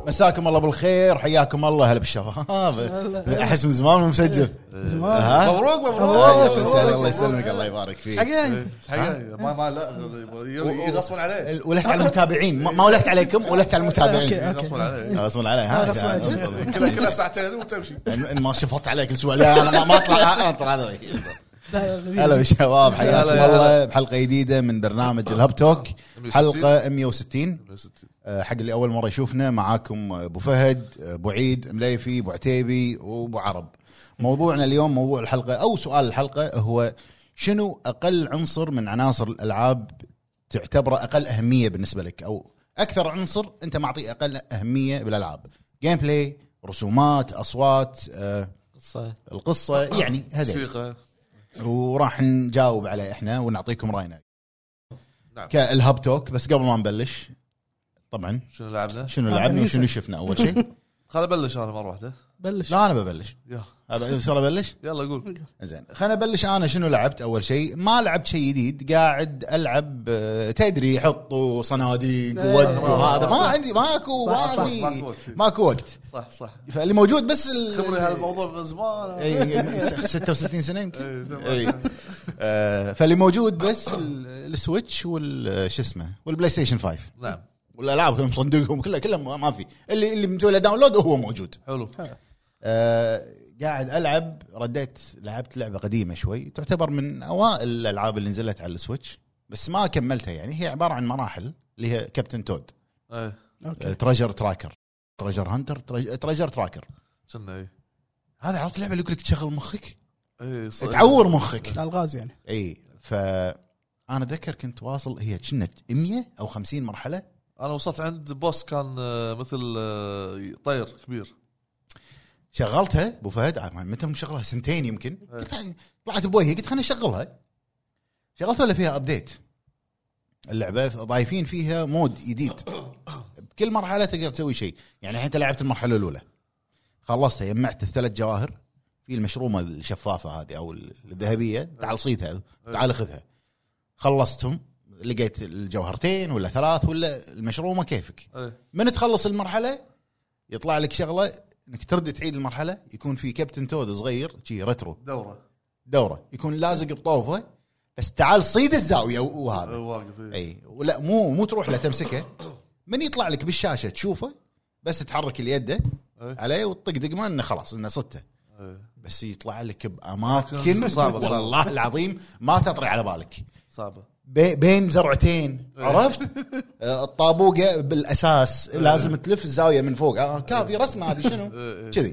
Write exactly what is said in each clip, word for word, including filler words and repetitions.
مساكم الله بالخير، حياكم الله. هلا بالشباب. احس من زمان مسجل. زمان. مبروك مبروك. الله يسلمك الله يبارك فيك. حقيقة ما ما لا يغصبون عليه. ولحت على المتابعين، ما ولحت عليكم، ولحت على المتابعين. يغصبون عليه. غصبون عليه. ها كلها كلها ساعتين وتمشي. ان ما شفت عليك الاسبوع. لا انا ما اطلع اطلع هذا. هلا بالشباب، حياكم الله بحلقه جديده من برنامج الهب توك، حلقه مية وستين. حق اللي اول مره يشوفنا، معاكم ابو فهد، ابو عيد، مليفي، ابو عتيبي وابو عرب. موضوعنا اليوم، موضوع الحلقه او سؤال الحلقه هو: شنو اقل عنصر من عناصر الالعاب تعتبره اقل اهميه بالنسبه لك، او اكثر عنصر انت معطيه اقل اهميه بالالعاب؟ جيم بلاي، رسومات، اصوات، آه، قصه القصه، يعني هذا. وراح نجاوب عليه احنا ونعطيكم راينا. نعم. كالهب توك. بس قبل ما نبلش، طبعا شنو لعبنا شنو لعبنا وشنو شفنا اول شيء. خل ابلش انا مره واحده. بلش. لا انا ببلش. يلا يصير ابلش. يلا قول. زين خلينا نبلش. انا شنو لعبت اول شيء؟ ما لعبت شيء جديد، قاعد العب. تدري يحطوا صناديق وود وهذا، ما عندي ماكو ما في ماكو وقت. صح صح. فاللي موجود بس خبري هذا الموضوع من زمان. اي ستة وستين سنه يمكن. اي فاللي موجود بس السويتش والش اسمه والبلاي ستيشن فايف. نعم. والالعاب كلهم مصندقهم كلها كلها ما في. اللي اللي مسوي له داونلود وهو موجود. حلو. آه قاعد العب. رديت لعبت لعبه قديمه شوي، تعتبر من اوائل الالعاب اللي نزلت على السويتش، بس ما كملتها. يعني هي عباره عن مراحل، اللي هي كابتن تود. ايه. آه تريجر تراكر، تريجر هانتر، تريجر تراكر. شنو ايه هذا؟ عرفت اللعبه اللي يقول لك تشغل مخك، ايه تعور مخك، الغاز يعني. اي. فانا ذكر كنت واصل، هي كنا مية او خمسين مرحله. انا وصلت عند بوس كان مثل طير كبير. شغلتها ابو فهد متى مشغلها سنتين يمكن. قلت طلعت بوجهي قلت خليني اشغلها. شغلتها ولا فيها ابديت اللعبه، ضايفين فيها مود جديد. بكل مرحله تقدر تسوي شيء. يعني انت لعبت المرحله الاولى، خلصتها، جمعت الثلاث جواهر في المشرومه الشفافه هذه او الذهبيه، تعال صيدها، تعال خذها. خلصتهم، لقيت الجوهرتين ولا ثلاث ولا المشرومه، كيفك. من تخلص المرحله يطلع لك شغله انك ترد تعيد المرحله، يكون في كابتن تود صغير شي ريترو، دوره دوره يكون لازق بطوفه، بس تعال صيد الزاويه وهذا واقف. اي ولا مو مو تروح له تمسكه، من يطلع لك بالشاشه تشوفه، بس تحرك اليد عليه وتطق دقمه انه خلاص انه صدته. بس يطلع لك باماكن صعبه والله العظيم ما تطري على بالك، صعبه بين زرعتين. عرفت الطابوقه بالاساس لازم تلف الزاويه من فوق. آه كافي رسمه هذه شنو كذي.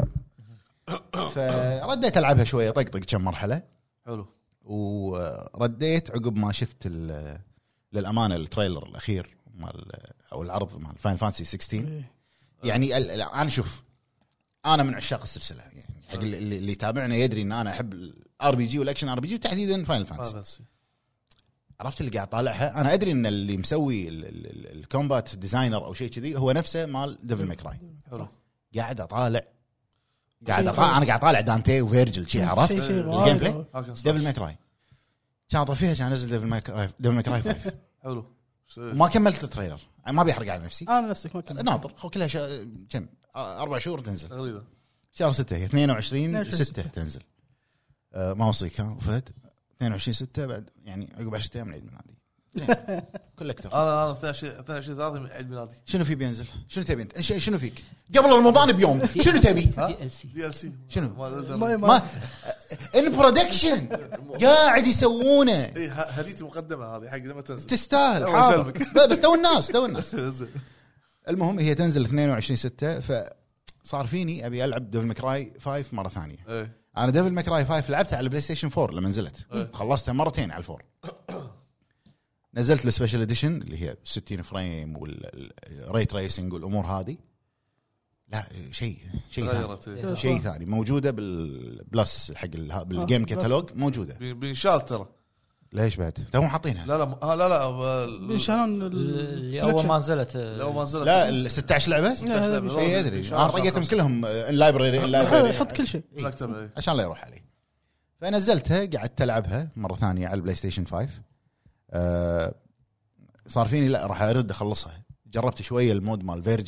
فرديت العبها شويه، طقطق كم مرحله. حلو. ورديت عقب ما شفت للامانه التريلر الاخير مال او العرض مال فاين فانسي ستة عشر. يعني انا شوف، انا من عشاق السلسله. يعني حق اللي, اللي يتابعنا يدري ان انا احب الار بي جي والاكشن ار بي جي، تحديدا فاين فانسي. عرفت اللي قاعد طالعها، انا ادري ان اللي مسوي الكومبات ديزاينر او شيء كذي هو نفسه مال ديفل ماكراي. قاعد اطالع قاعد اطالع انا قاعد اطالع دانتي وفيرجل شيء. عرفت الجيم بلاي ديفل ماكراي كان طفيها، كان نزل ديفل ماكراي ديفل ماكراي خمسة. حلو. ما كملت التريلر، ما بيحرق على نفسي. انا نفسك ما كملت، ناطر كلها شا... كم اربع شهور تنزل تقريبا. شهر ستة هي اثنين وعشرين ستة تنزل. أه ما وصيك ها فهد؟ اثنين وعشرين ستة بعد، يعني عقب عشرة ايام من عيد ميلادي. كل اكثر. انا انا اثنين وعشرين ثلاثة من عيد ميلادي. شنو في بينزل؟ شنو تبي انت؟ شنو فيك قبل رمضان بيوم؟ شنو تبي؟ دي ال سي دي ال سي شنو ما, ما البرودكشن قاعد يسوونه. اي هديتي مقدمه هذه حق لما تنزل تستاهل. بس تو الناس تو الناس المهم هي تنزل اثنين وعشرين ستة. فصار فيني ابي العب ديفل ماكراي خمسة مره ثانيه. ايه. انا ديفل ماكراي خمسة لعبتها على بلاي ستيشن فور لما نزلت. أه. خلصتها مرتين على الفور. نزلت السبيشال اديشن اللي هي ستين فريم والري تريسنج والامور هذه. لا شيء شيء ثاني شيء ثاني موجوده بالبلس حق بالجيم كاتالوج موجوده بينشال ترى. ليش بعد توهم حاطينها؟ لا لا لا لا بينشالون اللي اول ما نزلت اول ما نزلت لا ال ستة عشر لعبه. اي ادري انا طقيتهم كلهم اللايبرري اللايبرري حط كل شيء عشان لا يروح علي. فنزلتها قعدت العبها مره ثانيه على البلاي ستيشن خمسة. أه صار فيني لا راح ارد اخلصها. جربت شويه المود مال فيرجل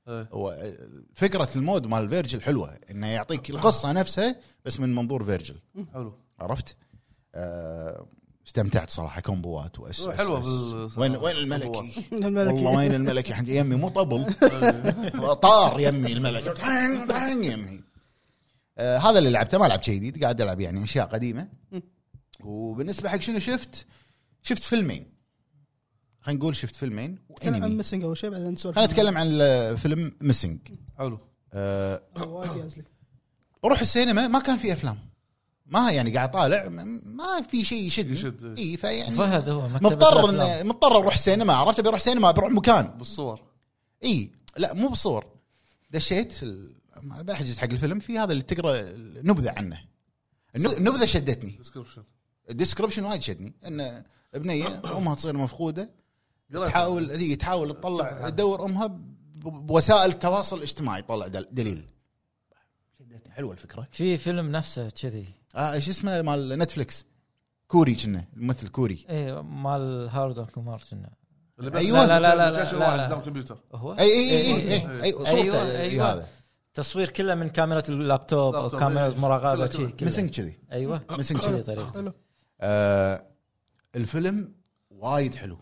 إيه. هو فكره المود مال فيرجل حلوه انه يعطيك القصه نفسها بس من منظور فيرجل. حلو عرفت. أه استمتعت صراحه كومبوات واس حلوه بال... وين وين الملكي الملكي والله وين الملكي عندي يمي مو طبل طار يمي الملكي طين طين يمي. آه هذا اللي لعبته. ما لعبت شيء جديد قاعد العب يعني اشياء قديمه. وبالنسبه حق شنو شفت شفت فيلمين خلينا نقول شفت فيلمين كلام عن ميسنج اول شيء بعدين نسولف. خلينا نتكلم عن فيلم ميسنج. حلو. آه وايد يازلي بروح السينما ما كان في افلام ما يعني قاعد طالع ما في شيء يشدني يشد. اي فيعني فهد هو مضطر مضطر اروح السينما. عرفت ابي اروح السينما بروح مكان بالصور. اي لا مو بالصور. دشيت بحجز حق الفيلم في هذا اللي تقرا نبذه عنه. النبذه شدتني. ديسكربشن الديسكربشن وايد شدني ان ابنيه امها تصير مفقوده تحاول هي تحاول تطلع تدور امها بوسائل التواصل الاجتماعي تطلع دليل. شدتني حلوه الفكره. في فيلم نفسه كذي اه ايش اسمه مال نتفليكس كوري كنا الممثل كوري ايه مال هاردون كومار كنا أيوة. لا لا لا لا لا قدام الكمبيوتر هو اي اي اي اي اي صورته أيوة. أيوة. هذا تصوير كله من كاميرا اللابتوب او كاميرا مراقبه شيء مسنج كذي. ايوه مسنج كذي طريقه. حلو. آه الفيلم وايد حلو.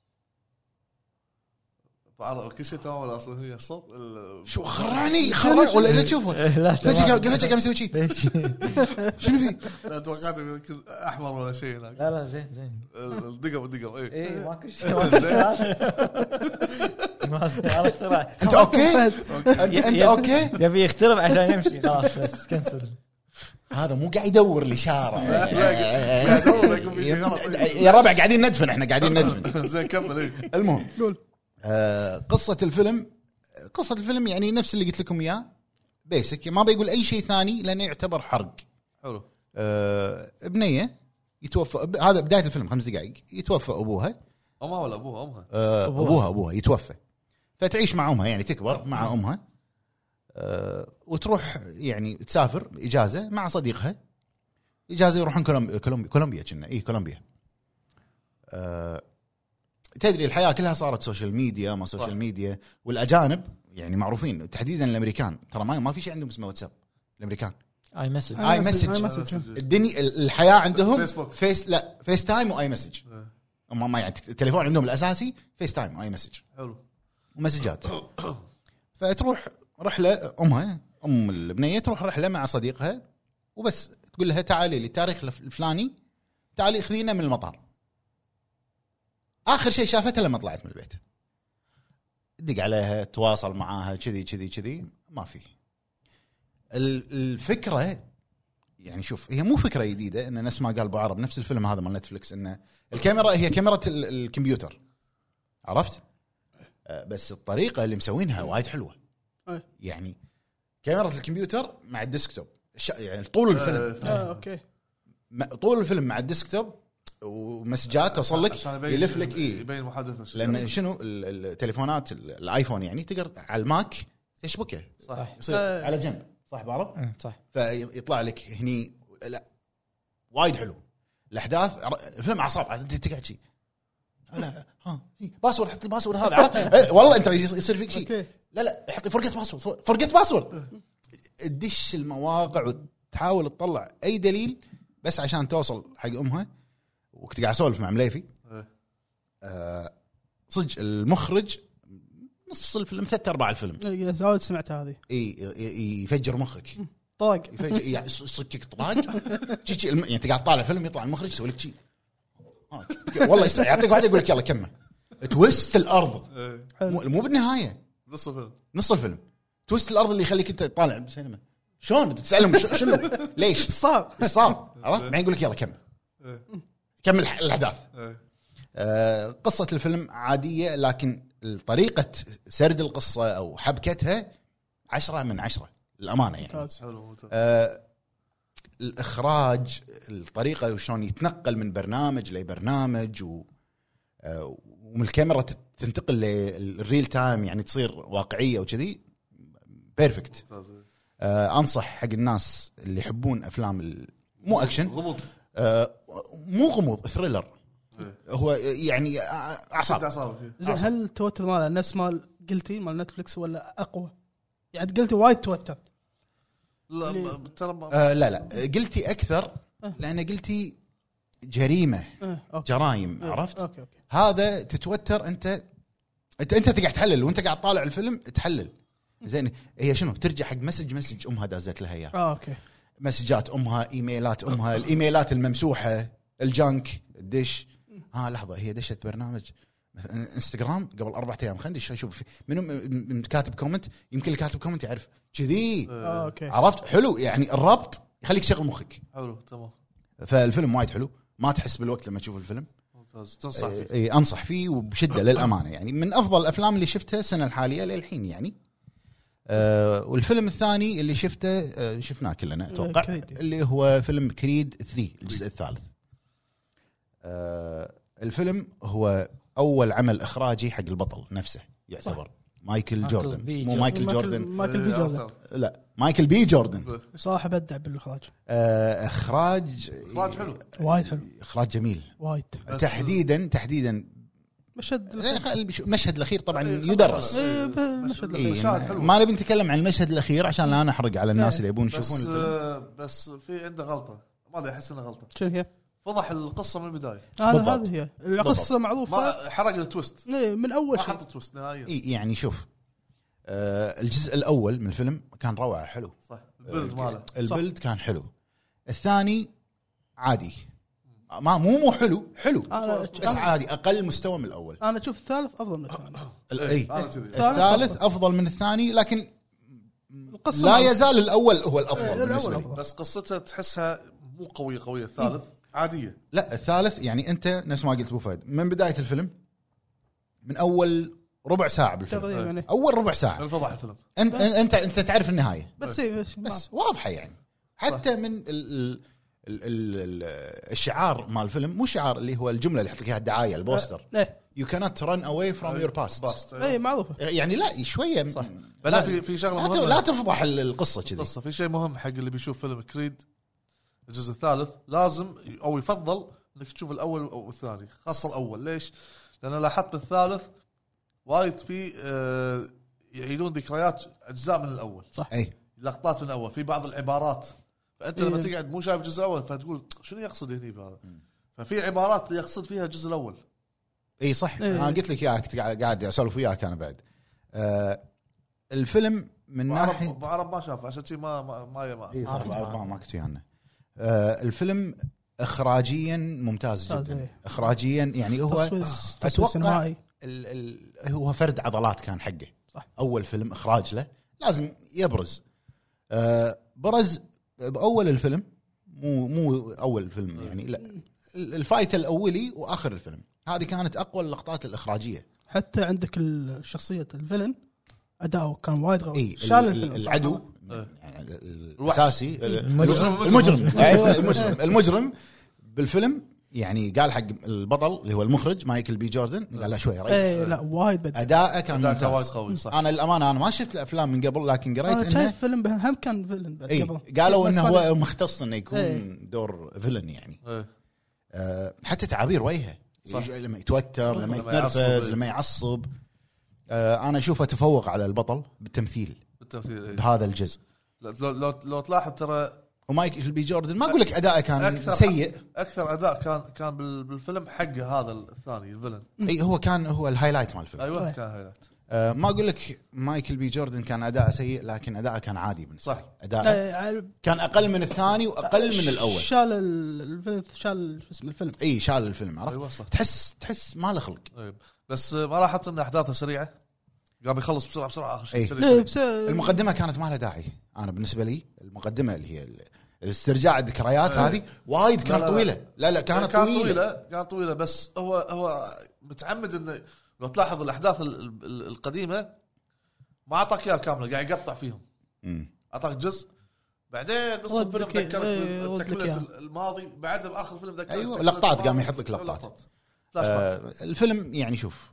كل شيء تمام اصلا. هي الصوت شو خراني خراني ولا لا تشوفه لا فجاه فجاه قام يسوي شيء شنو في. لا توقعت يمكن احمر ولا شيء هناك. لا لا زين زين الدقم الدقم اي ايه ماكو شيء. انت اوكي انت اوكي يبي يخترب عشان يمشي خلاص بس كنسل. هذا مو قاعد يدور الاشاره يا ربع قاعدين ندفن احنا قاعدين ندفن. زين كمل. المهم قول. آه قصة الفيلم قصة الفيلم يعني نفس اللي قلت لكم إياه بيسك ما بيقول أي شيء ثاني لأنه يعتبر حرق. حلو. آه ابنية يتوفى هذا بداية الفيلم خمس دقائق يتوفى أبوها. أمها ولا أبوها أمها آه أبوها. أبوها أبوها يتوفى فتعيش مع أمها يعني تكبر مع أمها. آه وتروح يعني تسافر إجازة مع صديقها إجازة يروحون كولومبيا كولومبيا كولومبيا كنا إيه كولومبيا. آه تدري الحياة كلها صارت سوشيال ميديا ما سوشيال صح. ميديا والأجانب يعني معروفين تحديدا الأمريكان ترى ما ما في شيء عندهم اسمه واتساب. الأمريكان اي مسج اي مسج الدنيا الحياة عندهم فيسبوك. فيس لا فيس تايم واي مسج. هم ما يعني التليفون عندهم الأساسي فيس تايم واي مسج. حلو. ومسجات. فتروح رحلة أمها أم البنية تروح رحلة مع صديقها وبس تقول لها تعالي للتاريخ الفلاني تعالي خذينا من المطار. آخر شيء شافتها لما طلعت من البيت دق عليها تواصل معاها كذي كذي كذي ما في. الفكرة يعني شوف هي مو فكرة جديدة إن نفس ما قال أبو عرب نفس الفيلم هذا مال نتفليكس إن الكاميرا هي كاميرا الكمبيوتر عرفت بس الطريقة اللي مسوينها وايد حلوة يعني كاميرا الكمبيوتر مع الديسكتوب يعني طول الفيلم آه أوكي طول الفيلم مع الديسكتوب ومسجات توصل لك يلف لك ايه يبين محادثه لان شنو التليفونات الايفون يعني تقدر على الماك تشبكه صح يصير آه. على جنب صح بعرف صح فيطلع لك هني لا وايد حلو الاحداث الفيلم اعصاب انت تقعد شيء لا ها باسورد حط الباسورد هذا عرفت والله انت يصير فيك شيء لا لا حط فرقت باسورد فرقت باسورد تدش المواقع وتحاول تطلع اي دليل بس عشان توصل حق امها. وكنت قاعد اسولف مع مليفي آه صدق المخرج نص الفيلم ثلاث ارباع الفيلم زود سمعت هذه اي يفجر مخك طاق يفجر يعني يصكك طاق يعني انت قاعد طالع فيلم يطلع المخرج يسوي لك شيء والله يعطيك واحد يقول لك يلا كمل تويست الارض مو, مو بالنهايه نص الفيلم نص الفيلم تويست الارض اللي يخليك انت طالع بالسينما شلون تسالهم شنو ليش صار صار عرفت بعدين يقول لك يلا كمل كمل الاحداث. آه قصه الفيلم عاديه لكن طريقه سرد القصه او حبكتها عشرة من عشرة الامانه يعني. آه الاخراج الطريقه وشلون يتنقل من برنامج لبرنامج و آه ومن الكاميرا تنتقل للريل تايم يعني تصير واقعيه وكذي بيرفكت. آه انصح حق الناس اللي يحبون افلام مو اكشن غموض آه مو غموض ثريلر هو يعني اعصاب زين هل التوتر ماله نفس مال قلتي مال نتفلكس ولا اقوى؟ يعني قلتي وايد توتر. لا ليه؟ ب- ترى ما- آه لا لا قلتي اكثر أه. لان قلتي جريمه آه، أوكي. جرايم آه، عرفت. اوكي اوكي. هذا تتوتر انت انت انت تقعد تحلل وانت قاعد طالع الفيلم تحلل زين هي شنو ترجع حق مسج مسج امها دازت لها اياه اه اوكي. مسجات امها ايميلات امها الايميلات الممسوحه الجانك الدش ها لحظه هي دشت برنامج مثلا انستغرام قبل أربعة ايام خلينا ندش نشوف منو م- م- كاتب كومنت يمكن اللي كاتب كومنت يعرف كذي اه اوكي. عرفت حلو يعني الربط يخليك تشغل مخك حلو تمام فالفيلم وايد حلو ما تحس بالوقت لما تشوف الفيلم ممتاز تنصح فيه. اي انصح فيه وبشده للامانه يعني من افضل الافلام اللي شفتها السنه الحاليه للحين يعني آه والفيلم الثاني اللي شفته آه شفناه كلنا اتوقع كريد. اللي هو فيلم كريد ثلاثة الجزء الثالث آه الفيلم هو اول عمل اخراجي حق البطل نفسه يعتبر مايكل مايكل جوردن بي مو جوردن. مايكل مايكل جوردن مايكل بي إيه، جوردن أعرف. لا مايكل بي جوردن صراحه ابدع بالاخراج. آه اخراج إخراج حلو. وايد حلو اخراج جميل وايد. بس- تحديدا تحديدا مشهد لا، خل- المشهد الاخير طبعا إيه، يدرس إيه، المشهد إيه مشاهد حلوة. ما نبي نتكلم عن المشهد الاخير عشان لا نحرق على الناس إيه. اللي يبون بس يشوفون الفيلم آه، بس في عنده غلطه ما ادري احس انها غلطه شنو هي؟ فضح القصه من البدايه هذا بالضبط. هذه هي القصه معروفه. ما حرق التويست إيه، من اول ما شيء. حط تويست نهائيا إيه يعني شوف آه الجزء الاول من الفيلم كان روعه حلو صح البلد ماله البلد كان حلو الثاني عادي ما مو مو حلو حلو انا بس عادي اقل مستوى من الاول انا اشوف الثالث افضل من الثاني. ال- إيه، اي أنا كذي. الثالث افضل من الثاني لكن القصه لا معروفة. يزال الاول هو إيه، الافضل الأول بالنسبه لي أفضل. بس قصتها تحسها مو قويه قويه الثالث عاديه لا الثالث يعني انت نفس ما قلت ابو فهد من بدايه الفيلم من اول ربع ساعه بالفيلم تقريبا يعني. اول ربع ساعه من فضح الفيلم انت انت انت تعرف النهايه بس إيه، بس بس واضحه يعني حتى من ال ال ال ال الشعار مال الفيلم مو شعار اللي هو الجمله اللي يحط لك اياها الدعايه البوستر ايه you cannot run away from your past باست ايه معروفه. يعني لا شويه صح. لا في في شغله لا, ت- مهمه لا تفضح ال- القصه كذي قصه في شيء مهم حق اللي بيشوف فيلم كريد الجزء الثالث لازم او يفضل انك تشوف الاول او الثاني خاصه الاول ليش؟ لان لاحظت بالثالث وايد في آه، يعيدون ذكريات اجزاء من الاول اي لقطات من الاول في بعض العبارات فانت لما إيه. تقعد مو شايف الجزء الاول فتقول شنو يقصد هني بهذا ففي عبارات يقصد فيها الجزء الاول اي صح إيه. انا قلت لك اياك قاعد قاعد اسولف وياك انا بعد آه الفيلم من ناحيه بعرب بعرب ما شاف عشان شيء ما ما ما, ما. إيه صح عارف. بعرف ما ما كنت ويانا آه الفيلم اخراجيا ممتاز ممتاز، جدا إيه. اخراجيا يعني هو تصوير تصوير اتوقع سينمائي. ال ال هو فرد عضلات كان حقه صح. اول فيلم اخراج له لازم يبرز آه برز باول الفيلم مو مو اول فيلم يعني لا ال- الفايت الاولي واخر الفيلم هذه كانت اقوى اللقطات الاخراجيه حتى عندك الشخصيه الفيلن اداؤه كان وايد قوي. اي شال ال- الفيلم العدو صراحة. يعني الاساسي المجرم. المجرم ايوه المجرم المجرم بالفيلم يعني قال حق البطل اللي هو المخرج مايكل بي جوردن قال له شوي ريح ايه لا وايد بدع. اداءه كان أداء كان وايد ممتاز قوي صح انا للامانه انا ما شفت الافلام من قبل لكن قريت انا انه شايف فيلم به- هم كان فيلن بس اي قبل قالوا بس انه هذا- هو مختص انه يكون إيه. دور فيلن يعني إيه. أه حتى تعابير وجهه صح. يج- لما يتوتر لما لما يعصب، يتنرفز إيه. لما يعصب أه انا اشوفه تفوق على البطل بالتمثيل بالتمثيل إيه. بهذا الجزء لو لو لو تلاحظ ترى ومايكل بي جوردن ما اقول لك اداءه كان أكثر سيء اكثر اداء كان كان بال- بالفيلم حق هذا الثاني الفيلن اي هو كان هو الهايلايت مال الفيلم ايوه إيه. كان هايلايت أه ما اقول لك مايكل بي جوردن كان اداءه سيء لكن اداءه كان عادي بالنسبه صح. لي اداءه إيه، كان اقل من الثاني واقل من الاول شال ال- الفيلم شال شو اسمه الفيلم. اي شال الفيلم عرفت ايوه صح تحس تحس ما له خلق طيب. بس ما لاحظت ان احداثه سريعه قام يخلص بسرعه بسرعه اخر شيء إيه. سريع إيه، سريع. بس المقدمه كانت ما لها داعي انا بالنسبه لي المقدمه اللي هي ال- الاسترجاع الذكريات إيه. هذه وايد لا، كانت لا، لا. طويله لا لا كانت كانت طويله, طويله كانت طويله بس هو هو متعمد انه لو تلاحظ الاحداث ال- ال- القديمه ما اعطاك اياها كامله قاعد يقطع فيهم مم. اعطاك جزء بعدين نص ردك الفيلم ذكرك إيه، ردك بتكمله إياها. الماضي بعد باخر الفيلم ذكرك أيوة، بتكملة لقطات الماضي. قام يحط لك لقطات. فلاش باك. آه الفيلم يعني شوف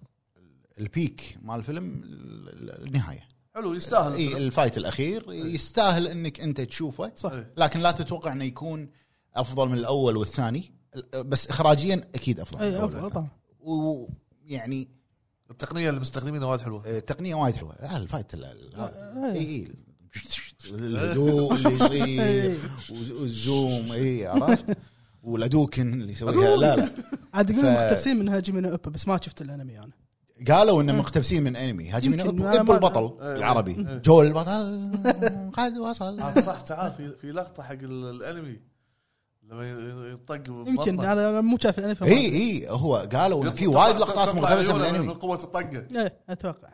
البيك مال الفيلم ال- النهايه حلو يستاهل اي الفيلم. الفايت الاخير يستاهل انك انت تشوفه صح. إيه. لكن لا تتوقع انه يكون افضل من الاول والثاني بس اخراجيا اكيد افضل من اي الأول افضل والثاني. طبعا. ويعني التقنيه اللي مستخدمينها وايد حلوه. التقنيه وايد حلوه. آه الفايت اي اي الهدوء اللي يصير والزوم اي عرفت والادوكن اللي يسويها. لا لا عاد يقولون مقتبسين من هاجمي نو ابا بس ما شفت الانمي انا. قالوا انه مقتبسين من انمي هاجمي نو ابا البطل العربي جو البطل قد وصل. صح. تعال في في لقطه حق الانمي لما يطق يمكن انا مو شايف الانمي. اي اي هو قالوا انه في وايد لقطات مقتبسه من الانمي من قوه الطقه. ايه اتوقع.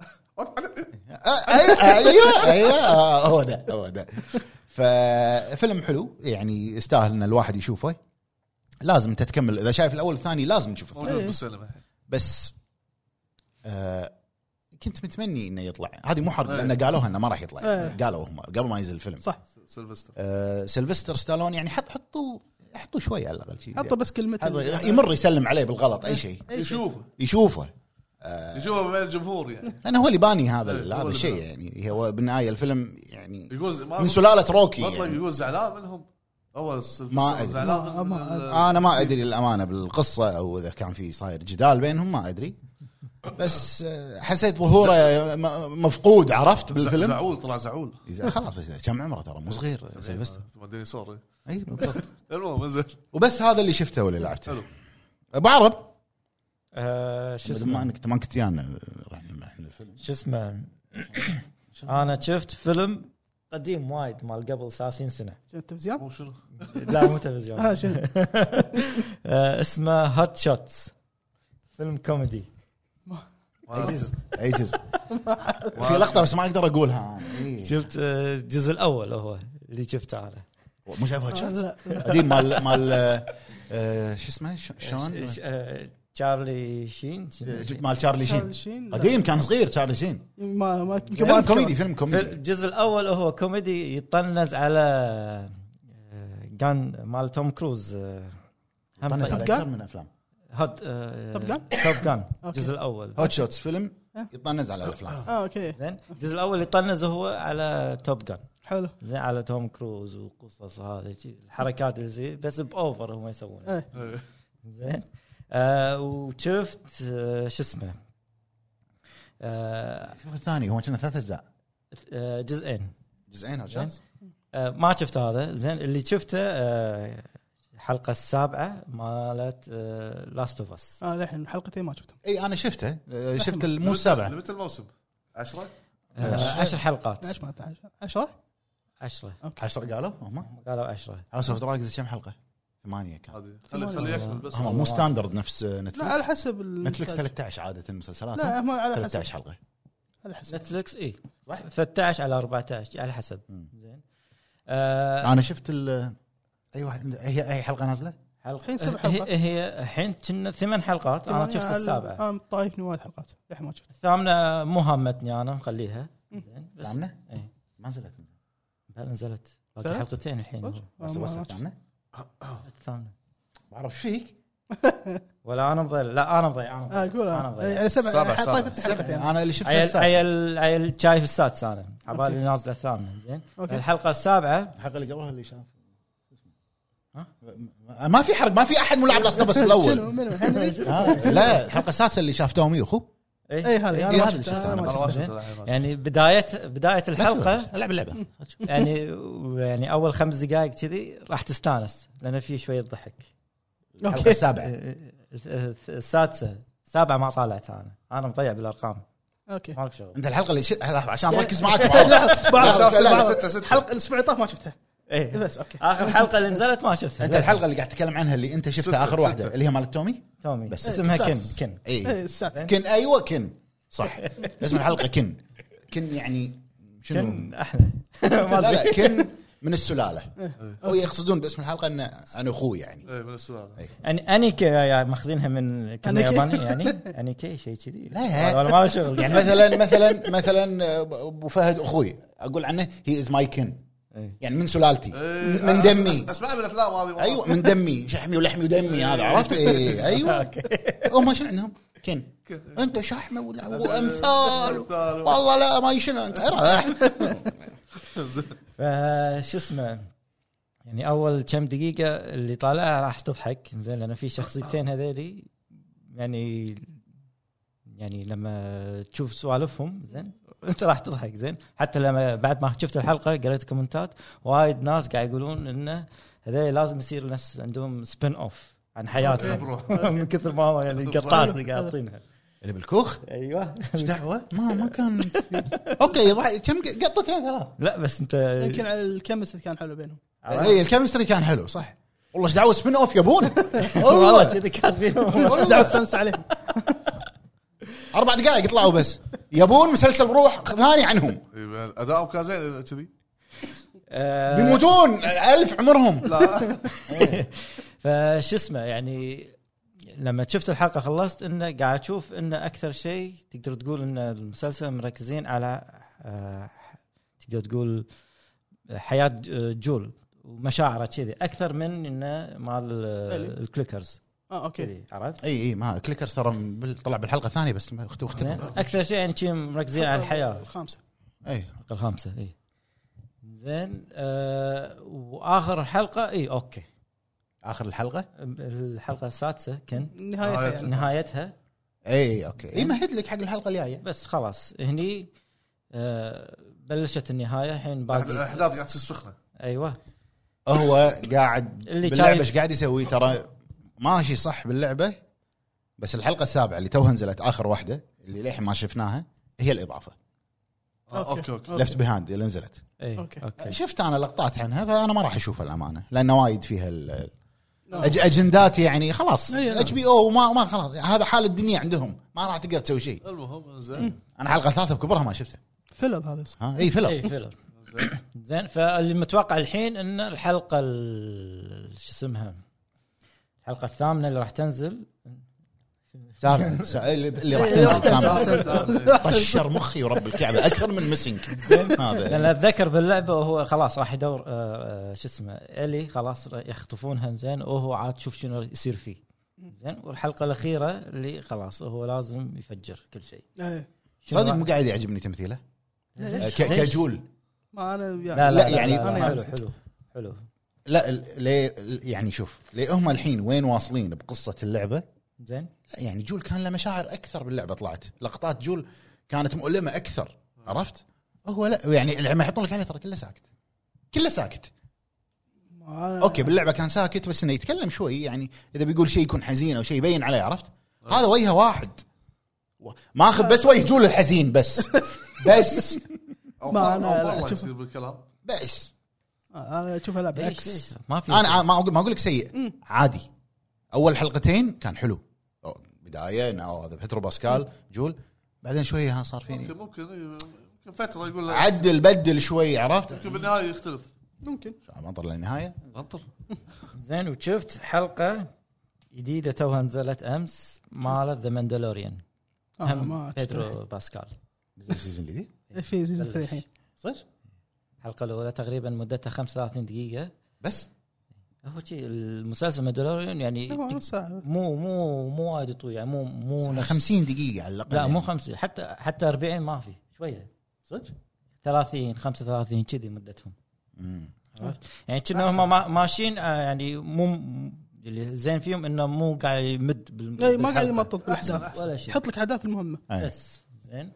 ايوه ايوه هو ده هو ده. ففيلم حلو يعني يستاهل ان الواحد يشوفه. لازم تتكمل اذا شايف الاول والثاني لازم تشوف الثاني. بس آه كنت متمني انه يطلع. هذه مو حرق لان قالوها انه ما راح يطلع. أيه. قالوا هم قبل ما ينزل الفيلم. صح. سيلفستر آه سيلفستر ستالون يعني حط حطوا حطوا شويه على الاقل شيء. حطوا بس كلمه يمر يسلم عليه بالغلط اي شيء يشوفه يشوفه آه يشوفه بين الجمهور يعني. لانه هو اللي باني هذا هذا الشيء يعني. هو بالنهايه الفيلم يعني يقول من سلاله روكي يعني. يعني. يقول زعلان منهم اول ما أدري. زعلان من ما انا ما ادري الامانه بالقصه او اذا كان في صاير جدال بينهم ما ادري. بس حسيت ظهوره مفقود عرفت بالفيلم. زعول طلع زعول خلاص بس كم عمره ترى مو صغير سيلفستر. ما ادري صور اي بالضبط. المهم نزل وبس هذا اللي شفته واللي لعبته. ابو عرب آه شو اسمه ما انك ما كنت ويانا رحنا الفيلم شو اسمه انا شفت فيلم قديم وايد مال قبل ثلاثين سنه. تلفزيون مو شنو لا مو تلفزيون. اه شنو آه اسمه هوت شوتس. فيلم كوميدي. ايجز ايجز في لقطه بس ما اقدر اقولها. شفت الجزء الاول هو اللي شفته انا. مو شايف هوت شوتس قديم مال مال شو اسمه شون تشارلي شين مال تشارلي شين قديم كان صغير تشارلي شين. ما ما فيلم كوميدي فيلم كوميدي. الجزء الاول هو كوميدي يطنز على كان مال توم كروز. يطنز على اكثر من افلام. هوت توب جان توب جان الجزء الاول. هوت شوتس فيلم يطنز على الافلام. اه اوكي زين. الجزء الاول يطنز هو على توب جان. حلو زين على توم كروز وقصص هذه الحركات اللي زي بس باوفر هم يسوونها. زين. آه وشفت آه شو اسمه آه شوف الثاني هو كنا ثلاث اجزاء. آه جزئين جزئين هذا آه ما شفت هذا. زين اللي شفته آه الحلقه السابعه مالت آه لاست اوف اس. اه الحين حلقتين ما شفتهم. اي انا شفته شفت المو السابع. متى الموسم عشرة عشر حلقات. عشرة عشرة عشرة عشرة قالوا هم قالوا عشرة. هاوس اوف دراجونز كم حلقه؟ ثمانية كان. خلي خلي يكمل بس هم مو ستاندرد نفس نتفلكس. لا على حسب نتفلكس ثلاثة عشر عاده المسلسلات. لا هم على ثلاثة عشر حلقه على حسب نتفلكس. اي ثلاثة عشر على أربعة عشر على حسب. زين آه انا شفت ال اي واحد هي اي حلقه نازله الحين سبع حلقات. هي الحين كنا ثمان حلقات. انا شفت السابعه. انا طايفني وايد حلقات الحين ما شفت. الثامنه مو هامتني انا مخليها. زين بس الثامنه اي ما نزلت. بل نزلت باقي حلقتين الحين. الثامنه الثامنه ما اعرف فيك ولا انا مضيع. لا انا مضيع انا اقول انا مضيع يعني سبع طايفه حلقتين. انا اللي شفت السادسه. عيل عيل شايف السادسه انا عبالي نازله الثامنه. زين الحلقه السابعه الحلقه اللي قبلها اللي شاف ها ما في حرق. ما في احد ملعب لاست بس الاول. شنو منو لا الحلقه السادسه اللي شاف تومي اخو. اي هذه هذا اللي شفته انا. يعني بدايه بدايه الحلقه العب اللعبه يعني يعني اول خمس دقائق كذي راح تستانس لان في شويه ضحك. الحلقه السابعه السادسه السابعه ما طالعت انا انا مضيع بالارقام. اوكي مالك شغل. انت الحلقه اللي ش... عشان نركز معاك. ستة ستة حلقه الاسبوع اللي طاف ما شفتها. ايه بس اوكي اخر حلقه اللي نزلت ما شفتها. انت الحلقه اللي قاعد تتكلم عنها اللي انت شفتها اخر واحده اللي هي مال تومي تومي بس اسمها كن كن اي السادسه كن ايوه كن صح اسم الحلقه كن كن يعني شنو كن احنا لا لا كن من السلاله. هو يقصدون باسم الحلقه ان انا اخوي يعني اي من السلاله. يعني انيكي ماخذينها من كلمه ياباني يعني انيكي شيء كذي. لا ولا ما شغل يعني مثلا مثلا مثلا ابو فهد اخوي اقول عنه هي از ماي كن يعني من سلالتي من دمي. اسمع بالافلام هذه ايوه من دمي شحمي ولحمي ودمي هذا عرفت. ايه ايوه هم شنو عندهم كن انت شحمه ولا وامثال والله لا ما شنو انت راح فشو اسمه يعني اول كم دقيقه اللي طالعه راح تضحك. زين لان في شخصيتين هذيلي يعني يعني لما تشوف سوالفهم زين انت راح تضحك زين. حتى لما بعد ما شفت الحلقه قريت كومنتات وايد ناس قاعد يقولون انه هذا لازم يصير نفس عندهم سبين اوف عن حياتهم من كثر ما هو يعني قطات قاطينها اللي بالكوخ. ايوه ايش دعوه ما ما كان في... اوكي ضحك كم قطتين ثلاث. لا بس انت يمكن الكيمستري كان حلو بينهم. اي الكيمستري كان حلو صح. والله ايش دعوه سبين اوف يبون والله كذا كاتبين ايش دعوه استانس عليهم. اربع دقائق يطلعوا بس يبون مسلسل بروح ثاني عنهم. اداؤهم كان زين كذي بيموتون ألف عمرهم. لا فش اسمه يعني لما شفت الحلقه خلصت انه قاعد اشوف انه اكثر شيء تقدر تقول ان المسلسل مركزين على آه تقدر تقول حياه جول ومشاعره كذي اكثر من انه مال الكليكرز. اه اوكي عرفت. اي اي ما كليكرز ترى طلع بالحلقه الثانيه بس اختفى اكثر شيء يعني شيء مركزين على الحياه الخامسه. اي الحلقه الخامسه اي زين. آه واخر الحلقه اي اوكي اخر الحلقه الحلقه السادسه كان نهايتها يعني. نهايتها اي اوكي اي مهد لك حق الحلقه الجايه بس خلاص هني آه بلشت النهايه الحين باقي الاحداث قاعد تصير سخنه. ايوه هو قاعد اللي باللعبه ايش قاعد يسوي ترى ماشي صح باللعبه بس الحلقه السابعه اللي توها نزلت اخر واحده اللي للحين ما شفناها هي الاضافه. آه اوكي اوكي لفت بيهاند اللي نزلت. اي أوكي. اوكي شفت انا لقطات عنها فانا ما راح اشوفها الامانه لانه وايد فيها ال أج اجندات يعني خلاص اتش بي او وما ما خلاص هذا حال الدنيا عندهم ما راح تقدر تسوي شيء. المهم زين انا حلقه ثلاثه بكبرها ما شفتها. فيلر هذا ها اي فيلر اي فيلر زين. فاللي متوقع الحين ان الحلقه شو اسمها الحلقه الثامنه اللي راح تنزل سابع اللي راح تنزل طشر مخي ورب الكعبه اكثر من ميسنج هذا. لان اتذكر باللعبه وهو خلاص راح يدور شو اسمه الي خلاص يخطفونها زين وهو عاد شوف شنو يصير فيه زين. والحلقه الاخيره اللي خلاص هو لازم يفجر كل شيء. صدق مو قاعد يعجبني تمثيله كجول. ما انا لا, لا, لا يعني لا, لا حلو حلو حلو. لا ليه يعني شوف ليه هم الحين وين واصلين بقصه اللعبه زين. يعني جول كان له مشاعر اكثر باللعبه طلعت لقطات جول كانت مؤلمه اكثر عرفت. هو لا يعني لما يحطون لك عليه ترى كله ساكت كله ساكت. اوكي باللعبه كان ساكت بس انه يتكلم شوي يعني اذا بيقول شيء يكون حزين او شيء يبين عليه عرفت. هذا وجهه واحد ماخذ بس وجه جول الحزين بس بس ما انا اشوف بالكلام بس انا اشوفها لا بالعكس ما في انا ما اقول ما اقول لك سيء عادي. اول حلقتين كان حلو بدايه انه هذا بيترو باسكال جول بعدين شويه ها صار فيني ممكن ممكن فتره يقول عدل بدل شوي عرفت. ممكن بالنهايه يختلف ممكن انطر للنهايه انطر زين. وشفت حلقه جديده توها نزلت امس مال ذا ماندلوريان هم بيترو باسكال السيزون الجديد في سيزون الحين صح. الحلقه الاولى تقريبا مدتها خمسة وثلاثين دقيقه بس. هو شيء المسلسل ماندلوريان يعني مو مو مو وايد طويل يعني مو مو خمسين دقيقه على الاقل. لا مو خمسين حتى حتى أربعين ما في شويه صدق ثلاثين خمسة وثلاثين كذي مدتهم. امم عرفت يعني كنا هم ماشيين يعني مو اللي زين فيهم انه مو قاعد يمد بال ما قاعد يمطط بالاحداث ولا شيء يحط لك احداث المهمه بس زين.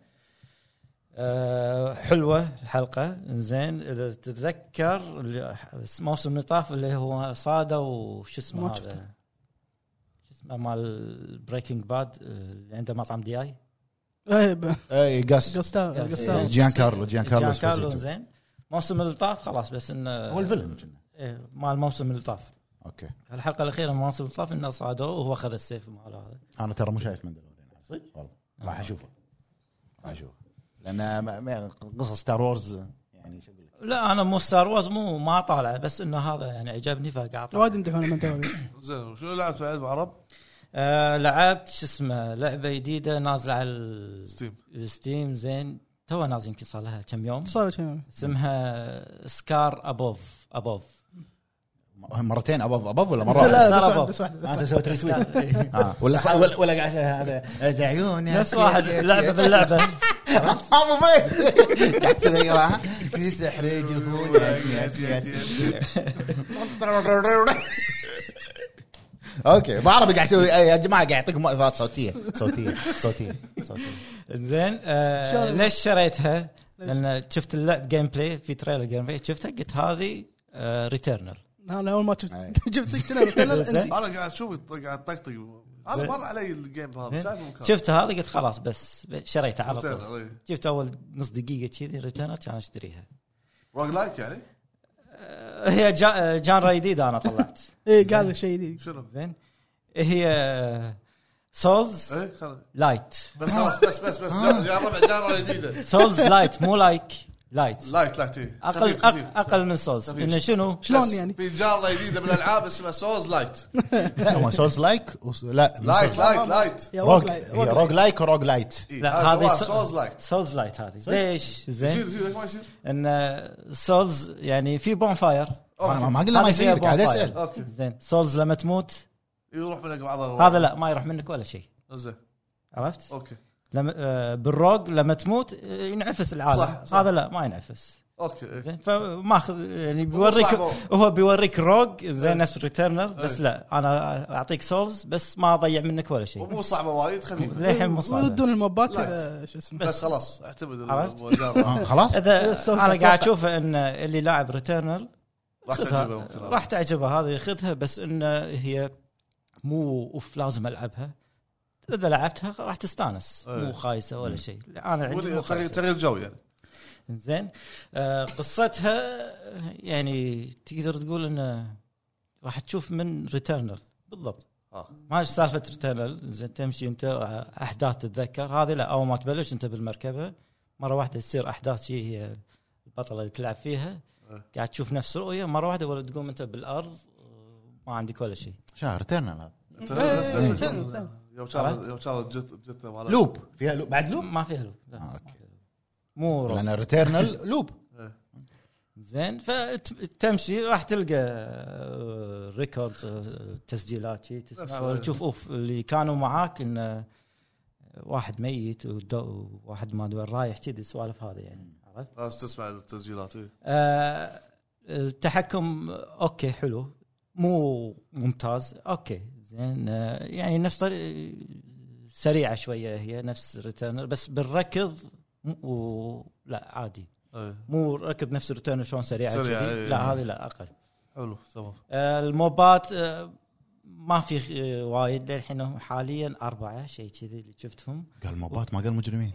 أه حلوه الحلقه زين. اذا تتذكر موسم نطاف اللي هو صاده وش اسمه هذا شو اسمه مال بريكنج باد اللي عنده مطعم دي اي اي اي غاس غاس جيان كارلو جيان كارلو جيان كارلو زين. موسم الطاف خلاص بس انه هو الفيلم إيه مال موسم الطاف. اوكي الحلقه الاخيره من موسم الطاف انه صادوه وهو اخذ السيف مال هذا. انا ترى مو شايف ماندلوريان صدق والله راح اشوفه راح اشوفه لان قصص ستار وورز يعني شو اقول لك. لا انا مو ستار وورز مو ما طالع بس انه هذا يعني عجبني فقاعد وايد يمدحونه ماندلوريان. زين شنو لعبت بعد بعرب؟ آه لعبت شو اسمه لعبه جديده نازله على ستيم الستيم زين توها نازل يمكن صار لها كم يوم صار كم يوم اسمها سكار ابوف ابوف مرتين ابوف ابوف ولا مره لا بس واحده انت سويت ريتويت اه ولا ولا قاعد هذا عيون نفس واحد لعبه باللعبه ابو فهد قاعد تذكرها في سحر جفون اوكي بعرف قاعد اسوي يا جماعه قاعد يعطيكم مؤثرات صوتيه صوتيه صوتيه صوتيه زين آه شلون؟ ليش شريتها؟ ليش؟ لان شفت اللعب جيم بلاي في تريلر جيم بلاي شفتها قلت هذه آه ريتيرنال. انا اول ما شفت أي. شفت كذا زين. انا قاعد اشوف قاعد طقطق هذا مر علي الجيم هذا شايفه مكان شفت هذا قلت خلاص بس شريتها على طول. روتينر، إيه. شفت اول نص دقيقه كذي ريتيرنال كان اشتريها. روج لايك يعني آه هي جا جانرا جديد انا طلعت. اي قال لي شيء جديد. شنو؟ زين هي سولز ايه خلاص لايت. بس خلاص بس بس بس جرب جرب جديده سولز لايت مو لايك لايت لايك لايك إيه. اقل خفيف، خفيف. أق- اقل من سولز خفيف. انه شنو شلون بس يعني؟ في جاره جديده بالالعاب اسمها سوز لايت هم سولز لايك وس- لا لايت لايت لايت يا روج روج لايت. هي روج لايك وروج لايت إيه، لا، هذا هذه سؤال، س- سوز لايت سولز لايت هذه ليش زين يصير يصير ما يصير ان سولز يعني في بون فاير ما ما قلنا ما يصير قاعد اسال اوكي زين سولز لما تموت يروح منك بعض هذا لا ما يروح منك ولا شيء زين عرفت اوكي لما آه بالروج لما تموت آه، ينعفس العالم صح، صح. هذا لا ما ينعفس اوكي إيه. زين فماخذ يعني بيوريك صعب. هو بيوريك روج زين إيه. نفس ريتيرنال بس إيه. لا انا اعطيك سولز بس ما اضيع منك ولا شيء ومو صعبه وايد خفيفه للحين مو صعب ويردون الموبات لايت. اذا شو اسمه. بس خلاص اعتمد عرفت؟ الجارة. آه، خلاص اذا Souls انا أتوقع. قاعد اشوف ان اللي لاعب ريتيرنال راح تعجبه ممكن راح تعجبه هذه ياخذها بس ان هي مو اوف لازم العبها اذا لعبتها راح تستانس أيه. مو خايسه ولا شيء انا عندي مو تغيير خايسة. تغيير جو يعني زين آه قصتها يعني تقدر تقول انه راح تشوف من ريتيرنال بالضبط اه ما ايش سالفه ريتيرنال زين تمشي انت احداث تتذكر هذه لا اول ما تبلش انت بالمركبه مره واحده تصير احداث شيء هي البطله اللي تلعب فيها أه. قاعد تشوف نفس الرؤيه مره واحده ولا تقوم انت بالارض ما عندك ولا شيء شهر ترنل هذا أنت إيه، بس- بس- إيه، بس- إيه. يوم كان يوم كان جت جت مالها. لوب فيها لوب بعد لوب ما فيها لوب لا. آه، اوكي مو روب. لان ريتيرنال لوب إيه. زين فتمشي راح تلقى آه، ريكوردز آه، تسجيلات شي تسمع نفس- ولا تشوف اوف اللي كانوا معاك ان واحد ميت ودو- وواحد ما ادري وين رايح كذي السوالف هذه يعني عرفت؟ لازم تسمع التسجيلات إيه. آه، التحكم اوكي حلو مو ممتاز اوكي زين آه، يعني نفس طريق سريعه شويه هي نفس ريتيرنر بس بالركض و... لا عادي إيه. مو ركض نفس ريتيرنر شلون سريعه سريعة، كذي. إيه. لا هذه لا اقل حلو تمام آه، الموبات آه، ما في آه، وايد للحين هم حاليا اربعه شيء كذي اللي شفتهم قال موبات ما قال مجرمين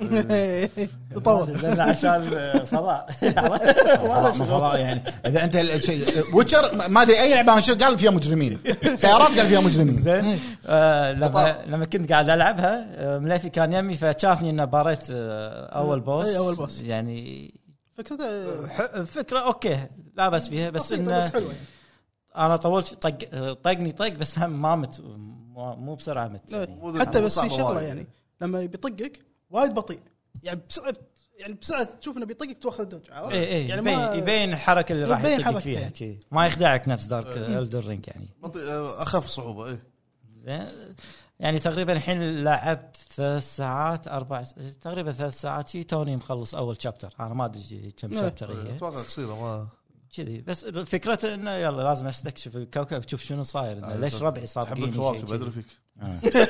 تطور. لأن عشان آه، فضاء فضاء ما فضاء يعني اذا انت الشيء ويتشر ما ادري اي لعبه شو قال فيها مجرمين سيارات قال فيها مجرمين زين آه، لما لما كنت قاعد العبها آه، مليفي كان يمي فشافني انه باريت آه، اول بوس إي، أول بوس. يعني فكرته ح- فكره اوكي لا بس فيها بس بسيطة انه بس حلوه يعني. انا طولت طق طقني طق بس هم ما مت مو مو بسرعه مت لا، مو ذا- حتى مو بس في صعبة شغله وايد. يعني لما بيطقك وايد بطيء يعني بسرعه يعني بسرعه تشوف انه بيطقك تاخذ دوج عرفت؟ اي اي يعني يبين, ما يبين الحركه اللي راح يبين يطق حركته. فيها كذي ما يخدعك نفس دارك الدر رينج يعني منطق- آه، اخف صعوبه ايه زين؟ يعني تقريبا الحين لعبت ثلاث ساعات اربع س- تقريبا ثلاث ساعات شي توني مخلص اول شابتر انا ما ادري كم إيه. شابتر هي اتوقع قصيره ما كذي بس فكرته انه يلا لازم استكشف الكوكب تشوف شنو صاير إنه آه، ليش تحب ربعي صابقيني الكواكب شي ادري كذي. فيك آه.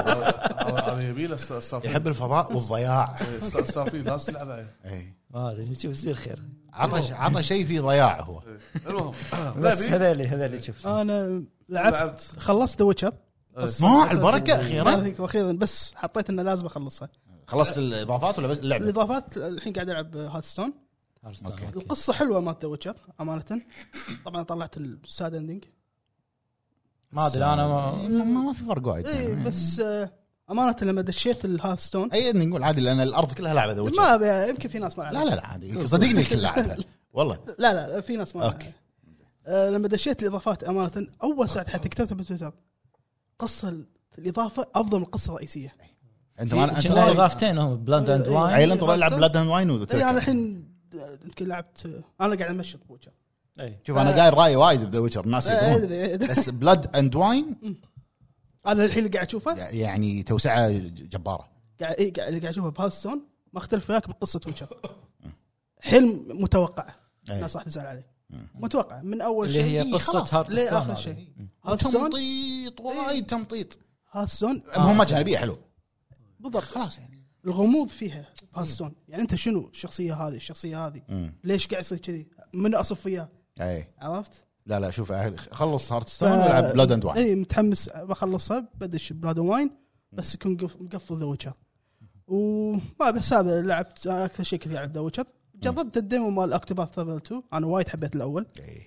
انا يبي له ستارفيلد يحب الفضاء والضياع ستارفيلد لازم تلعبها اي ما ادري نشوف يصير خير عطى عطى شيء فيه ضياع هو المهم بس لعبي هذول هذول شفتهم انا لعبت لعبت خلصت ذا ويتشر بس ما على البركه اخيرا هذيك واخيرا بس حطيت انه لازم اخلصها. خلصت الاضافات ولا بس اللعبه الاضافات الحين قاعد العب هارستون. هارستون، أوكي. أوكي. القصه حلوه مالت ذا ويتشر امانه. طبعا طلعت الساد اندنج ما ادري انا ما, ما ما في فرق وايد اي يعني. بس آه، امانه لما دشيت الهارستون اي نقول عادي لان الارض كلها لعبه ذا ما أبي- يمكن في ناس ما لا لعبت. لا لا عادي صدقني الكل لعبها والله لا لا في ناس ما أوكي. لعبت. آه، لما دشيت الاضافات امانه اول ساعه حتى كتبتها بتويتر قصه الاضافه افضل من القصه الرئيسيه. انت ما انت كنا اضافتين هم بلاند اند إيه. واين عيل انت العب بلاد اند واين اي انا الحين آه، يمكن لعبت آه، انا قاعد امشي بوتشر. شوف انا قايل رايي وايد بذا ويتشر الناس آه، يدرون آه، آه، بس بلاد اند واين انا الحين اللي قاعد اشوفه يعني توسعه جباره قاعد اي قاعد اللي قاعد اشوفه بهالستون ما اختلف وياك بقصه ويتشر. حلم متوقع أي. الناس راح تزعل عليه. متوقع من اول اللي شيء هي إيه، قصه خلاص. هارت ليه آخر ستون شيء. هذه. هارتستون تمطيط وايد تمطيط هارتستون مهمه جانبيه حلو بالضبط. خلاص يعني الغموض فيها هارتستون يعني انت شنو الشخصيه هذه الشخصيه هذه مم. ليش قاعد يصير كذي من اصف وياه اي عرفت لا لا شوف خلص هارت ستون والعب بلاد اند واين اي متحمس بخلصها بدش بلاد اند واين بس يكون قف- مقفل ذا ويتشر وما بس هذا لعبت أنا اكثر شيء كنت العب ذا ويتشر جربت الديمو مال اكتوباث ليفل اثنين انا وايد حبيت الاول إي.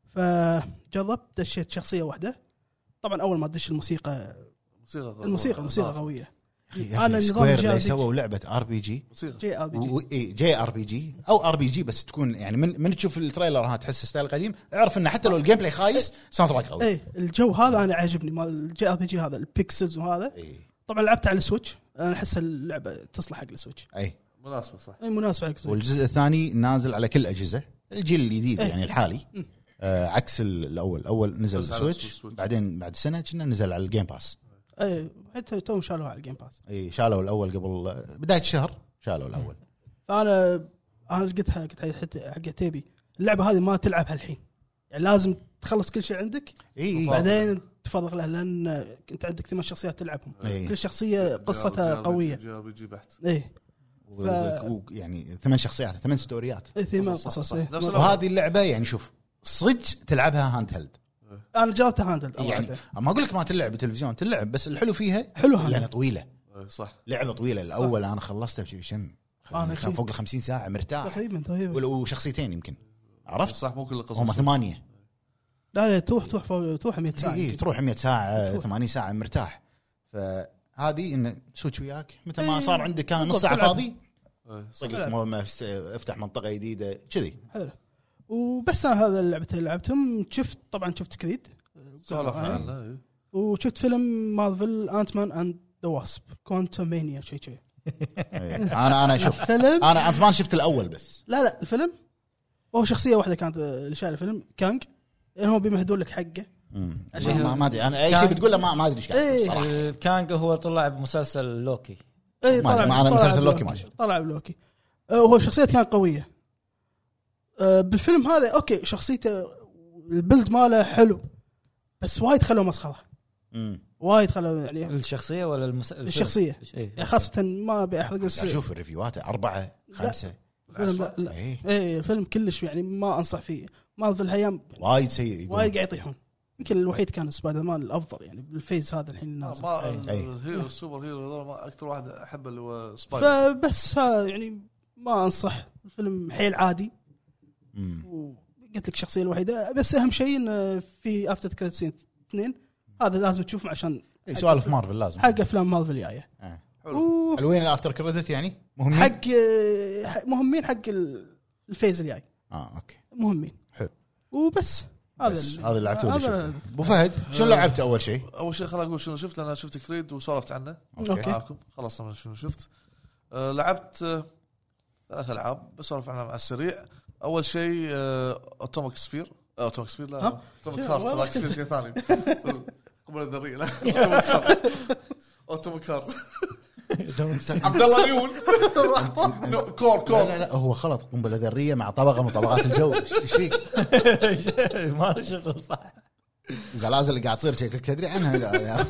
فجربت دشيت شخصيه واحده طبعا اول ما تدش الموسيقى موسيقى الموسيقى الموسيقى قويه يا أنا أخي النظام سكوير اللي جاذب. سووا لعبه ار بي جي موسيقى جي ار بي جي اي جي ار بي جي او ار بي جي بس تكون يعني من من تشوف التريلر ها تحس ستايل قديم اعرف انه حتى لو الجيم بلاي خايس ساوند تراك قوي اي الجو هذا انا عاجبني مال الجي ار بي جي هذا البيكسلز وهذا اي طبعا لعبت على السويتش انا احس اللعبه تصلح حق السويتش اي مناسبة صح. اي مناسبه حق السويتش والجزء الثاني نازل على كل الاجهزه الجيل الجديد إيه. يعني الحالي مم. آه عكس الاول الاول نزل بس على سويتش السويتش. بعدين بعد سنه كنا نزل على الجيم باس اي حتى تو شالوها على الجيم باس اي شالوا الاول قبل بدايه الشهر شالوا الاول فانا انا قلتها قلت حتى حق عتيبي اللعبه هذه ما تلعب هالحين يعني لازم تخلص كل شيء عندك اي اي بعدين تفرغ لها لان انت عندك ثمان شخصيات تلعبهم إيه. كل شخصيه قصتها قويه جي ار بي جي بحت. ايه و- و- يعني ثمان شخصيات ثمان ستوريات إيه، ثمان صح، صح، قصص صح. إيه. نفس وهذه اللعبه يعني شوف صدق تلعبها هاند هيلد انا جربتها هاندل يعني ما اقول لك ما تلعب بالتلفزيون تلعب بس الحلو فيها حلو هاندل. لانها طويله إيه، صح. لعبه طويله الاول انا خلصتها بشي شم أنا خ- فوق ال خمسين ساعه مرتاح تقريبا تقريبا ول- وشخصيتين يمكن عرفت صح مو كل القصص هم ثمانيه لا لا تروح تروح فوق- تروح مية ساعه اي يمكن. تروح مية ساعه تروح. ثمانين ساعه مرتاح فهذه انه سوتش وياك متى ما إيه، صار عندك كان نص بالضبط، ساعه تلعب. فاضي إيه، صح. طق لك تلعب. مهمة، فس- افتح منطقه جديده كذي حلو وبس انا هذا اللعبتين اللي لعبتهم شفت طبعا شفت كريد سولف عنه إيه. وشفت فيلم مارفل انت مان اند ذا واسب كوانتمانيا شيء شيء إيه. انا انا شوف فيلم انا انت ما شفت الاول بس لا لا الفيلم هو شخصيه واحده كانت اللي شايل الفيلم كانج يعني هم بيمهدون لك حقه مم. عشان- ما ما ادري انا اي كان- شيء بتقول له ما ما ادري ايش قاعد إيه. صراحه الكانج هو طلع بمسلسل لوكي. اي ما أدري، ما أنا مسلسل لوكي ما شفت. طلع بلوكي آه، وهو شخصيته كانت قويه آه، بالفيلم هذا اوكي شخصيته البلد ماله حلو بس وايد خلوه مسخره امم وايد خلوه يعني الشخصيه ولا المس... الفيلم؟ الشخصيه إيه. يعني خاصه ما ابي احرق بس قاعد اشوف الريفيوهات اربعه خمسه الفيلم لا لا ايه ايه الفيلم كلش يعني ما انصح فيه مارفل هايام وايد سيء يقول وايد قاعد يطيحون يمكن الوحيد كان سبايدر مان الافضل يعني بالفيز هذا الحين نازل ما أي. أي. الهيرو السوبر هيرو هذول ما اكثر واحد احبه اللي هو سبايدر. فبس ها يعني ما انصح الفيلم حيل عادي امم وقلت لك الشخصيه الوحيده بس اهم شيء انه في افتر كريدت سين اثنين هذا لازم تشوفه عشان اي سوالف مارفل لازم حق افلام مارفل جايه آه. حلو. حلوين الافتر كريدت يعني مهمين حق حق- مهمين حق ال- الفيز الجاي اه اوكي مهمين حلو. وبس هذا بس ال- هذا اللي لعبته واللي هذا- شفته ابو فهد شنو لعبت اول شيء اول شيء خليني اقول شنو شفت. انا شفت كريد وسولفت عنه أوكي. معاكم. خلصنا من شنو شفت. أه لعبت أه ثلاث العاب بسولف عنها على السريع. اول شيء اوتوميك سفير اوتوميك سفير لا ها؟ اوتوميك شو- هارت وين ذاك رحت سفير أنت؟ شيء ثاني. قنبله ذريه لا اوتوميك هارت اوتوميك هارت عبد الله اليون نو، كور لا كور لا لا هو خلط قنبله ذريه مع طبقه من طبقات الجو ايش فيك ما له شغل صح. الزلازل اللي قاعد تصير شكلك تدري عنها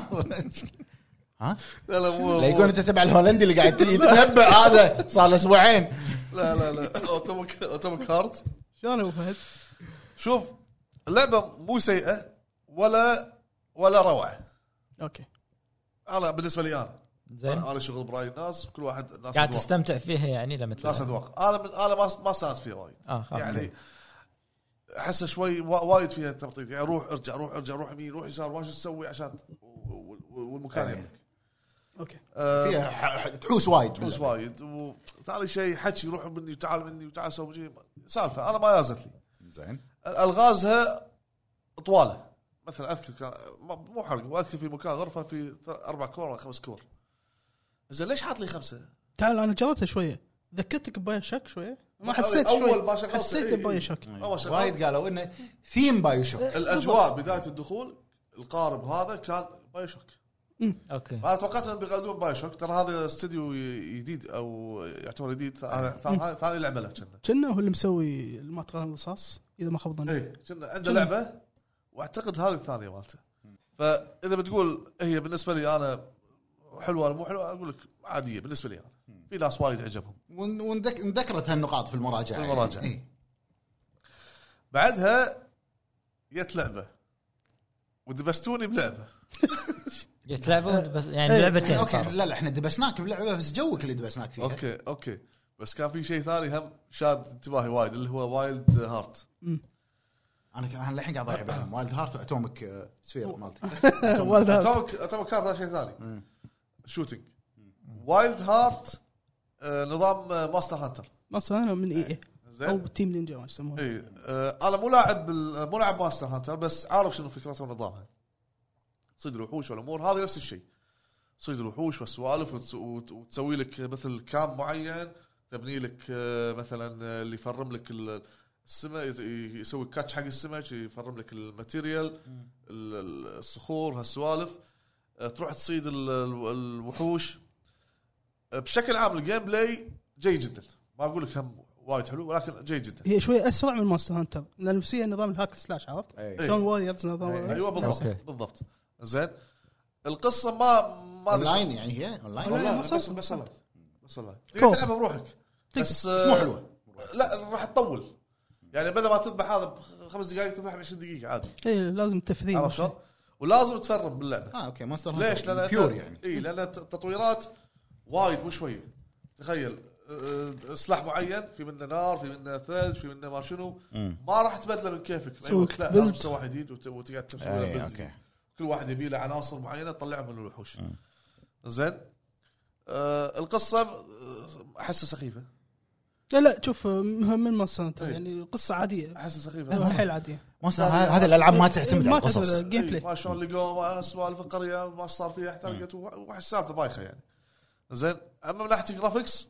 ها لا لا مو لا يكون انت تبع الهولندي اللي قاعد يتنبأ هذا صار له اسبوعين لا لا لا اوتوميك اوتوميك هارت. شلون ابو فهد؟ شوف اللعبه مو سيئه ولا ولا روعه. اوكي انا بالنسبه لي انا زين انا شغل براي الناس كل واحد ناس قاعد أذواق. تستمتع فيها يعني لما ناس تلعب. اذواق. انا من انا ما ما استانس فيها وايد اه خلاص. يعني احس شوي وا- وايد فيها تمطيط يعني روح ارجع روح ارجع روح يمين روح يسار ما شو تسوي عشان و- و- والمكان أيه. يمك اوكي آه، فيها ح- ح- تحوس وايد فلوس باللعبة. وايد وثاني شيء حكي روح مني وتعال مني وتعال سوي شيء سالفه انا ما يازت لي. زين الغازها طواله مثلا اذكر كان مو حرق واذكر في مكان غرفه في ث- اربع كور ولا خمس كور. زين ليش حاط لي خمسه؟ تعال انا جربتها شويه ذكرتك ببايو شوك شويه ما حسيت أول شوي ما شغلت حسيت إيه. ببايو شوك أول شغلت. وايد قالوا انه ثيم بايو شوك الاجواء بدايه الدخول القارب هذا كان بايو شوك. اوكي. انا توقعت انهم بيقلدون بايو شوك. ترى هذا استوديو جديد او يعتبر جديد ثاني ثاني لعبه له كنا كنا هو اللي مسوي ما تقارن الرصاص اذا ما خاب ظني. اي كنا عنده لعبه واعتقد هذه الثانيه مالته. فاذا بتقول هي بالنسبه لي انا حلوه ولا مو حلوه اقول لك عاديه بالنسبه لي انا. في ناس وايد عجبهم وذكرت هالنقاط في المراجعه في المراجعه يعني. بعدها جت لعبه ودبستوني بلعبه. جت لعبه بس يعني لعبتين اوكي لا لا احنا دبسناك بلعبه بس جوك اللي دبسناك فيها. اوكي اوكي بس كان في شيء ثاني هم شاد انتباهي وايد اللي هو وايلد هارت. انا كان الحين قاعد اضيع بينهم وايلد هارت واتوميك سفير مالتك. اتوميك اتوميك هارت شيء ثاني شوتينج. وايلد هارت نظام ماستر هانتر ماستر هانتر من اي اي او تيم نينجا ما يسمونه. اي انا مو لاعب مو لاعب ماستر هانتر بس عارف شنو فكرته ونظامها. صيد الوحوش والامور هذه نفس الشيء. صيد الوحوش والسوالف وتسوي لك مثل كام معين تبني لك مثلا اللي يفرم لك السمك يسوي كاتش حق السمك يفرم لك الماتيريال الصخور هالسوالف تروح تصيد الوحوش. بشكل عام الجيم بلاي جيد جدا ما اقول لك هم وايد حلو ولكن جيد جدا. هي شوي اسرع من ماستر هانتر لان فيها نظام الهاك سلاش عرفت شلون وايد نظام. ايوه بالضبط بالضبط. زين القصه ما ما اونلاين يعني هي اونلاين بس بس بس بس تقدر تلعبها بروحك بس مو حلوه. لا راح تطول يعني بدل ما تذبح هذا بخمس دقائق تذبح بعشرين دقيقه عادي. اي لازم تفريم ولازم تفرم باللعبه. اه اوكي ماستر ليش؟ لان بيور يعني اي لان التطويرات وايد مو شويه. تخيل سلاح معين في منه نار في منه ثلج في منه ما شنو ما راح تبدله من كيفك. لا لازم تسوي واحد جديد وتقعد تسوي اوكي كل واحد يبي له عناصر معينه تطلعها من الوحوش. زين آه القصه احسها سخيفه. لا لا شوف من ماستر يعني القصه عاديه احسها سخيفه حيل عاديه. ماستر هذه الالعاب ما تعتمد على القصص جيم بلاي ما شلون لقوا سوالف القريه ما صار فيها احترقت وواحد سالفه بايخه يعني. زين اما من ناحيه جرافيكس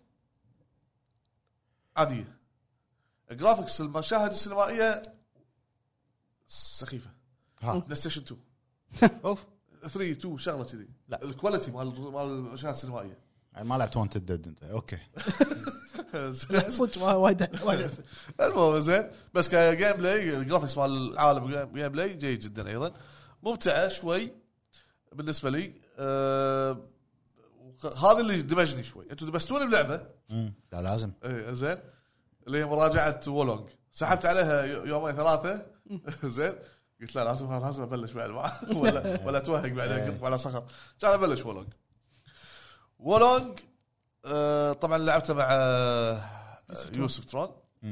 عاديه. جرافيكس المشاهد السينمائيه سخيفه. بلاي ستيشن تو اوف ثلاثة اثنين شغله كذي. لا الكواليتي مال مال المشاهد السينمائيه يعني ما لعبت وانت ديد انت. اوكي صدق وايد وايد. المهم زين بس كجيم بلاي الجرافيكس مال العالم جيم بلاي جيد جدا ايضا ممتعه شوي بالنسبه لي. آه هذا اللي دمجني شوي. انتوا دبستوني بلعبه لا لازم اي زين اللي هي مراجعه وولونج سحبت عليها يومين ثلاثه. زين قلت لا لازم لازم ابلش بعد ولا ولا توهق بعدين قلت على صخر كان ابلش وولونج. وولونج آه طبعا لعبته مع آه يوسف ترون.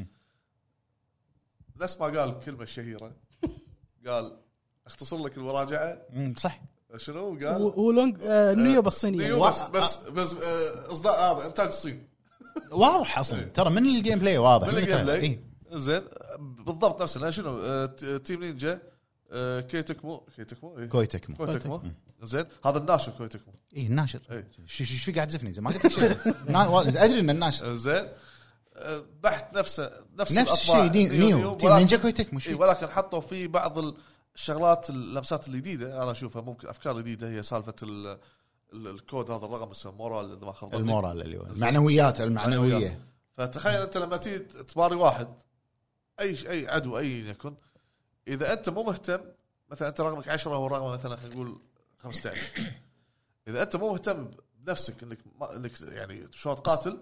نفس ما قال الكلمه الشهيره قال اختصر لك المراجعه صح. شنو قال وولونج آه نيو بالصينيه نيو بس بس بس اصداء هذا آه انتاج الصين واضح اصلا ترى من الجيم بلاي واضح من الجيم بلاي إيه؟ زين بالضبط نفس لا شنو آه تيم نينجا آه كيتكمو كيتكمو إيه؟ كويتكمو كويتكمو زين هذا الناشر كويتكمو اي الناشر إيه؟ شو شو في قاعد تزفني زي ما قلت لك شيء ادري ان الناشر زين بحث نفسه نفس نفس الشيء نيو, نيو. تيم نينجا كويتكمو إيه ولكن حطوا في بعض الشغلات اللمسات الجديده انا اشوفها ممكن افكار جديده هي سالفه الكود هذا الرقم اسمه مورال اذا ما خاب ظني المورال اللي هو المعنويات المعنويه. فتخيل انت لما تيجي تباري واحد اي اي عدو اي يكن اذا انت مو مهتم مثلا انت رقمك عشرة والرقم مثلا خلينا نقول خمسة عشر اذا انت مو مهتم بنفسك انك انك يعني شلون تقاتل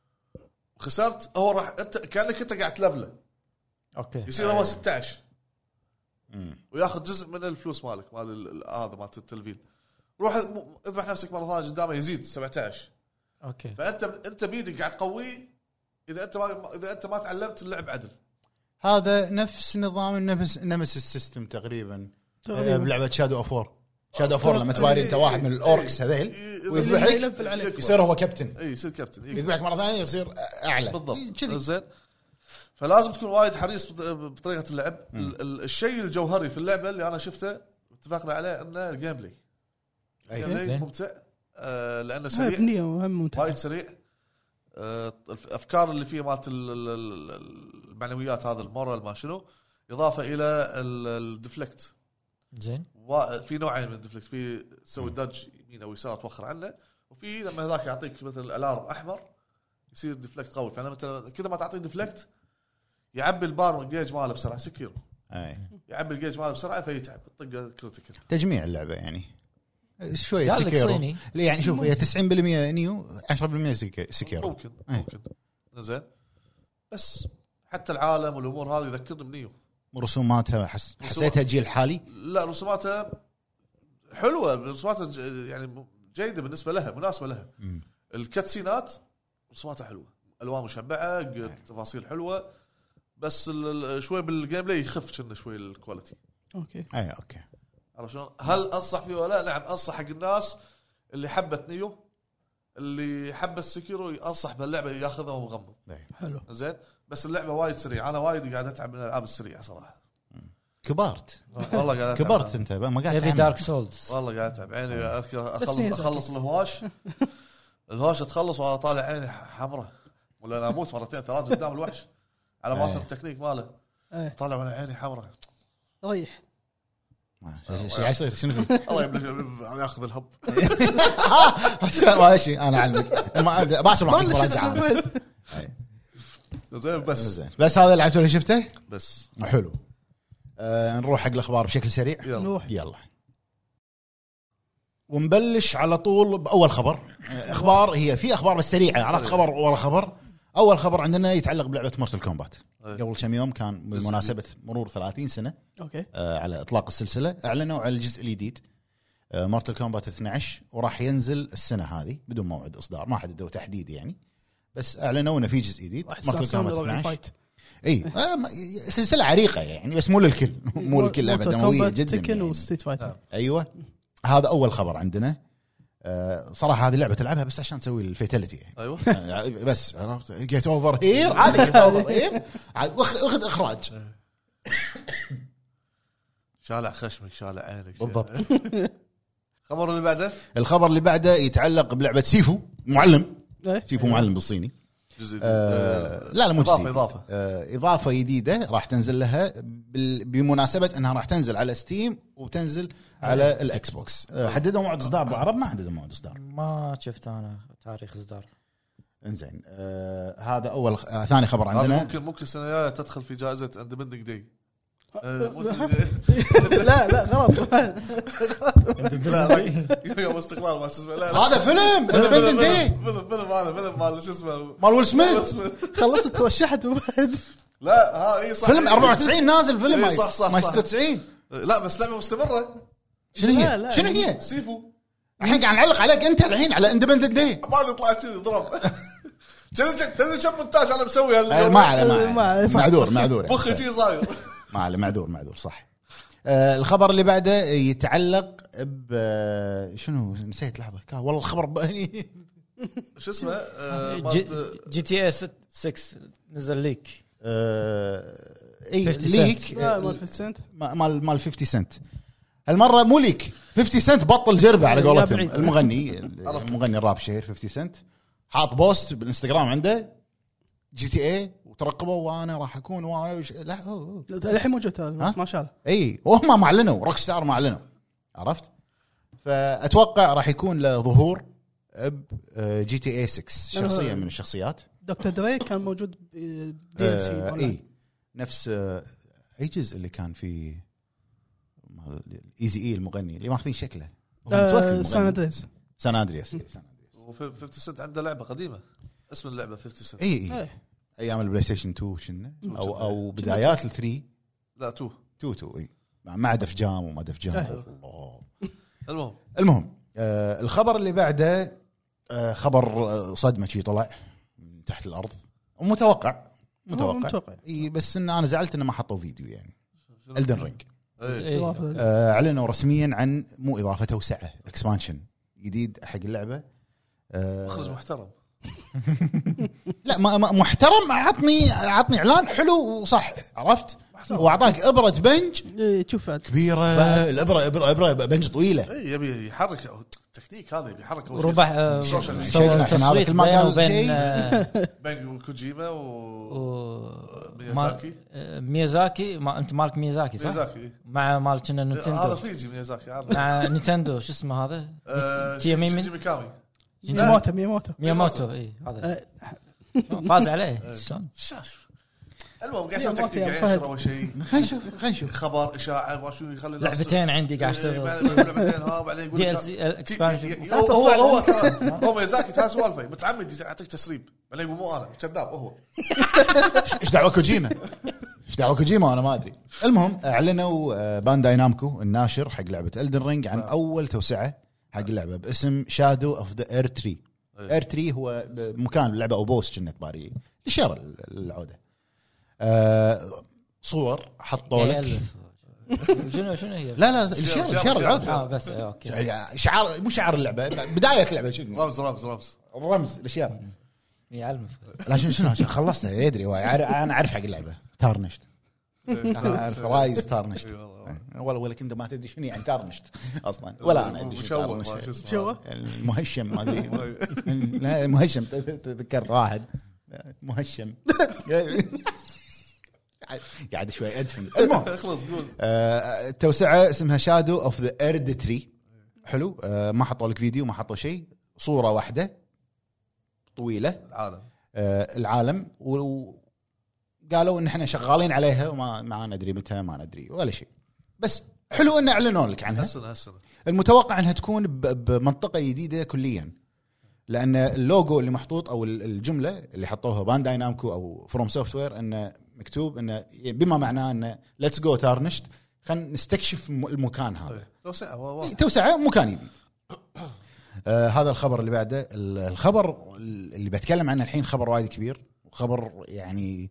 وخسرت هو راح انت كانك انت قاعد تلفله اوكي يصير هو ستة عشر وياخذ جزء من الفلوس مالك مال هذا مال التلفيل روح اذبح نفسك مره ثانيه قدامه يزيد سبعة عشر. اوكي فانت انت بيدك قاعد تقويه اذا انت ما اذا انت ما تعلمت اللعب عدل. هذا نفس نظام نفس نمس السيستم تقريبا بلعبه شادو اوف وور. شادو اوف وور لما تباري انت واحد من الاوركس هذيل ويذبحك يصير هو كابتن اي يصير كابتن يذبحك مره ثانيه يصير اعلى بالضبط. زين فلازم تكون وايد حريص بطريقه اللعب. الشيء الجوهري في اللعبه اللي انا شفته اتفقنا عليه انه الجيم بلاي الجيم بلاي ممتع آه لانه سريع وايد سريع. آه الافكار اللي فيه مالت المعنويات هذا المورال ما شنو اضافه الى الديفلكت. زين في نوعين من الديفلكت في تسوي داج يمين او يسار توخر عنه وفي لما هذاك يعطيك مثل الالارم احمر يصير ديفلكت قوي. فانا مثلا كذا ما تعطي ديفلكت يعبي البار جيج ماله بسرعه سكيرو اي يعبي الجيج ماله بسرعه فيتعب طقه كريتيكال تجميع اللعبه يعني شويه قال لك سكيرو صيني. ليه يعني شوف هي تسعين بالمية نيو عشرة بالمية سكي- سكيرو ممكن أي. ممكن زين بس حتى العالم والامور هذه يذكرني بنيو رسوماتها حس... حسيتها جيل حالي لا رسوماتها حلوه رسوماتها ج- يعني جيده بالنسبه لها مناسبه لها مم. الكاتسينات رسوماتها حلوه الوان مشبعه ق- تفاصيل حلوه بس ال- ال- شوي بالجيم بلاي يخف كنا شوي الكواليتي اوكي اي اوكي عرفت شلون هل انصح فيه ولا لا؟ نعم انصح حق الناس اللي حبت نيو اللي حب السكيرو انصح باللعبه ياخذها ومغمض حلو زين بس اللعبه وايد سريعه انا وايد قاعد اتعب من الالعاب السريعه صراحه كبرت والله قاعد أتعب. كبرت انت ما قاعد يبي تعمل. دارك سولز. والله قاعد اتعب عيني اذكر بس اخلص ميزة. اخلص الهواش الهواش تخلص وانا طالع عيني حمراء ولا انا اموت مرتين ثلاث قدام الوحش على ما أيه. اخذ التكنيك ماله ايه طالع وانا عيني حمراء ريح ما- شو قاعد يصير شنو في الله يبلغ انا اخذ الهب ماشي انا اعلمك ما باكر راح والله اكبر شنو رجعه أحمد؟ زين بس زين بس هذا لعبته اللي شفته بس حلو آه نروح حق الاخبار بشكل سريع يلا نروح يلا ونبلش على طول باول خبر آه، اخبار هي في اخبار بس سريعه عرفت خبر ورا خبر اول خبر عندنا يتعلق بلعبه مورتال كومبات أيه. قبل كم يوم كان بمناسبه مرور ثلاثين سنه اوكي آه، على اطلاق السلسله اعلنوا على الجزء الجديد مورتال كومبات اثنا عشر وراح ينزل السنه هذه بدون موعد اصدار ما حددوا تحديد يعني بس اعلنوا انه في جزء جديد راح مورتال يستانسون كومبات بربع اثنا عشر فايت. اي آه، ما- سلسله عريقه يعني بس مو للكل مو للكل لعبه مورتال دمويه كومبات، جدا تكن يعني. وستريت فايتر ايوه هذا اول خبر عندنا آه، صراحه هذه لعبه تلعبها بس عشان تسوي الفيتاليتي يعني ايوه آه، بس عرفت جيت اوفر هير هذا جيت اوفر هير واخذ اخراج شالع خشمك شالع عينك بالضبط. خبر اللي بعده الخبر اللي بعده يتعلق بلعبه سيفو معلم إيه. سيفو معلم بالصيني جزء آه لا لا مو اضافه جديد. اضافه آه اضافه جديده راح تنزل لها بال- بمناسبه انها راح تنزل على ستيم وتنزل على الاكس بوكس آه حددوا موعد اصدار بعرب ما حددوا موعد اصدار ما شفت انا تاريخ اصدار. انزين آه هذا اول آه ثاني خبر هذا عندنا ممكن ممكن السنه الجايه تدخل في جائزه اندبندنج داي لا لا غلط لا يوم استقلال ما شو اسمه لا لا هذا فيلم Independent Day. فيلم فيلم هذا فيلم مال شو اسمه مال ويل سميث خلصت ترشحت وبعد لا ها اي صح فيلم أربعة وتسعين نازل فيلم إيه، صح، صح، ما صح. ستة وتسعين لا بس لعبه مستمره شنو لا، هي لا، شنو يعني- هي سيفو الحين قاعد نعلق عليك انت الحين على اندبندنت داي ما يطلع كذي ضرب كذي كذي كم مونتاج انا مسوي ما عليه ما ما عليه عليه، صح. معذور معذور يعني. مخي شي صاير ما عليه معذور معذور صح آه الخبر اللي بعده يتعلق ب آه، شنو نسيت لحظه كا والله الخبر ب- شو اسمه آه، جي, مالت- جي تي اي ستة نزل ليك. آه اي خمسين ليك لا مال خمسين سنت مال مال خمسين سنت المره مو ليك خمسين سنت بطل جربه على يا قولتهم بعيد. المغني المغني الراب شهير خمسين سنت حاط بوست بالانستغرام عنده جي تي اي وترقبوا وانا راح اكون وانا وش... لا أوه أوه. الحين موجود هذا ها؟ بس ما شاء اي وهم ما اعلنوا روك ستار ما اعلنوا عرفت فاتوقع راح يكون له ظهور ب جي تي اي ستة شخصيه من الشخصيات دكتور دري كان موجود دي ال آه سي اي نفس آه اي جزء اللي كان فيه مال ايزي اي المغني اللي ماخذين شكله هو متوفي المغني. سان اندريس سان اندرياس إي، سان أندرياس. خمسين سنت عنده لعبه قديمه اسم اللعبه خمسين سنت اي اي إيه. ايام البلاي ستيشن اثنين شنو تو او كنا. او بدايات ال ثلاثة لا تو اثنين اثنين اي مع دف جام وما دف جام إيه. الله المهم المهم آه الخبر اللي بعده آه خبر آه، صدمه شي طلع من تحت الارض ومتوقع متوقع متوقع. اي بس ان انا زعلت انه ما حطوا فيديو يعني الدن رينج إيه. إيه. آه اعلنوا رسميا عن مو اضافه توسعه اكسبانشن جديد حق اللعبه آه مخرج محترم لا ما ما- محترم عطني عطني اعلان حلو وصح عرفت واعطاك ابره بنج إيه، شوف عاد. كبيره الابره ابره ابره بنج طويله اي يبي يحرك التكنيك هذا يبي يحرك أول شيء. ربح آه، سوشيال شيء سوى عشان هذا تصويت كل ما بينه قال وبين شيء. آه، بينج وكوجيما و و- ميازاكي. ما- آه، ميازاكي ما انت مالك ميازاكي صح؟ ميازاكي مع مال كنا هذا نينتندو فيجي ميازاكي عارف مع نينتندو شو اسمه هذا؟ آه، تيا ميمن؟ شينجي ميكامي مياموتو مياموتو مياموتو اي هذا آه، فاز عليه شلون؟ شاف المهم قاعد يسوي تكتيك قاعد ينشر اول شيء خلينا نشوف خلينا نشوف خبر اشاعه وشو يخلي الناس لعبتين عندي قاعد إيه، اشتغل بعد- لعبتين ها بعدين يقول دي لك- ال سي اكسبانشن هو هو هو ترى هو ميزاكي تاع سوالفه متعمد يعطيك تسريب بعدين يقول مو انا كذاب هو ايش دعوه كوجيما ايش دعوه كوجيما انا ما ادري. المهم اعلنوا آه، بانداي نامكو الناشر حق لعبه إلدن رينج عن اول توسعه حق اللعبه باسم شادو اوف ذا اير تري. اير تري هو مكان اللعبه او بوس كنت باري لشر العوده. آه، صور حطوا لك شنو شنو هي؟ لا لا الشعر الشعر العوده اه بس اوكي يعني شعار مو شعار اللعبه بدايه اللعبه شنو رمز رمز رمز الرمز الاشياء. يعلم لا شنو شنو عشان خلصتها يدري هو يعرف- انا اعرف حق اللعبه تارنشت انا اعرف رايز تارنشت ولا ولا كنت ما تدري شنو يعني تارنشت اصلا ولا انا ادري شنو مشوه تارنشت. ما شو اسمه شو المهشم ما ادري لا مهشم تذكرت واحد مهشم قاعد شوي ادفن. المهم اخلص قول آه، التوسعه اسمها شادو اوف ذا ايردتري. حلو. آه، ما حطوا لك فيديو ما حطوا شيء صوره واحده طويله العالم آه، العالم وقالوا ان احنا شغالين عليها وما ما ندري متى ما ندري ولا شيء بس حلو ان اعلنوا لك عنها. هالسنه هالسنه المتوقع انها تكون ب- بمنطقه جديده كليا لان اللوجو اللي محطوط او الجمله اللي حطوها بانداي نامكو او فروم سوفت وير انه مكتوب انه بما معناه انه ليتس جو تارنشت خلينا نستكشف م- المكان هذا. توسعه واضح توسعه مكان جديد. آه هذا الخبر اللي بعده. ال- الخبر اللي بتكلم عنه الحين خبر وايد كبير وخبر يعني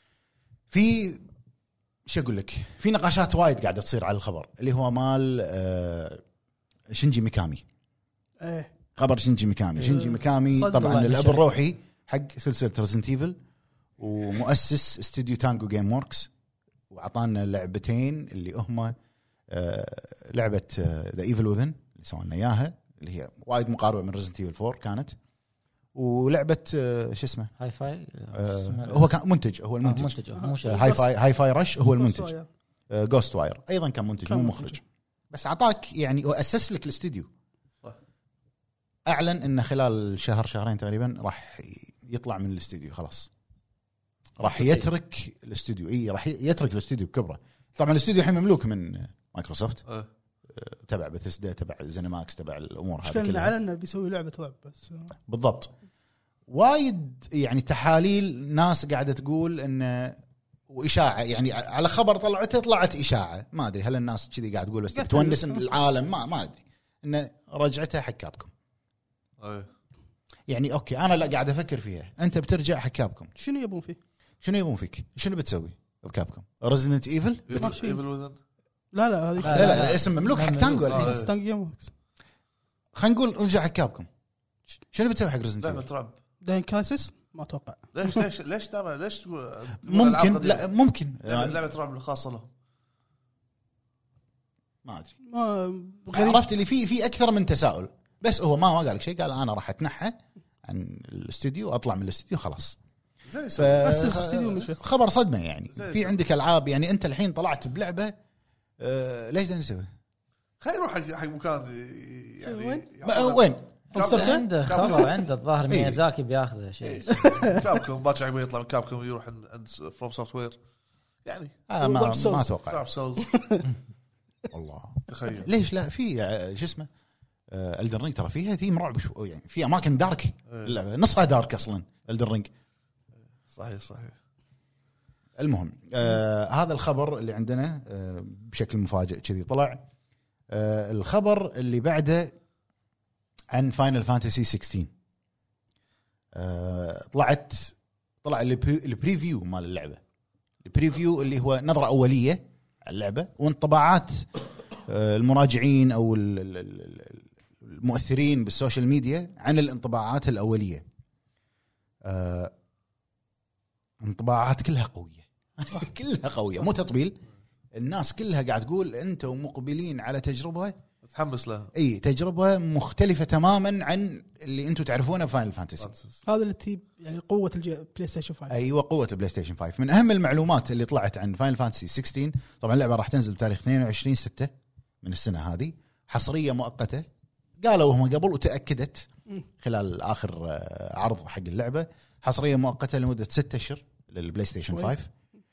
في شو اقول لك في نقاشات وايد قاعده تصير على الخبر اللي هو مال آه شينجي ميكامي. ايه خبر شينجي ميكامي. شينجي ميكامي صدق طبعا والله الاب شيء. الروحي حق سلسله ريزنت ايفل ومؤسس استوديو تانجو جيم ووركس وعطانا لعبتين اللي هم آه لعبه ذا ايفل وذن اللي سوينا اياها اللي هي وايد مقاربه من ريزنت ايفل فور كانت ولعبه آه شو اسمه هاي فاي آه هو كان منتج هو المنتج منتج مو شيء هاي فاي هاي فاي رش هو المنتج. شوية. جوست واير ايضا كان منتج كان مو منتج. مخرج بس اعطاك يعني واسس لك الاستديو. صح. اعلن انه خلال شهر شهرين تقريبا راح يطلع من الاستديو خلاص راح يترك الاستوديو. اي راح يترك الاستوديو بكبره. طبعا الاستوديو الحين مملوك من مايكروسوفت إيه. تبع بثيسدا تبع زينماكس تبع الامور هذه كان كلها اعلن بيسوي لعبه ويب بس بالضبط. وايد يعني تحاليل ناس قاعده تقول انه واشاعه يعني على خبر طلعته طلعت اشاعه ما ادري هل الناس كذي قاعد تقول بس تونس إن العالم ما ما ادري انه رجعتها حق كابكم. إيه. يعني اوكي انا لا قاعد افكر فيها انت بترجع حق كابكم شنو يبون فيه؟ شنو يبون فيك شنو بتسوي بكابكم ريزيدنت ايفل ايفل شيء. إيفل وذن لا لا هذه لا لا الاسم مملوك حق تانجو آه. الحين. ستانج جيم وركس خلينا نقول رجع حق كابكم شنو بتسوي حق ريزيدنت لعبه ايفل رعب داين كرايسيس ما اتوقع ليش ليش ليش تابع ليش تقول تقول ممكن ألعاب لا قديمة؟ ممكن لعبة- يعني لعبه رعب الخاصه له ما ادري ما غريب. عرفت اللي في في اكثر من تساؤل بس هو ما ما قال لك شيء قال انا راح اتنحى عن الاستوديو اطلع من الاستوديو خلاص. زي ف... بس الاستوديو مش- خبر صدمه يعني زي في الفل. عندك العاب يعني انت الحين طلعت بلعبه آه ليش ده نسوي خلينا نروح حق حق مكان يعني وين؟ ما- وين كابكم. عنده خبر عنده الظاهر إيه. ميازاكي بياخذه شيء كابكم باكر عقب يطلع من كابكم يروح عند عند فروم سوفت وير يعني آه ما, Dark Souls. ما اتوقع رعب سولز والله تخيل ليش لا في آه، شو اسمه الدن رينج ترى فيها ثيم رعب شو يعني في اماكن دارك اللعبة نصها دارك اصلا الدن رينج. صحيح صحيح المهم آه هذا الخبر اللي عندنا آه بشكل مفاجئ كذي طلع. آه الخبر اللي بعده عن فاينل فانتسي ستة عشر. آه طلعت طلع البري- البريفيو مال اللعبه. البريفيو اللي هو نظره اوليه على اللعبه وانطباعات آه المراجعين او ال- ال- ال- المؤثرين بالسوشيال ميديا عن الانطباعات الاوليه. آه انطباعات كلها قويه كلها قويه مو تطبيل. الناس كلها قاعد تقول انتم مقبلين على تجربه متحمس لها اي تجربه مختلفه تماما عن اللي انتم تعرفونه فاينل فانتسي. هذا اللي تجيب يعني قوه الجي... بلاي ستيشن خمسة. ايوه قوه البلاي ستيشن خمسة. من اهم المعلومات اللي طلعت عن فاينل فانتسي ستة عشر طبعا اللعبه راح تنزل بتاريخ اثنين وعشرين ستة من السنه هذه حصريه مؤقته قالوا هم قبل وتاكدت خلال اخر آه، عرض حق اللعبه حصريه مؤقته لمده ستة اشهر للبلاي ستيشن شوي. خمسة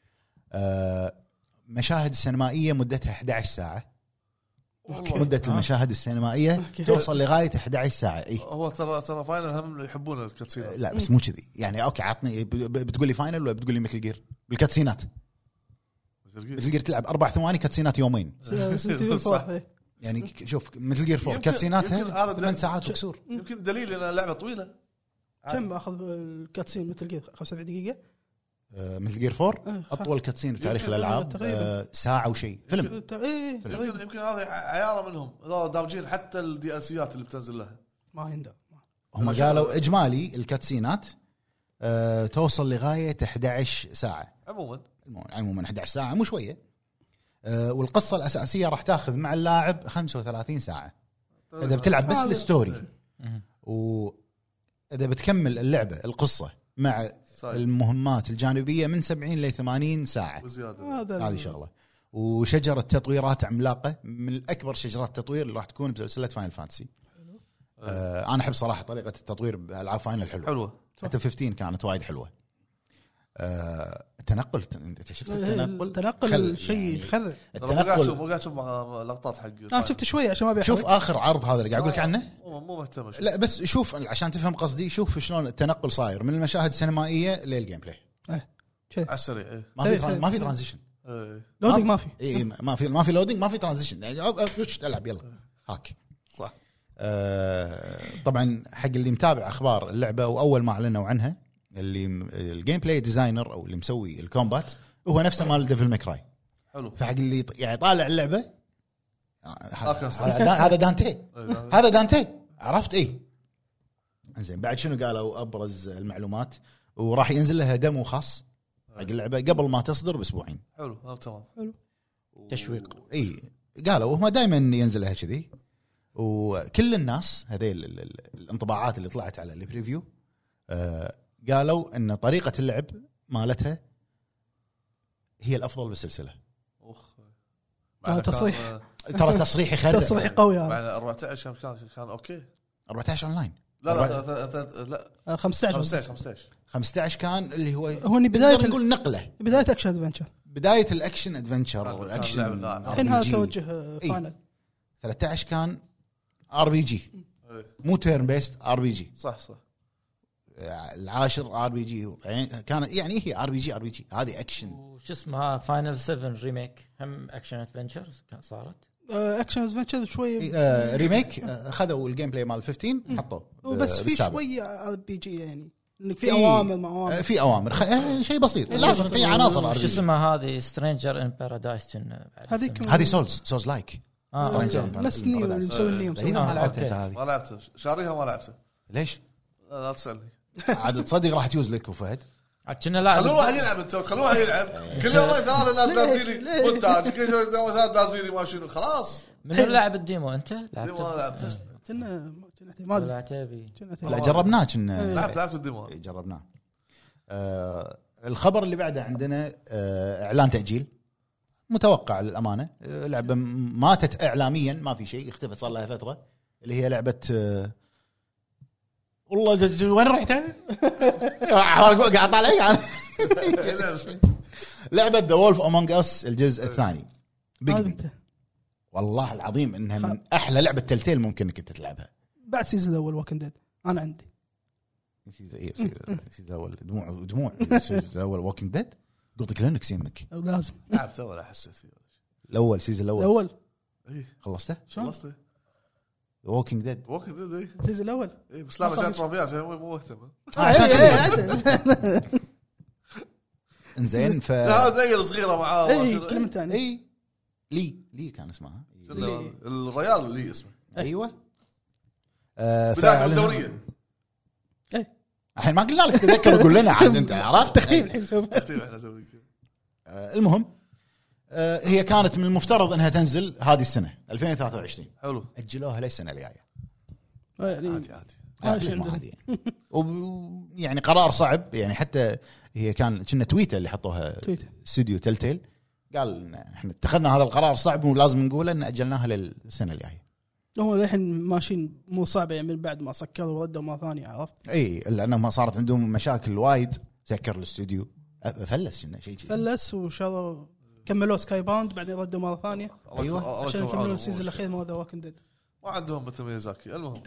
آه مشاهد السينمائيه مدتها إحدى عشر ساعه. مده المشاهد السينمائيه توصل لغايه إحدى عشر ساعه. اي هو ترى ترى فاينل هم يحبون الكاتسينات. لا بس مو كذي يعني. اوكي عطني بتقول لي فاينل ولا بتقول لي مثل جير بالكاتسينات؟ مثل جير تلعب اربع ثواني كاتسينات يومين يعني. شوف مثل جير فور كاتسيناتها ثمان ساعات وكسور. يمكن دليل ان اللعبه طويله. كم اخذ الكاتسين مثل جير؟ خمسة وسبعين دقيقه. آه مثل جير فور اطول كاتسين بتاريخ الالعاب. آه ساعه وشيء فيلم. يمكن يمكن هذا عياره منهم اذا دامجين حتى الدي ال سيات اللي بتنزل لها ما عندهم. هم قالوا اجمالي الكاتسينات آه توصل لغايه إحدى عشر ساعه. عموما عموما إحدى عشر ساعه مو شويه. آه والقصه الاساسيه راح تاخذ مع اللاعب خمسة وثلاثين ساعه اذا بتلعب بس الستوري. واذا بتكمل اللعبه القصه مع المهمات الجانبيه من سبعين إلى ثمانين ساعه. هذه شغله. وشجره تطويرات عملاقه من الاكبر شجرات التطوير اللي راح تكون بسلسله فاينل فانتسي. آه انا احب صراحه طريقه التطوير بالعاب فاينل حلوه حلوه. حتى خمسة عشر كانت وايد حلوه. آه التنقل انت شفت التنقل؟ التنقل شيء خذ. التنقل مو قاعد اشوف لقطات حق. انا شفت شويه عشان ما بيحرق. شوف اخر عرض هذا اللي قاعد اقول لك عنه. مو مهتم. لا بس شوف عشان تفهم قصدي. شوف شلون التنقل صاير من المشاهد السينمائيه للجيم بلاي. ايه على السريع. ايه. ما في تران... ما في ترانزيشن. ايه. لودينج ما في. اي ما في ما في لودينج ما في ترانزيشن يعني. العب يلا هاك صح. آه طبعا حق اللي متابع اخبار اللعبه واول ما اعلنوا عنها اللي الجيم بلاي ديزاينر او اللي مسوي الكومبات هو نفسه مال ديفل ماكراي. حلو. فحق اللي يعني طالع اللعبه هذا دانتي. هذا دانتي عرفت ايه. زين بعد شنو قالوا ابرز المعلومات وراح ينزل لها ديمو خاص حق اللعبه قبل ما تصدر باسبوعين. حلو. اه تمام. حلو. تشويق. اي قالوا هم دائما ينزل لها كذي. وكل الناس هذيل الانطباعات اللي طلعت على البريفيو آه قالوا ان طريقه اللعب مالتها هي الافضل بالسلسله. اخ تصريح. ترى تصريح يخرب. تصريح قوي هذا. يعني أربعة عشر كان كان اوكي. أربعة عشر اونلاين. لا لا لا خمسة عشر خمسة عشر خمسة عشر خمسة عشر كان اللي هو هو بدايه نقول نقله بدايه اكشن ادفنتشر. بدايه الاكشن ادفنتشر والاكشن الحين هذا توجه فاينل. ثلاثة عشر كان ار بي جي مو تيرن بيست ار بي جي. صح صح. العاشر ار بي جي كان يعني هي ار بي جي ار بي جي هذه اكشن. وش اسمها فاينل سبعة ريميك هم اكشن ادفنتشر صارت. اكشن ادفنتشر شوي آه ريميك. اخذوا الجيم بلاي مال خمستاشر حطوه بس في شويه ار بي جي يعني انك في اوامر مع اوامر. في اوامر خ... شيء بسيط لازم في عناصر. شو اسمها هذه سترينجر ان بارادايس هذه هذه سولز سولز لايك. سترينجر بس نيو مسوي النيو ما لعبت انت هذه. ما لعبتها شاريها ما لعبتها. ليش؟ لا تسالني عاد تصدق راح تيوز لك وفهد. كنا لاعب خلوه واحد يلعب انت تخلوه واحد يلعب كل يوم ثلاثه ناس دازيلي مونتاج كل يوم ثلاثه دازيلي ما شنو خلاص. من لاعب الديمو انت لعبته؟ ما لعبته. كنا ما لعبته. لا جربناه كنا لعبت لعبت الديمو جربناه. آه الخبر اللي بعده عندنا آه اعلان تاجيل متوقع للامانه. آه لعبه ماتت اعلاميا ما في شيء اختفت صار لها فتره اللي هي لعبه آه والله وين رحت قاعد طالع انا لعبه ذا وولف امونج اس الجزء الثاني بيج والله العظيم انها من احلى لعبه تلتيل ممكن انك تلعبها بعد سيزون الاول ووكينج ديد. انا عندي سيزون الاول دموع دموع سيزون الاول ووكينج ديد قلت لك لينكس يمك لازم لعبته ولا حسيت فيه الاول سيزون الاول الاول اي خلصته خلصته ووكينج ديد ووكينج ديد اي السيزون الاول اي بس لا عشان ترابيات مو مهتم عشان انزين ف لا نيل صغيره معاه اي كلمه ثانيه اي لي لي كان اسمها الريال اللي اسمه ايوه آه بدايه الدوريه. الحين ما قلنا لك تذكر وقول لنا عاد انت عرفت تختيم الحين سوي تختيم احنا نسوي آه المهم آه هي كانت من المفترض انها تنزل هذه السنه ألفين وثلاثة وعشرين. حلو اجلوها للسنه الجايه عادي عادي عادي عادي ويعني قرار صعب يعني. حتى هي كان كنا تويتر اللي حطوها استوديو تلتيل قال احنا اتخذنا هذا القرار صعب ولازم نقوله ان اجلناها للسنه الجايه. هو الحين ماشيين مو صعبه يعني من بعد ما سكروا وردوا ما ثانيه عرفت. اي لانه ما صارت عندهم مشاكل وايد سكر الاستوديو فلس كنا شيء فلس وشغلوا كملوا سكاي باوند بعدين ردوا مره ثانيه أيوة. عشان يكملوا السيزون الاخير مال ذا واكن ديد. ما عندهم مثل ميازاكي. المهم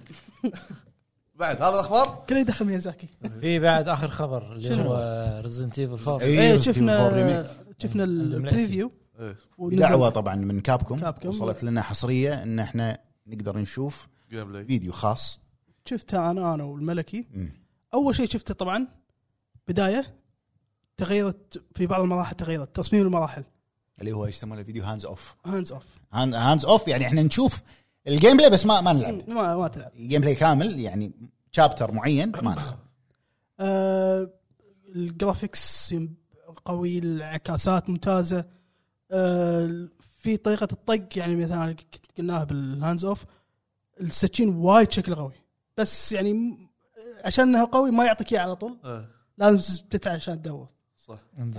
بعد هذا الاخبار كله يدخل ميازاكي. في بعد اخر خبر اللي هو ريزنت ايفل فور. ايه شفنا شفنا البريفيو إيه. دعوه طبعا من كابكوم, كابكوم. وصلت لنا حصريه ان احنا نقدر نشوف جيم بلاي فيديو خاص. شفتها انا انا والملكي. مم. اول شيء شفته طبعا بدايه تغيرت في بعض المراحل، تغيرت تصميم المراحل اللي هو يسمونه فيديو هاندز اوف. هاندز اوف هاندز اوف يعني احنا نشوف الجيم بلاي بس ما ما نلعب ما ما تلعب جيم بلاي كامل، يعني شابتر معين ما نلعب. آه الجرافيكس قوي، الانعكاسات ممتازه. آه في طريقه الطق، يعني مثلا قلناها بالهاندز اوف السكين وايد شكل قوي، بس يعني عشان انه قوي ما يعطيك اياه على طول. إيه. لازم تتعب عشان تدور. صح.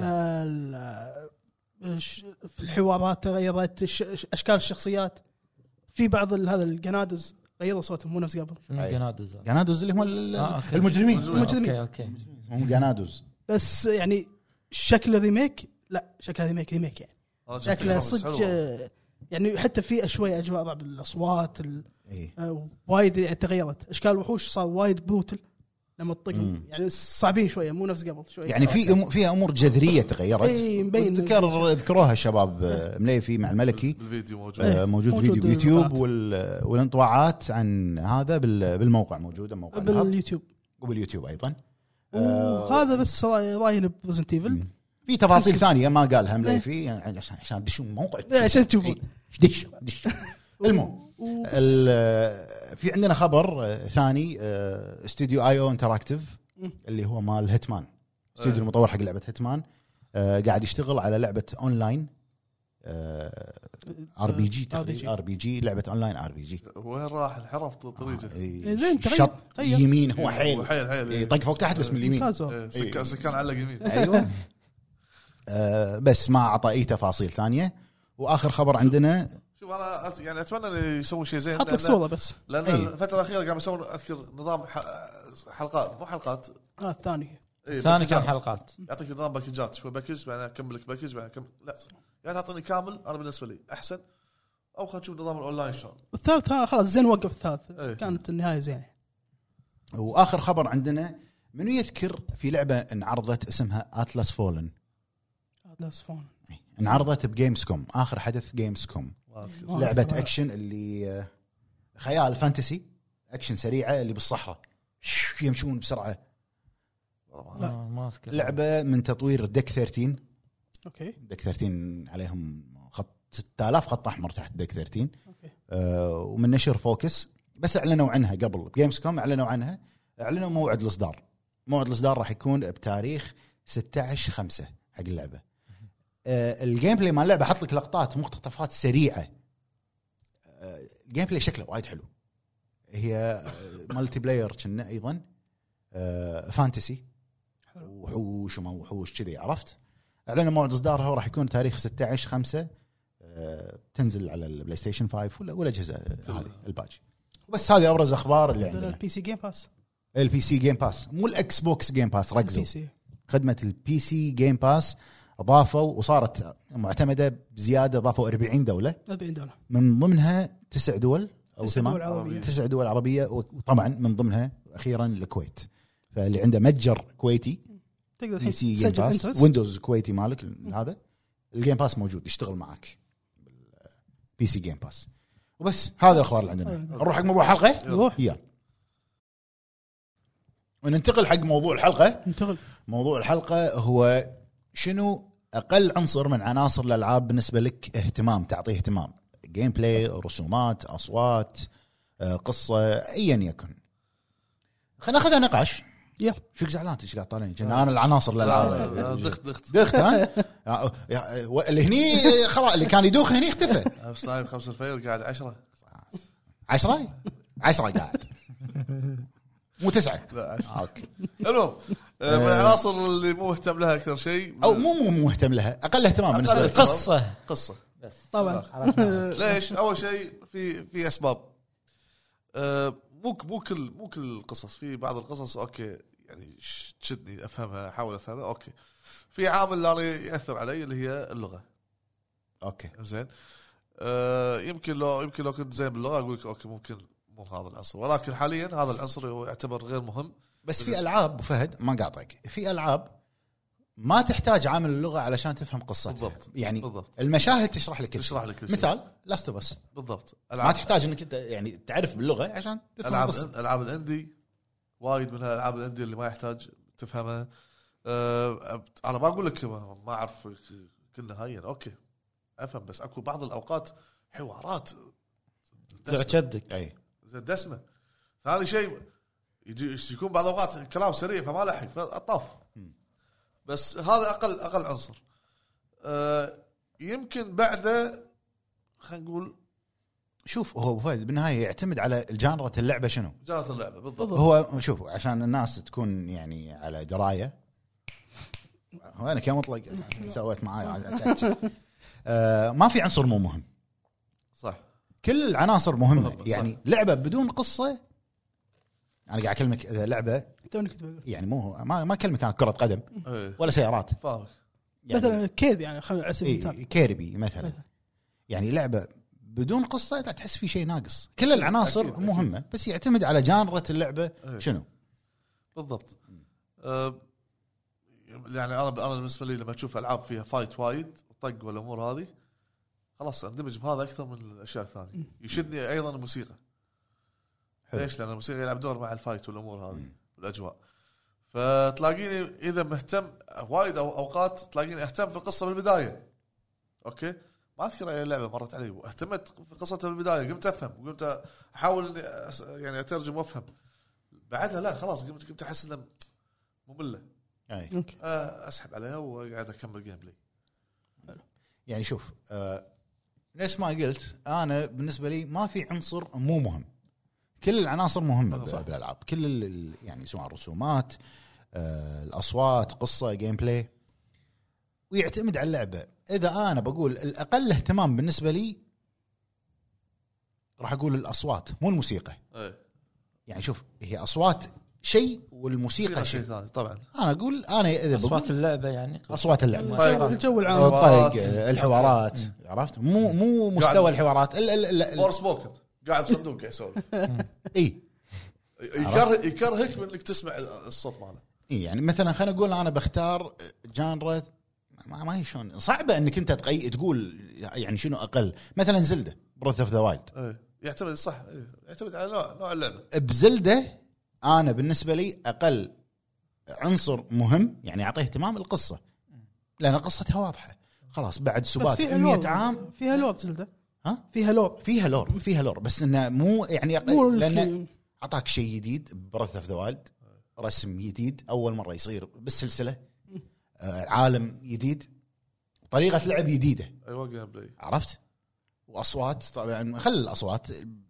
آه في الحوارات تغيرت، اشكال الشخصيات. في بعض هذا الجنادز غيروا صوتهم مو نفس قبل. شنو جنادوز؟ جنادوز اللي هم آه، أوكي. المجرمين. المجرمين. اوكي اوكي. هم جنادوز. بس يعني شكل ريميك، لا شكل ريميك ريميك يعني أنا شكله شفت صدق. حلوة. آه، يعني حتى في شوي اجواء رعب، الاصوات ال- ايه آه، وايد يعني تغيرت. اشكال الوحوش صار وايد بروتل لما تطقهم، مم. يعني صعبين شويه مو نفس قبل شويه. يعني في أم- فيها امور جذريه تغيرت. اي مبين ذكر ذكروها الشباب آه، مليفي مع الملكي. بالفيديو موجود. آه، موجود موجود فيديو بيوتيوب بالمقاطع. وال- والانطباعات عن هذا بال- بالموقع موجوده موقع الهب باليوتيوب. وباليوتيوب ايضا. وهذا بس راينا بريزنت ايفل. مم. في تفاصيل ثانيه ما قالها مليفي يعني عشان عشان تدشون موقع إيه، عشان تشوفون. إيه، دش دش المهم ال- في عندنا خبر آه، ثاني آه، استوديو اي او انتراكتيف مم. اللي هو مال هيتمان، استوديو أيه. المطور حق لعبه هيتمان. آه، قاعد يشتغل على لعبه اونلاين ار بي جي تقريبا، ار بي جي لعبه اونلاين ار بي جي. وين راح انحرف طريقه. إيه، زين، تغير. شط غير. يمين هو حيل حيل حيل إيه، طق فوق تحت بس من اليمين. ممتاز. إيه، سكان سكان علق يمين. ايوه آه، بس ما اعطى اي تفاصيل ثانيه. واخر خبر عندنا شوف انا أت- يعني اتمنى ان يسوون شيء زين، حط لك لأن- صوره بس. لان أي. الفتره الاخيره قاعد يسوون اذكر نظام ح- حلقات مو حلقات. اه الثاني إيه، ثاني باكجات. كم حلقات. يعطيك نظام باكجات، شوي باكج بعدين اكمل لك باكج بعدين اكمل. لا يعني تعطيني كامل، انا بالنسبه لي احسن. او خلينا نشوف نظام الاونلاين شلون. الثالث ها خلاص زين وقف الثالث. إيه. كانت النهايه زينه. واخر خبر عندنا منو يذكر في لعبه انعرضت اسمها اتلس فولن، لاس فون. انعرضت بجيمز كوم، اخر حدث جيمز كوم. ما أذكر. آه، لعبه طبعاً. اكشن اللي آه، خيال فانتسي اكشن سريعه اللي بالصحراء شش يمشون بسرعه. لا. آه، ما اذكر. لعبه من تطوير ديك ثلاثة عشر. اوكي ديك ثلاثة عشر عليهم خط ستة آلاف خط احمر تحت ديك ثلاثة عشر. اوكي آه، ومن نشر فوكس، بس اعلنوا عنها قبل جيمز كوم، اعلنوا عنها، اعلنوا موعد الاصدار. موعد الاصدار راح يكون بتاريخ ستة عشر خمسة حق اللعبه. آه، الجيم بلاي مال اللعبه حط لك لقطات مقتطفات سريعه. آه، الجيم بلاي شكله وايد حلو. هي آه، مالتي بلاير كنا ايضا آه، فانتسي وحوش وما وحوش كذي، عرفت. اعلنوا موعد اصدارها وراح يكون تاريخ ستة عشر خمسة. آه، تنزل على البلاي ستيشن خمسة ولا والاجهزه هذه الباجي. بس هذه ابرز اخبار اللي عندنا عندنا. البي سي جيم باس. البي سي جيم باس مو الاكس بوكس جيم باس، ركزوا البي سي خدمه البي سي جيم باس اضافوا وصارت معتمده بزياده، اضافوا أربعين دوله أربعين دولار. من ضمنها تسع دول او تسع دول ثمان عربية. تسع دول عربيه، وطبعا من ضمنها اخيرا الكويت. فاللي عنده متجر كويتي تقدر بي الحين سي جيم تسجل باس انترست. ويندوز كويتي مالك هذا الجيم باس موجود يشتغل معك بي سي جيم باس. وبس هذا الاخبار اللي عندنا. نروح حق موضوع الحلقه. نروح يلا وننتقل حق موضوع الحلقه. ننتقل. موضوع الحلقه هو شنو اقل عنصر من عناصر الالعاب بالنسبه لك اهتمام، تعطيه اهتمام؟ جيم بلاي، رسومات، اصوات، آه، قصه، ايا يكن. خلينا ناخذها نقاش. يلا فيك زعلان ايش قاعد طالعين كنا انا العناصر الالعاب دخت دخت دخت ها يا- يا- اللي هني خلاص اللي كان يدوخ هني اختفى. نفس نايم خمسة الفير قاعد عشرة. عشرة عشرة قاعد مو تسعة. لا عشرة. آه، اوكي. المهم آه، من العناصر اللي مو مهتم لها اكثر شيء او مو مو مهتم لها، اقل اهتمام أقل بالنسبه لك. اهتمام. قصه قصه. بس طبعا. عرفنا. ليش؟ اول شيء في في اسباب. آه، مو مو كل مو كل القصص، في بعض القصص اوكي يعني تشدني افهمها احاول افهمها اوكي. في عامل اللي ياثر علي اللي هي اللغه. اوكي زين آه يمكن لو يمكن لو كنت زين باللغه اقول لك اوكي ممكن مو هذا العنصر، ولكن حاليا هذا العنصر يعتبر غير مهم. بس في العاب ابو فهد ما قاطعك، في العاب ما تحتاج عامل اللغه علشان تفهم قصتها. بالضبط. يعني بالضبط. المشاهد تشرح لك كل تشرح شيء. لك كل شيء. مثال لاست بس بالضبط. ما تحتاج انك انت يعني تعرف باللغه عشان تفهم العاب القصه. العاب الاندي وايد منها العاب الاندي اللي ما يحتاج تفهمها. أه انا ما اقول لك ما ما اعرف كلها هاي اوكي افهم، بس اكو بعض الاوقات حوارات تعجبك اي زين دسمه. ثاني شيء يجي يكون بعض الاوقات كلام سريع فما لحق فاطاف. بس هذا اقل اقل عنصر. أه يمكن بعده خلينا نقول شوف هو ابو فهد بالنهايه يعتمد على الجانرة اللعبه شنو. جانرة اللعبه بالضبط. هو شوف عشان الناس تكون يعني على درايه، هو انا كمطلق سويت معاي آه ما في عنصر مو مهم، صح كل العناصر مهمه. صح. يعني لعبه بدون قصه، انا قاعد اكلمك اذا لعبه توني كنت بقول يعني مو ما ما اكلمك عن كره قدم ايه ولا سيارات فاهمك. يعني مثلا كيف يعني خلينا على سبيل المثال إيه كيربي مثلا، مثلا. يعني لعبه بدون قصه لا تحس في شيء ناقص. كل العناصر أكيد، أكيد. مهمه بس يعتمد على جانرة اللعبه إيه. شنو. بالضبط. أه يعني انا انا بالنسبه لي لما اشوف العاب فيها فايت وايد طق والامور هذه خلاص اندمج بهذا اكثر من الاشياء الثانيه. يشدني ايضا الموسيقى. حلو. ليش؟ لان الموسيقى يلعب دور مع الفايت والامور هذه والاجواء. فتلاقيني اذا مهتم وايد او اوقات تلاقيني اهتم في القصه بالبدايه اوكي ما اذكر اي لعبه مرت علي واهتمت في قصتها بالبدايه قمت افهم وقمت احاول يعني اترجم وافهم. بعدها لا خلاص قمت قمت احس انه ممله أي. اوكي اسحب عليها وقاعد اكمل جيم بلاي. يعني شوف آه ليش ما قلت انا بالنسبه لي ما في عنصر مو مهم، كل العناصر مهمه صح. بالالعاب. كل ال يعني سواء رسومات آه الاصوات قصه جيم بلاي، ويعتمد على اللعبه. اذا انا بقول الاقل اهتمام بالنسبه لي راح اقول الاصوات مو الموسيقى. ايه يعني شوف هي اصوات شيء والموسيقى شيء شيء. ثاني طبعا. انا اقول انا اذا اصوات بقول اللعبه يعني اصوات اللعبه طيب. الجو العام الطق الحوارات عرفت مو مو مستوى قاعد- الحوارات ال ال ال فور سبوكن قاعد بصندوق قاعد يسولف اي يكره يكرهك من انك تسمع الصوت ماله. اي يعني مثلا خلينا نقول انا بختار جانرا ما ما هي شلون صعبه انك انت تقي تقول يعني شنو اقل. مثلا زلده بروث اوف ذا وايلد ايه يعتمد صح ايه يعتمد على نوع نوع اللعبه. بزلده انا بالنسبه لي اقل عنصر مهم يعني اعطيه اهتمام القصه، لان قصتها واضحه خلاص بعد بس سبات فيها مية لور. عام فيها لور زلدة ها فيها لور فيها لور فيها لور بس انه مو يعني مو أقل لان الكل- اعطاك شيء جديد بروث اوف ذا وايلد، رسم جديد اول مره يصير بالسلسله، آه عالم جديد، طريقه لعب جديده ايوه جيم بلاي. عرفت، واصوات طبعا خل الاصوات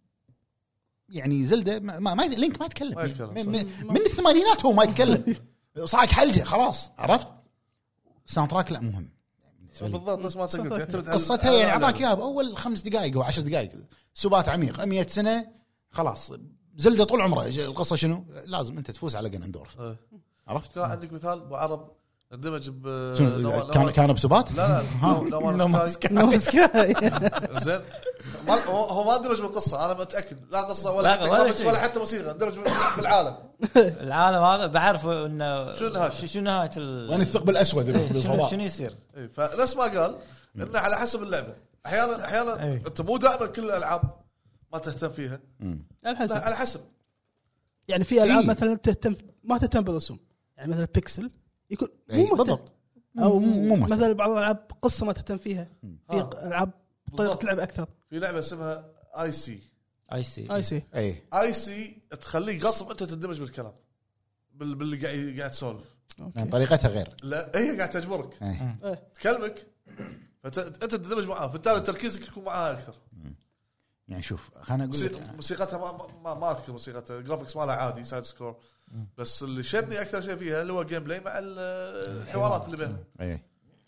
يعني زلده ما, ما لينك ما يتكلم ما يتكلم، من, صح. من, من الثمانينات هو ما يتكلم صاعق حلجه خلاص عرفت. ساوند تراك لا مهم بالنسبة لي. بالضبط بس ما تقدر تعتمد على قصتها يعني على اعطاك اللعبة. اياها باول خمس دقائق او عشر دقائق سبات عميق مية سنه خلاص. زلده طول عمره القصه شنو لازم انت تفوز على جنندورف إيه. عرفت. كان عندك مثال ابو عرب اندمج ب شنو نوع- كان نوع- كان بسبات لا لا ها؟ نو- نو نو مان مان سكاي. نو سكاي زين ما- هو هو ما اندمج بالقصه انا متاكد لا قصه ولا لا، حتى ولا جرافيكس شيء. ولا حتى موسيقى اندمج بالعالم. العالم هذا بعرف انه شنو النهاية؟ شو- شو نهايه ال... وين الثقب الاسود شنو بالفضاء شنو يصير؟ إيه، فنفس ما قال انه على حسب اللعبه. احيانا احيانا إيه. انت مو دائما كل الالعاب ما تهتم فيها مم. على لا، حسب على حسب. يعني في العاب إيه. مثلا تهتم ما تهتم بالرسوم يعني مثلا بيكسل يكون إيه، مو مهتم بالضبط او مو- مو مهتم. مثلا بعض الالعاب قصه ما تهتم فيها في آه. العاب طريقه بالضبط. لعب اكثر في لعبه اسمها اي سي اي سي اي سي اي اي سي تخليك غصب انت تندمج بالكلام بال- باللي قاعد قاعد تسولف. يعني طريقتها غير لا هي قاعد تجبرك إيه. تكلمك فانت انت تندمج معاه بالتالي تركيزك يكون معاه اكثر. يعني شوف خلينا اقول موسيقى- لك موسيقتها ما ما, ما اذكر موسيقتها الجرافيكس مالها عادي سايد سكور بس اللي شدني اكثر شيء فيها اللي هو جيم بلاي مع ال- الحوارات اللي بينهم. اي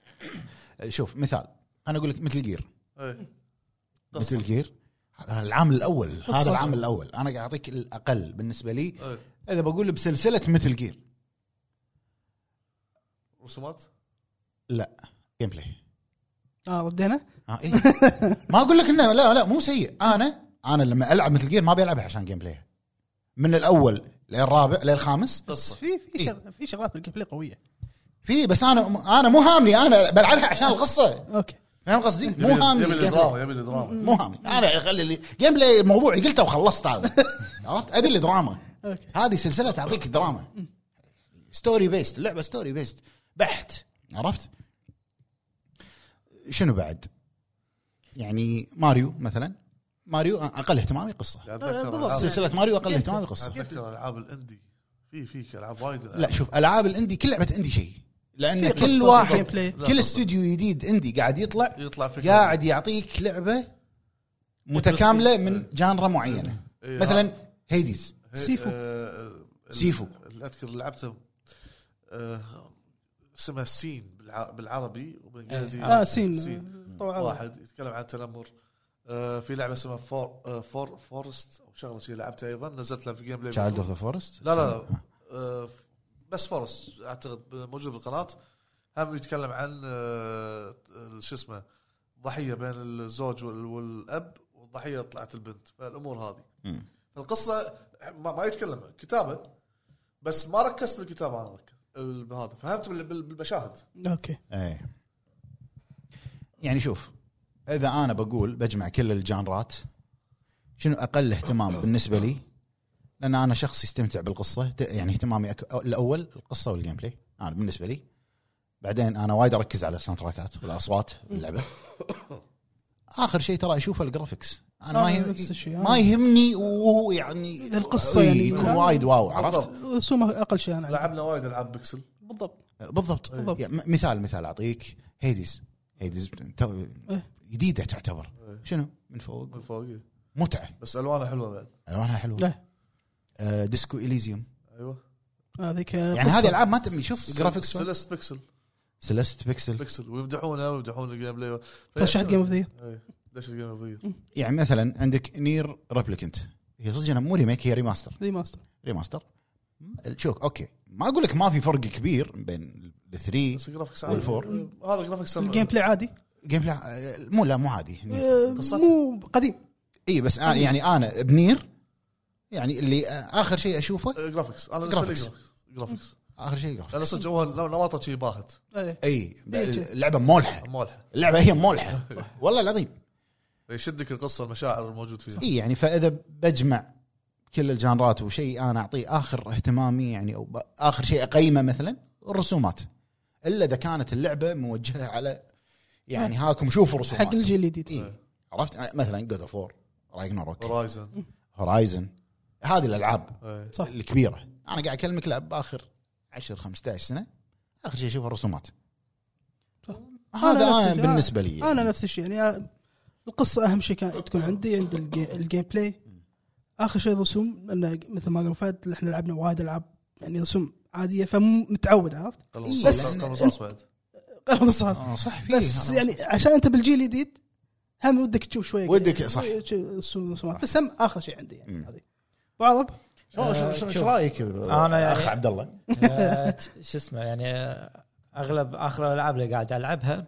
شوف مثال انا اقول لك مثل جير ايه مثل جير العام الاول قصة. هذا العام الاول انا قاعد اعطيك الاقل بالنسبه لي ايه اذا بقول بسلسله مثل جير رسومات لا جيم بلاي. اه ردينا. اه إيه؟ ما اقول لك انه لا لا مو سيء. انا انا لما العب مثل جير ما بيلعبها عشان جيم بلاي من الاول للرابع للخامس. قصه في في شغ... في شغلات بالجيم بلاي قويه في بس انا انا مو هامني انا بلعبها عشان القصه. اوكي فاهم قصدي؟ مو هامني يبي الجيم الدراما بلاي. يبي الدراما مو هامني انا اخلي لي جيم بلاي موضوعي قلته وخلصت هذا. عرفت ابي الدراما. اوكي هذه سلسله تعطيك دراما ستوري بيست. اللعبه ستوري بيست بحت. عرفت شنو بعد؟ يعني ماريو مثلا. ماريو اقل اهتمامي قصه. بالضبط. سلسله ماريو اقل اهتمامي قصه. اتذكر العاب الاندي في في العاب وايد. لا شوف العاب الاندي كل لعبه اندي شيء لان في كل قصة، واحد في بلاي. كل استوديو جديد اندي قاعد يطلع يطلع فكرة. قاعد يعطيك لعبه متكامله من جانرا معينه. إيه، مثلا هيديز هي- سيفو. آه، سيفو. اللي اذكر لعبته آه، اسمها سين بالع- بالعربي وبالانجليزي اه سين, سين. طبعا واحد يتكلم عن التنمر. آه، في لعبه اسمها فور آه، فور فورست او شغله شيء لعبتها ايضا نزلت لها في جيم بلاي. تشايلد اوف ذا فورست. لا لا آه، بس فورست اعتقد موجود بالقناه. هم يتكلم عن آه، شو اسمه ضحيه بين الزوج وال- والاب والضحيه طلعت البنت. فالامور هذه القصه ما, ما يتكلم كتابه بس ما ركزت بالكتابه انا ركزت بهذا فهمت بال- بال- بالمشاهد. اوكي ايه يعني شوف اذا انا بقول بجمع كل الجانرات شنو اقل اهتمام بالنسبه لي؟ لان انا شخص يستمتع بالقصه. يعني اهتمامي أك... الاول القصه والجيم بلاي انا بالنسبه لي. بعدين انا وايد اركز على الساوند تراكات والاصوات باللعبه. اخر شيء ترى اشوف الجرافيكس. انا ما يهم... نفس الشيء. ما يهمني وهو يعني إذا القصة إيه، يعني- يكون وايد واو. عرفت رسومه اقل شيء انا عندي. لعبنا وايد العاب بيكسل. بالضبط بالضبط, بالضبط. يعني مثال مثال اعطيك هيديز. هيديز تو- إيه. جديده تعتبر. إيه. شنو من فوق من فوق إيه. متعه. بس الوانها حلوه بعد. الوانها حلوه. لا. آه ديسكو اليزيوم. ايوه هذيك يعني هذه العاب ما تبي شوف جرافيكس سلست بيكسل سلست بيكسل. بيكسل ويمدحونها ويمدحون الجيم بلاي. ترشحت جيم اوف ذا اي ليش الجيم اوف ذا يعني مثلا عندك نير ريبليكنت هي صدق مو ريميك هي ريماستر. ذي ماستر. ريماستر شوف اوكي ما اقول لك ما في فرق كبير بين الثري بس جرافيكس والفور. هذا جرافيكس الجيم بلاي عادي جيم بلاي مو لا مو عادي. آه، مو قديم. اي بس أنا يعني انا بنير يعني اللي اخر شيء اشوفه جرافيكس انا جرافيكس. جرافيكس جرافيكس اخر شيء جرافيكس. انا صدق هو نمطه شيء باهت إيه. اي اللعبه مولحه. مولحه اللعبه هي مولحه والله العظيم. يشدك القصه المشاعر الموجود فيها. اي يعني فاذا بجمع كل الجانرات وشيء انا اعطيه اخر اهتمامي يعني او ب- اخر شيء اقيمه مثلا الرسومات. الا اذا كانت اللعبه موجهه على يعني هاكم شوفوا رسومات حق الجيل الجديد. إيه. عرفت مثلا جود اوف وور رايجناروك هورايزن هورايزن هذه الالعاب إيه. صح. الكبيره. انا قاعد اكلمك لعب باخر عشر خمسة عشر سنه اخر شيء اشوف الرسومات. صح. هذا أنا نفس أنا الشيء. بالنسبه لي يعني. انا نفس الشيء يعني القصه اهم شيء كان تكون عندي عند الجي- الجيم بلاي. اخر شيء رسوم لان مثل ما قال فهد احنا لعبنا وايد العاب يعني رسوم عاديه فمتعود عرفت إيه، بس لأن- قصص بعد قلم الصحص آه صح فيه بس هذا يعني عشان انت بالجيل الجديد هم ودك تشوف شويه ودك، صح. رسوم رسومات بس هم اخر شيء عندي مم. يعني هذه وعرب شو شو شو شوف. شو رايك أنا يعني- اخ عبد الله؟ آه، شو اسمه يعني آه، اغلب اخر الالعاب اللي قاعد العبها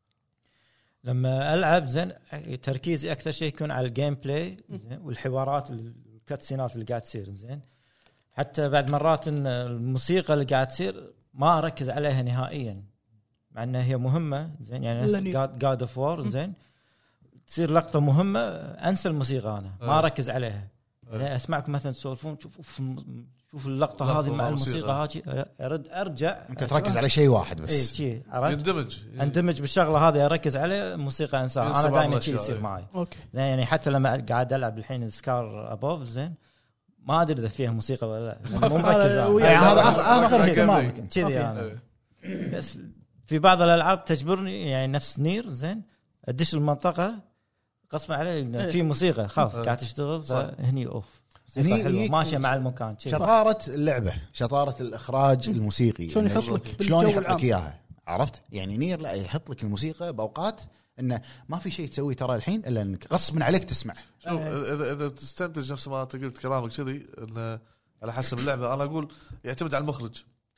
لما العب زين تركيزي اكثر شيء يكون على الجيم بلاي زين والحوارات الكاتسينات اللي قاعد تصير زين. حتى بعد مرات إن الموسيقى اللي قاعد تصير ما اركز عليها نهائيا مع انها هي مهمه زين. يعني لأني- جاد اوف وور زين تصير لقطه مهمه انسى الموسيقى انا ما أه. اركز عليها. أه. يعني اسمعكم مثلا تسولفون شوف شوف اللقطه لقطة هذه مع مع الموسيقى. الموسيقى هذه ارد ارجع انت تركز على شيء واحد اي بس. شيء عرفت يندمج اندمج بالشغله هذه اركز عليه موسيقى انساها. ينسى انا بعض دائما شيء الأشياء، يصير إيه. معي اوكي زين. يعني حتى لما قاعد العب الحين سكار ابوف زين ما ادري اذا فيها موسيقى ولا لا لأن مو مركز أنا. ويا- يعني هذا لا، آخر- لا، اخر لا، شيء لا، تمام. كذي أوكي. انا إيه. بس في بعض الالعاب تجبرني يعني نفس نير زين ادش المنطقه غصب علي في موسيقى خلاص إيه. قاعد تشتغل صح. فهني اوف هني موسيقى حلوه يك- ماشيه مع المكان شي. شطاره اللعبه شطاره الاخراج الموسيقي شلون يعني يحط لك شلون بالجو يحط لك العام. اياها. عرفت يعني نير لا يحط لك الموسيقى باوقات انه ما في شيء تسويه ترى الحين الا انك غصب عليك تسمع. شوف اذا اذا تستنتج نفس ما انت قلت كلامك كذي انه على حسب اللعبه انا اقول يعتمد على المخرج.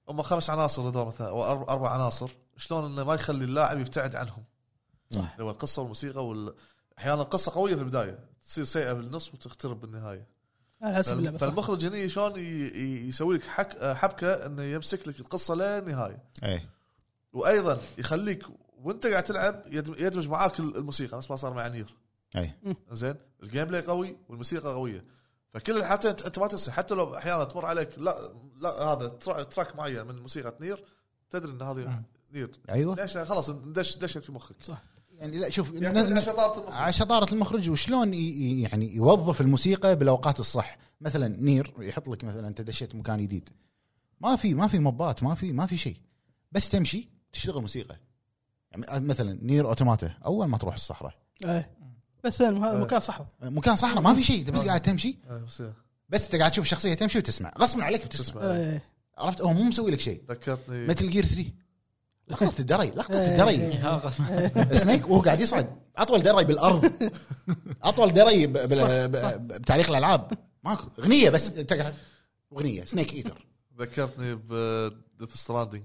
هم خمس عناصر هذول مثلا او أربع, اربع عناصر شلون انه ما يخلي اللاعب يبتعد عنهم صح. لو القصه والموسيقى وال احيانا القصه قويه في البدايه تصير سيئه بالنص وتخترب بالنهايه. على حسب اللعبه. فالمخرج هنا شلون يسوي لك حك حبكه انه يمسك لك القصه للنهايه. اي وايضا يخليك وانت قاعد تلعب يدمج معاك الموسيقى نفس ما صار مع نير. اي زين الجيم بلاي قوي والموسيقى قويه فكل الحالتين انت ما تنسى حتى لو احيانا تمر عليك لا لا هذا تراك معين من موسيقى نير تدري ان هذه نير. ايوه ليش خلاص ندش دشت في مخك صح. يعني لا شوف يعني شطاره المخرج على شطاره المخرج وشلون يعني يوظف الموسيقى بالاوقات الصح. مثلا نير يحط لك مثلا انت دشيت مكان جديد ما في ما في موبات ما في ما في شيء بس تمشي تشتغل موسيقى. يعني مثلا نير اوتوماتا اول ما تروح الصحراء ايه بس هذا مكان صحراء مكان صحراء ما في شيء انت بس قاعد تمشي أه بس انت قاعد تشوف شخصيه تمشي وتسمع غصب عليك بتسمع. أيه. عرفت هو مو مسوي لك شيء. ذكرتني مثل جير ثري لقطه الدري لقطه الدري سنيك وهو قاعد يصعد اطول دري بالارض اطول دري ب... ب... ب... بتاريخ الالعاب ماكو اغنيه بس انت قاعد اغنيه سنيك ايتر. ذكرتني بديث ستراندينج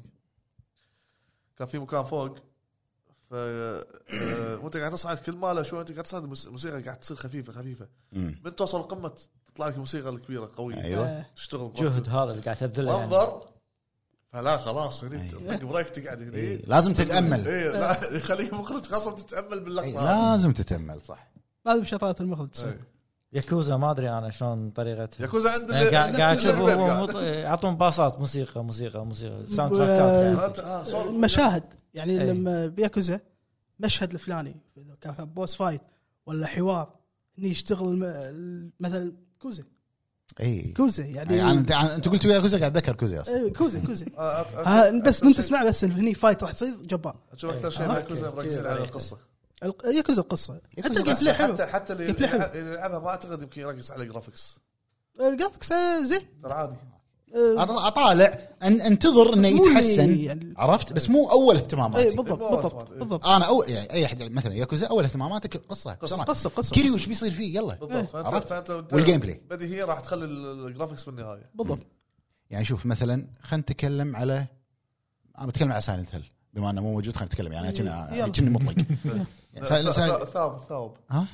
كان في مكان فوق ف وانت قاعد تصعد كل ماله شو انت قاعد تصعد الموسيقى قاعد تصير خفيفه خفيفه مم. من توصل القمه تطلع لك الموسيقى الكبيره قويه ايوه تشتغل جهد هذا اللي قاعد تبذله يعني. منظر فلا خلاص هني تطق بريك تقعد هني إيه. لازم تتامل اي لا يخليك مخرج خاصه تتامل باللقطه إيه. لازم تتامل صح. هذا بشطاره المخرج تصير. ياكوزا ما ادري انا شلون طريقتها ياكوزا عند يعني قاعد قاعد اشوف يعطون باصات موسيقى موسيقى موسيقى ساوند تراكات يعني. مشاهد يعني أي. لما بياكوزا مشهد الفلاني كان بوس فايت ولا حوار اني يشتغل مثلا كوزا اي كوزا يعني يعني انت انت قلت ويا كوزا قاعد اتذكر كوزا اصلا. اي كوزا كوزا آه بس من تسمع بس هني فايت راح تصير جبار. شوف اكثر شيء ياكوزا مركزين على القصه ياكوزا القصه حتى الجيم حتى حتى اللي يلعبها ما اعتقد يمكن يركز على الجرافيكس. الجرافيكس زين ترى عادي اطالع ان انتظر انه يتحسن يعني عرفت بس مو اول اهتماماتي. اي بالضبط بالضبط بالضبط انا أو يعني اي احد مثلا ياكوزا اول اهتماماتك قصه قصه قصه, قصة كيريو وش بيصير فيه يلا بالضبط عرفت والجيم بلاي بدي هي راح تخلي الجرافيكس بالنهايه بالضبط. يعني شوف مثلا خلينا نتكلم على انا بتكلم على سايلنت هيل بما انه مو موجود خلينا نتكلم يعني كنا كنا مطلق ثاوب ثاوب ها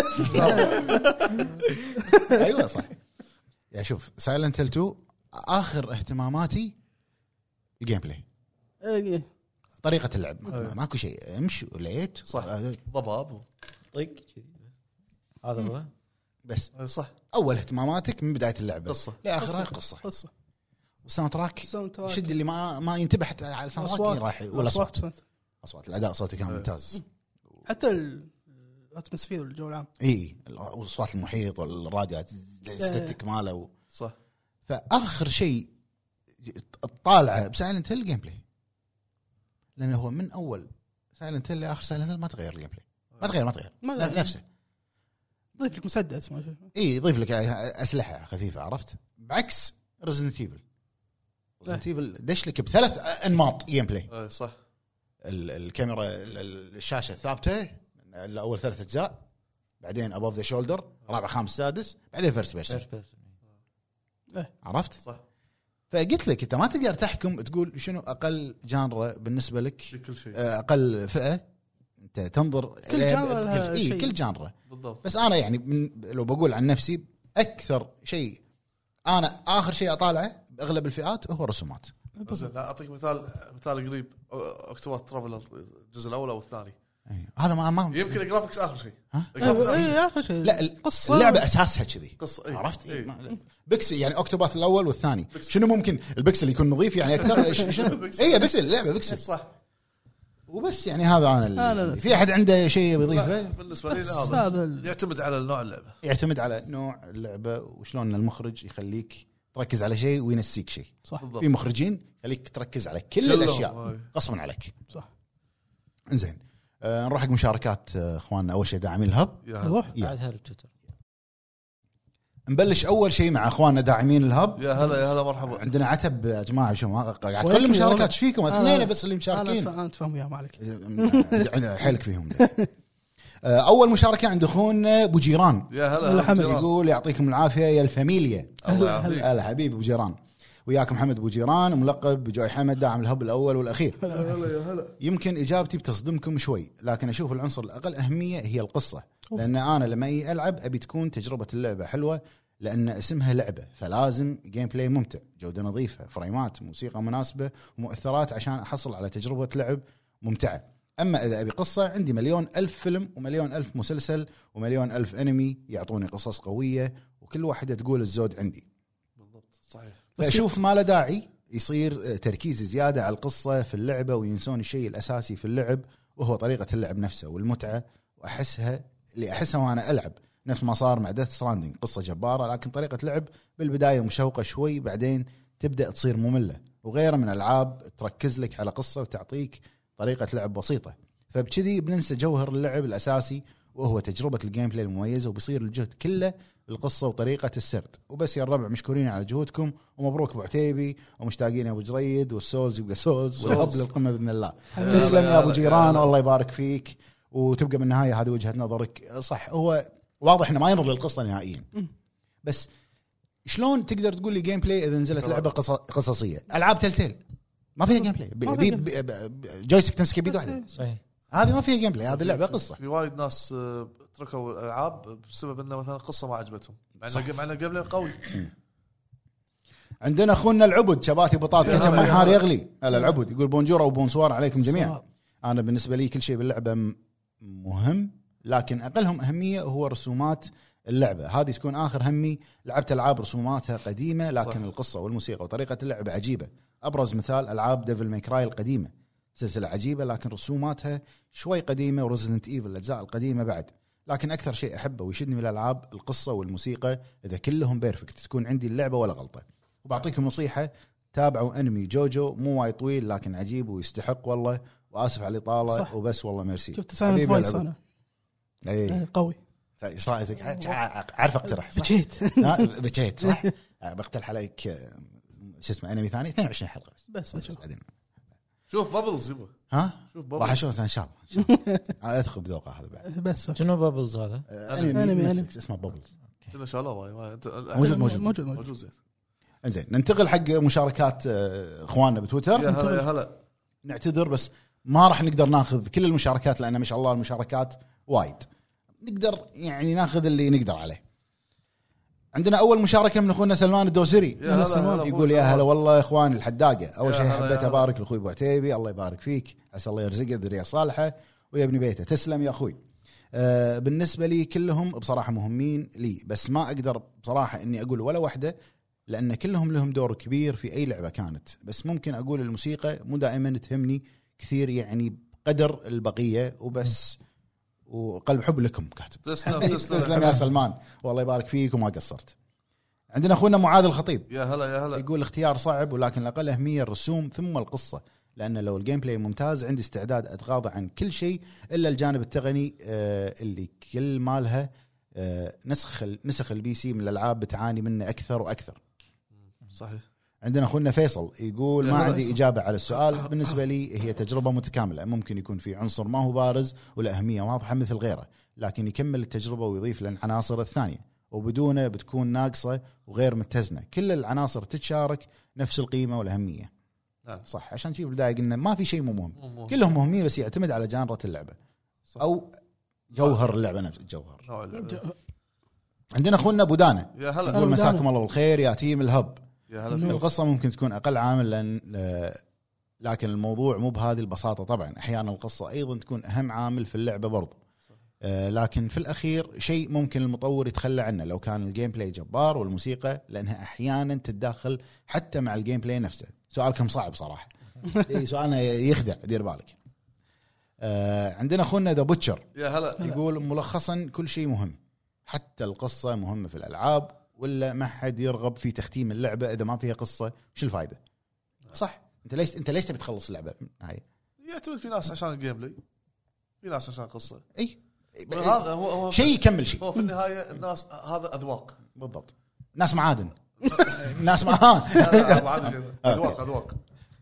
ايوه صح. يعني شوف سايلنت هيل تو اخر اهتماماتي الجيم بلاي ايه طريقه اللعب ماكو شيء امشي وليت صح ضباب طق هذا هو بس صح. اول اهتماماتك من بدايه اللعبه قصه لاخرها قصه قصه والساوند تراك شد اللي ما ما ينتبه حتى على الساوند تراك راح ولا صوت اصوات الاداء صوتي كان ممتاز حتى الاتموسفير والجو العام اي اصوات المحيط والراديات الاستاتيك ماله صح. فاخر شيء الطالعه بسايلنت هيل جيم بلاي لانه هو من اول سايلنت هيل لاخر سايلنت هيل ما تغير الجيم بلاي ما تغير ما تغير نفسه ضيف لك مسدس ما شاء اي يضيف لك اسلحه خفيفه عرفت بعكس ريزيدنت ايفل ريزيدنت ايفل دش لك بثلاث انماط جيم بلاي صح. الكاميرا الشاشه ثابته الاول ثلاث اجزاء بعدين ابوف ذا شولدر رابع خامس سادس بعدين فيرست بيرسون عرفت صح. فقلت لك انت ما تقدر تحكم تقول شنو اقل جانرا بالنسبه لك كل شيء. اقل فئه انت تنظر كل جانرا اي كل جانرا بالضبط. بس انا يعني من لو بقول عن نفسي اكثر شيء انا اخر شيء اطالعه باغلب الفئات هو رسومات. لا اعطيك مثال مثال قريب اكتوبات ترافلر الجزء الاول او الثاني أيه. هذا ما ما يمكن الجرافيكس اخر شيء اي اخر شيء لا القصه اللعبه اساسها كذي قصه أيه. عرفت أيه. أيه. بيكسل يعني اكتوباث الاول والثاني بيكسل. شنو ممكن البكسل يكون نظيف يعني اكثر شنو اي بيكسل اللعبه بيكسل صح وبس يعني هذا انا اللي في احد عنده شيء بيضيفه بالنسبه لي هذا يعتمد على نوع اللعبه يعتمد على نوع اللعبه وشلون المخرج يخليك تركز على شيء وينسيك شيء صح. في مخرجين يخليك تركز على كل الاشياء غصبا عليك صح. انزين آه نروح حق مشاركات اخواننا. اول شيء داعمين الهب نروح بعدها بتويتر نبلش اول شيء مع اخواننا داعمين الهب. يا هلا يا هلا مرحبا. عندنا عتب يا جماعه شو ما قاعد كل مشاركات ايش فيكم اثنين بس اللي مشاركين انا اتفهم وياه مالك حيلك فيهم اول مشاركه عند اخونا ابو جيران يا هلا يقول يعطيكم العافيه يا الفاميليا. الله يعافيك هلا حبيبي ابو جيران وياكم محمد ابو جيران ملقب بجوي حمد داعم الهب الاول والاخير. هلا يا هلا. يمكن اجابتي بتصدمكم شوي، لكن اشوف العنصر الاقل اهميه هي القصه، لان انا لما اجي العب ابي تكون تجربه اللعبه حلوه، لان اسمها لعبه فلازم جيم بلاي ممتع، جوده نظيفه، فريمات، موسيقى مناسبه ومؤثرات عشان احصل على تجربه لعب ممتعه. اما اذا ابي قصه عندي مليون الف فيلم ومليون الف مسلسل ومليون الف انمي يعطوني قصص قويه وكل واحده تقول الزود عندي. بالضبط صحيح. فاشوف ما له داعي يصير تركيز زياده على القصه في اللعبه وينسون الشيء الاساسي في اللعب وهو طريقه اللعب نفسه والمتعه، واحسها اللي احسها وانا العب نفس ما صار مع ديث ستراندينج، قصه جباره لكن طريقه لعب بالبدايه مشوقه شوي، بعدين تبدا تصير ممله، وغيره من العاب تركز لك على قصه وتعطيك طريقه لعب بسيطه. فبكذي بننسى جوهر اللعب الاساسي وهو تجربه الجيم بلاي المميزه، وبيصير الجهد كله بالقصه وطريقه السرد. وبس يا الربع، مشكورين على جهودكم ومبروك ابو عتيبي، ومشتاقين يا ابو جريد، والسولز يبقى سولز والهب للقمه باذن الله. تسلم يا ابو جيران والله يبارك فيك. وتبقى بالنهايه هذه وجهه نظرك صح، هو واضح انه ما ينظر للقصه نهائيا، بس شلون تقدر تقول لي جيم بلاي اذا نزلت لعبه قصصيه؟ العاب تلتيل ما فيها جيم بلاي، جويستيك تمسك بيد واحده، صحيح هذه ما فيها جيم بلاي، هذه لعبه قصه. في وايد ناس تركوا الالعاب بسبب انه مثلا قصه ما عجبتهم، مع انه مع انه جيم بلاي قوي. عندنا اخونا العبد شباتي بطاط كتم ما حار يغلي. هلا العبد يقول بونجور او بونسوار عليكم جميعا. انا بالنسبه لي كل شيء باللعبه مهم، لكن اقلهم اهميه هو رسومات اللعبه، هذه تكون اخر همي. لعبت العاب رسوماتها قديمه لكن صح. القصه والموسيقى وطريقه اللعب عجيبه. ابرز مثال العاب ديفل ماي كراي القديمه، سلسله عجيبه لكن رسوماتها شوي قديمه، وريزيدنت ايفل الاجزاء القديمه بعد. لكن اكثر شيء احبه ويشدني من الالعاب القصه والموسيقى، اذا كلهم بيرفكت تكون عندي اللعبه ولا غلطه. وبعطيكم نصيحه، تابعوا انمي جوجو، مو وايد طويل لكن عجيب ويستحق والله، واسف على الاطاله وبس والله ميرسي. شفت سايلنت فويس انا اي قوي. ايش رايك؟ عارف اقترح صح؟ بكيت بكيت صح. بقترح عليك شو اسمه انمي ثاني اثنين وعشرين حلقه بس بس, بس بعدين شوف بابلز يبا ها شوف بابلز راح اشوف ان شاء الله ادخل بذوقه هذا بعد. بس شنو بابلز هذا؟ انمي انمي اسمه بابلز ان شاء الله موجود موجود موجود موجود زين. انزين ننتقل حق مشاركات اخواننا بتويتر. يا هلا يا هلا. نعتذر بس ما راح نقدر ناخذ كل المشاركات لان ما شاء الله المشاركات وايد، نقدر يعني ناخذ اللي نقدر عليه. عندنا اول مشاركه من اخونا سلمان الدوسري يقول يا هلا والله يا اخواني الحداقه. اول شيء حبيت ابارك لاخوي ابو عتيبي، الله يبارك فيك، عسى الله يرزقه ذريه صالحه ويا ابن بيته. تسلم يا اخوي. آه بالنسبه لي كلهم بصراحه مهمين لي، بس ما اقدر بصراحه اني اقول ولا واحده لان كلهم لهم دور كبير في اي لعبه كانت. بس ممكن اقول الموسيقى مو دائما تهمني كثير يعني بقدر البقيه وبس، وقلب حب لكم كاتب. تسلم تسلم, تسلم يا سلمان والله يبارك فيك وما قصرت. عندنا اخونا معاذ الخطيب يا هلا يا هلا يقول اختيار صعب ولكن الاقل اهميه الرسوم ثم القصه، لان لو الجيم بلاي ممتاز عندي استعداد اتغاضى عن كل شيء الا الجانب التقني آه اللي كل مالها آه نسخ نسخ البي سي من الالعاب بتعاني منه اكثر واكثر. صحيح. عندنا اخونا فيصل يقول ما عندي اجابه على السؤال، بالنسبه لي هي تجربه متكامله، ممكن يكون في عنصر ما هو بارز ولا اهميه واضحه مثل غيره لكن يكمل التجربه ويضيف للعناصر الثانيه، وبدونه بتكون ناقصه وغير متزنه. كل العناصر تتشارك نفس القيمه والاهميه. نعم. صح، عشان شيء بالبدايه قلنا ما في شيء مو مهم، مهم. كلهم مهمين بس يعتمد على جانرة اللعبه صح. او جوهر اللعبه نفسه الجوهر. عندنا اخونا بودانا يقول مساكم الله بالخير يا تيم الهب. يا هلا. القصه ممكن تكون اقل عامل لان لكن الموضوع مو بهذه البساطه طبعا، احيانا القصه ايضا تكون اهم عامل في اللعبه برضو. لكن في الاخير شيء ممكن المطور يتخلى عنه لو كان الجيم بلاي جبار والموسيقى، لانها احيانا تتداخل حتى مع الجيم بلاي نفسه. سؤالكم صعب صراحه. اي سؤالنا يخدع، دير بالك. عندنا اخونا ذا بوتشر يا هلا يقول ملخصا كل شيء مهم، حتى القصه مهمه في الالعاب، ولا ما حد يرغب في تختيم اللعبه اذا ما فيها قصه، شو الفائده؟ صح. انت ليش انت ليش تبي تخلص اللعبه هاي؟ يعتمد في ناس عشان الجيم بلاي، في ناس عشان قصه. اي هذا هو, هو شيء يكمل شيء. هو في النهايه الناس هذا اذواق. بالضبط. ناس معادن. ناس معادن. اذواق اذواق.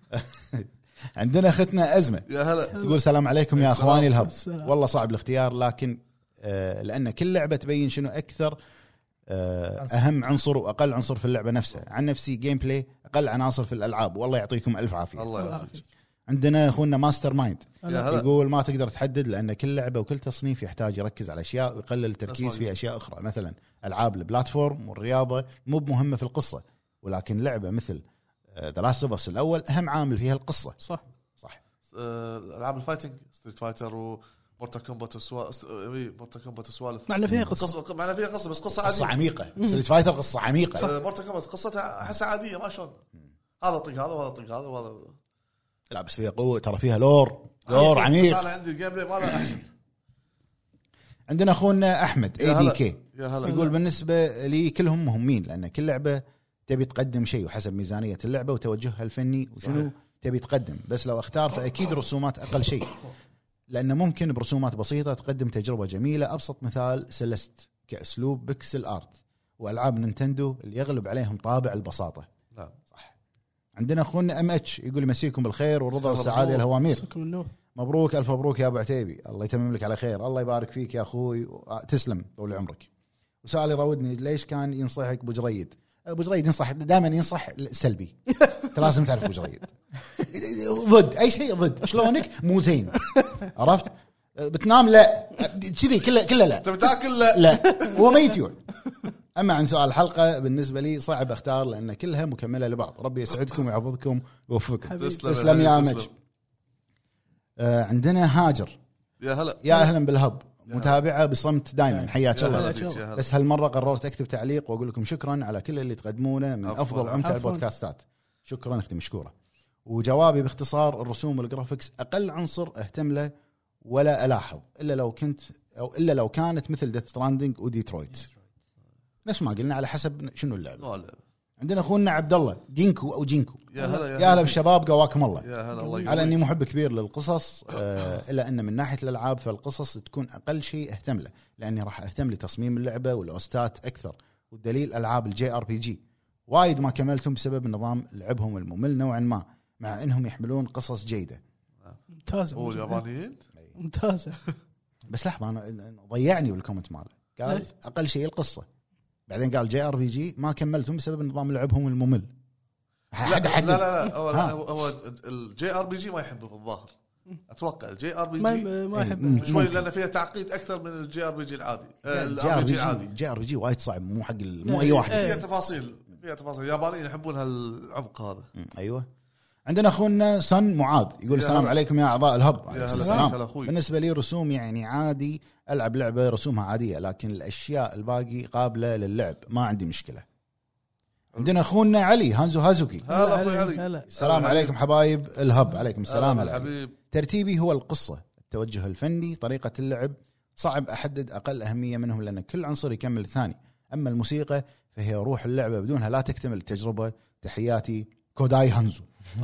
عندنا اختنا ازمه يا هلا تقول السلام عليكم يا اخواني الهب. والله صعب الاختيار لكن آه لان كل لعبه تبين شنو اكثر آه، اهم عنصر واقل عنصر في اللعبه نفسها. عن نفسي جيم بلاي اقل عناصر في الالعاب، والله يعطيكم الف عافيه. الله يعافيك. عندنا اخونا ماستر مايند يا هلا. يقول ما تقدر تحدد، لان كل لعبه وكل تصنيف يحتاج يركز على اشياء ويقلل التركيز في اشياء اخرى. مثلا العاب البلاتفورم والرياضه مو بمهمه في القصه، ولكن لعبه مثل ذا لاست اوف اس الاول اهم عامل فيها القصه. صح صح. آه، العاب الفايتنج ستريت فايتر ومورتال كومبات وسوا اي مورتال كومبات وسوالف معنى فيها قصه قصه معنى فيها قصه بس قصه قصه عاديه. عميقه. ستريت فايتر قصه عميقه. مورتال كومبات قصتها احسها عاديه ما شلون هذا طق هذا وهذا طق هذا وهذا. لا بس فيها قوه، ترى فيها لور لور عميق. انا عندي الجيم بلاي ماله احسن. عندنا اخونا احمد يا اي دي هلا. كي يا هلا. يقول بالنسبه لي كلهم مهمين، لان كل لعبه تبي تقدم شيء وحسب ميزانيه اللعبه وتوجهها الفني وشنو صحيح. تبي تقدم. بس لو اختار فاكيد رسومات اقل شيء، لانه ممكن برسومات بسيطه تقدم تجربه جميله. ابسط مثال سيلست كاسلوب بيكسل ارت، والعاب نينتندو اللي يغلب عليهم طابع البساطه. نعم صح. عندنا اخونا ام اتش يقول يمسيكم بالخير والرضا الله والسعاده مبروك. الهوامير. شكرا النور. مبروك الف مبروك يا ابو عتيبي، الله يتمم لك على خير. الله يبارك فيك يا اخوي، تسلم طول عمرك. وسؤال يراودني ليش كان ينصحك ابو جريد؟ ابو جريد ينصح دائما ينصح سلبي. انت لازم تعرف ابو جريد ضد اي شيء، ضد شلونك مو زين، عرفت؟ بتنام لا كذي كله كله لا انت بتاكل لا لا هو ما يتيون. اما عن سؤال الحلقه بالنسبه لي صعب اختار، لان كلها مكمله لبعض. ربي يسعدكم ويحفظكم ويوفقكم. حبيبي. تسلم يا تسلم. مج. آه عندنا هاجر يا هلا. يا اهلا بالهب، متابعه بصمت دائما، حياك يا الله. هلا فيك، يا هلا. بس هالمره قررت اكتب تعليق واقول لكم شكرا على كل اللي تقدمونه من عفواً. افضل وامتع عفواً. البودكاستات. شكرا اختي مشكوره. وجوابي باختصار الرسوم والجرافيكس اقل عنصر اهتم له ولا الاحظ الا لو كنت او الا لو كانت مثل ديث ستراندنج وديترويت. نفس ما قلنا على حسب شنو اللعبه. لا لا. عندنا اخونا عبد الله جينكو او جينكو، يا هلا. يا هلا بالشباب قواكم الله. يا هلا الله على يقويك. اني محب كبير للقصص، آه الا ان من ناحيه الالعاب فالقصص تكون اقل شيء اهتم له، لاني راح اهتم لتصميم اللعبه والاوستات اكثر. والدليل العاب الجي ار بي جي وايد ما كملتهم بسبب نظام لعبهم الممل نوعا ما، مع انهم يحملون قصص جيده. ممتازه هو اليابانيين ممتازه. بس لحظه انا ضيعني بالكومنت ماله، قال ليش؟ اقل شيء القصه، بعدين قال جي ار بي جي ما كملتهم بسبب نظام لعبهم الممل. لا حد حد لا لا, لا. هو, ها. هو, هو الجي ار بي جي ما يحبه بالظاهر. اتوقع الجي ار بي ما جي ما إيه، يحب شوي ممكن. لان فيها تعقيد اكثر من الجي ار بي جي العادي. جي الار ار بي بي جي العادي جي جي ار بي جي وايد صعب، مو حق ال- مو إيه، اي واحد. إيه. فيها تفاصيل فيها تفاصيل. اليابانيين يحبون هالعمق هذا. مم، ايوه. عندنا اخونا سن معاذ يقول يا السلام هلا. عليكم يا اعضاء الهب. يا عليكم هلا السلام. هلا اخوي. بالنسبه لي رسوم يعني عادي، العب لعبه رسومها عاديه، لكن الاشياء الباقي قابله للعب ما عندي مشكله. عندنا اخونا علي هانزو هازوكي، هلا اخوي علي. هلا السلام عليكم حبايب الهب. عليكم السلام. هلا عليكم. حبيب. ترتيبي هو القصه، التوجه الفني، طريقه اللعب. صعب احدد اقل اهميه منهم، لان كل عنصر يكمل الثاني. اما الموسيقى فهي روح اللعبه، بدونها لا تكتمل التجربه. تحياتي كوداي هانزو.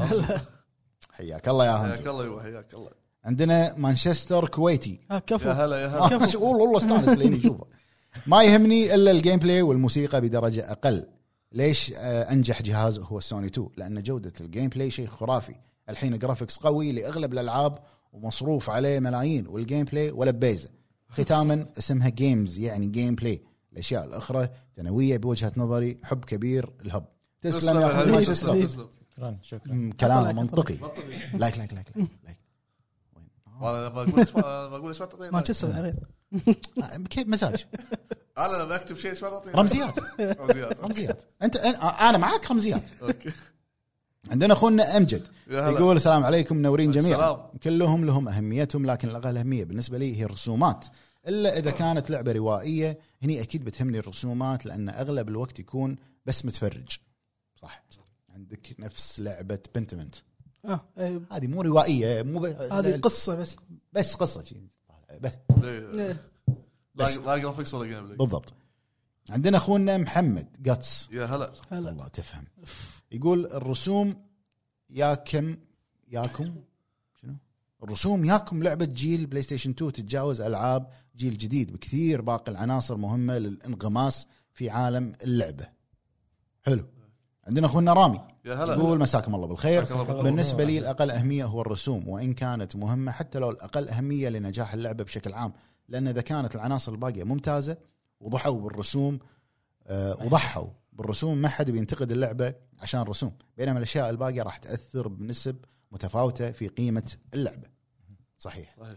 حياك الله يا حياك هانزو. الله ايوه حياك الله. عندنا مانشستر كويتي، ها كفو. يا هلا يا هلا. ما شغول والله استانس لين يشوفه. ما يهمني الا الجيم بلاي والموسيقى بدرجه اقل. ليش؟ آه، انجح جهاز هو السوني تو، لان جوده الجيم بلاي شيء خرافي. الحين جرافيكس قوي لاغلب الالعاب ومصروف عليه ملايين، والجيم بلاي ولا بيزه. ختاما اسمها جيمز يعني جيم بلاي، الاشياء الاخرى ثانويه بوجهه نظري. حب كبير الهب. تسلم يا اخوي حبيبي، مانشستر. تسلم تسلم. شكرا شكرا. مم، كلامه لايك، منطقي. منطقي. لايك لايك لايك لايك, لايك. وانا لما اقول ايش ما اقول ايش ما تعطيني مانشستر غير آه، كيف مزاج انا لما اكتب شيء ايش ما تعطيني رمزيات رمزيات رمزيات. انت انا معاك رمزيات. اوكي. عندنا اخونا امجد يا هلا. يقول السلام عليكم منورين جميعا. السلام. كلهم لهم اهميتهم، لكن الاقل اهميه بالنسبه لي هي الرسومات. الا اذا كانت لعبه روائيه، هني اكيد بتهمني الرسومات، لان اغلب الوقت يكون بس متفرج. صح. عندك نفس لعبه بنتمنت، اه إيه، هذه مو روائيه، مو ب... هذه قصه بس. بس قصه شيء بس. إيه. إيه. لا لا جرافيكس ولا جيم بلاي. بالضبط. عندنا اخونا محمد جاتس، يا هلا. هلا والله تفهم، يقول الرسوم ياكم ياكم شنو الرسوم ياكم لعبه جيل بلاي ستيشن تو تتجاوز العاب جيل جديد بكثير. باقي العناصر مهمه للانغماس في عالم اللعبه. حلو. عندنا اخونا رامي يا هلا. يقول مساكم الله بالخير. مساك الله بالخير. بالنسبه لي الاقل اهميه هو الرسوم، وان كانت مهمه حتى لو الاقل اهميه لنجاح اللعبه بشكل عام، لان اذا كانت العناصر الباقيه ممتازه وضحوا بالرسوم أه وضحوا بالرسوم، ما حد بينتقد اللعبه عشان الرسوم، بينما الاشياء الباقيه راح تاثر بنسب متفاوته في قيمه اللعبه. صحيح, صحيح.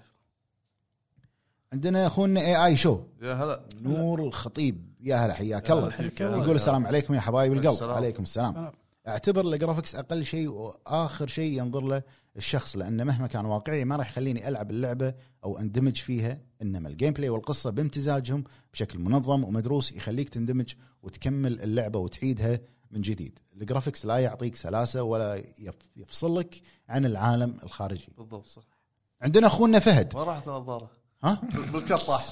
عندنا اخونا اي اي شو يا هلا نور الخطيب، يا هلا حياك الله. حياك الله. يقول السلام عليكم يا حبايب القلب. السلام. عليكم السلام. اعتبر الجرافكس اقل شيء واخر شيء ينظر له الشخص، لانه مهما كان واقعي ما راح يخليني العب اللعبه او اندمج فيها، انما الجيم بلاي والقصه بامتزاجهم بشكل منظم ومدروس يخليك تندمج وتكمل اللعبه وتعيدها من جديد. الجرافكس لا يعطيك سلاسه ولا يفصلك عن العالم الخارجي. بالضبط صح. عندنا اخونا فهد. ما راحت النظاره ها بالكت طاح.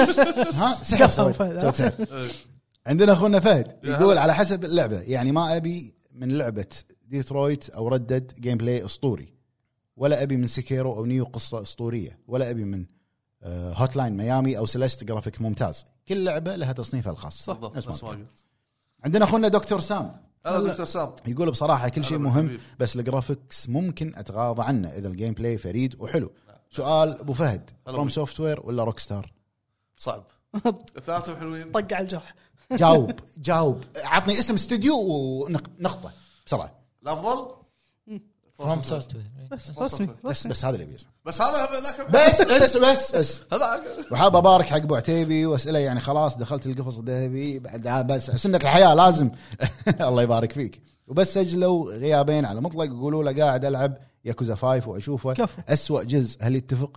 ها سحر سويت سويت سحر. عندنا اخونا فهد يقول على حسب اللعبه، يعني ما ابي من لعبه ديترويت او ردد جيم بلاي اسطوري، ولا ابي من سيكيرو او نيو قصه اسطوريه، ولا ابي من هوت لاين ميامي او سيليست جرافيك ممتاز. كل لعبه لها تصنيفها الخاص. بالضبط نفس ما قلت. عندنا اخونا دكتور سام. هلا دكتور سام. يقول بصراحه كل شيء هلا مهم بالحبيب. بس الجرافيكس ممكن اتغاضى عنه اذا الجيم بلاي فريد وحلو. سؤال ابو فهد، هلا فروم بك. سوفت وير ولا روك ستار؟ صعب. الثلاثه حلوين. طق على الجرح. جاوب جاوب عطني اسم استوديو ونقطه بسرعه. الافضل فروم سوفت وير. بس رسمي بس رسمي. بس هذا اللي بيسمع. بس هذا ذاك بس بس بس بس هذا وحاب ابارك حق ابو عتيبي واسئله، يعني خلاص دخلت القفص الذهبي بعد، بس سنه الحياه لازم. الله يبارك فيك. وبس سجلوا غيابين على مطلق يقولوا له قاعد العب ياكوزا فايف واشوفه كفو. اسوأ جزء، هل يتفق؟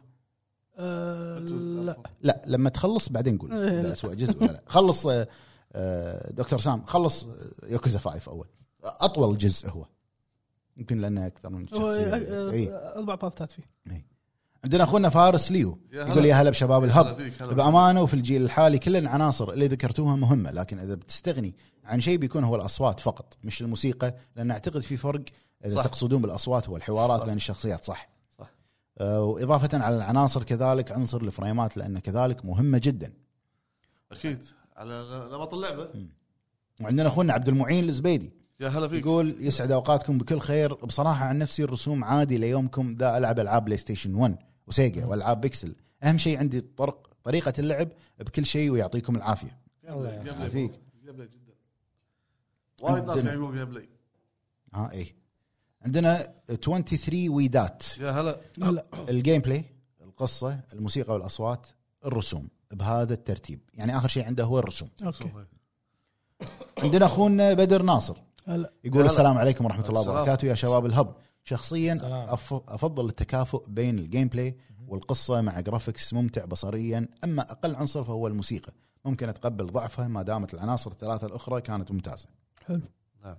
أه لا لا لما تخلص بعدين قول إيه، ده لا. اسوأ جزء ولا لا. خلص آه، آه، دكتور سام خلص ياكوزا فايف اول، اطول جزء هو يمكن لانه اكثر من هو شخصيه. آه، إيه. اربع بارتات فيه. عندنا اخونا فارس ليو يا يقول هلا. يا هلا بشباب الهب. هلا فيك، هلا بامانه وفي الجيل الحالي كل العناصر اللي ذكرتوها مهمه، لكن اذا بتستغني عن شيء بيكون هو الاصوات فقط مش الموسيقى، لان اعتقد في فرق اذا صح. تقصدون بالاصوات هو الحوارات صح. لان الشخصيات صح صح. آه، واضافه على العناصر كذلك عنصر الفريمات لان كذلك مهمه جدا. اكيد على نمط اللعبه. وعندنا اخونا عبد المعين الزبيدي يا هلا فيك. يقول يسعد اوقاتكم بكل خير. بصراحه عن نفسي الرسوم عادي ليومكم ذا، العب العاب بلاي ستيشن واحد وسيجا والعاب بيكسل، اهم شيء عندي طرق طريقه اللعب بكل شيء، ويعطيكم العافيه. الله يعافيك. جيم بلاي جدا وايد ناس عندنا- قاعد يقولون جيم بلاي. ها ايه. عندنا ثلاثة وعشرين ويدات، يا هلا. لا الجيم بلاي، القصه، الموسيقى والاصوات، الرسوم بهذا الترتيب، يعني اخر شيء عنده هو الرسوم. اوكي. عندنا اخونا بدر ناصر هلا يقول هلا. السلام عليكم ورحمه الله السلام. وبركاته يا شباب الهب. شخصيا سلام. أف- افضل التكافؤ بين الجيم بلاي والقصه مع جرافيكس ممتع بصريا، اما اقل عنصر فهو الموسيقى، ممكن اتقبل ضعفها ما دامت العناصر الثلاثه الاخرى كانت ممتازه. حلو. نعم.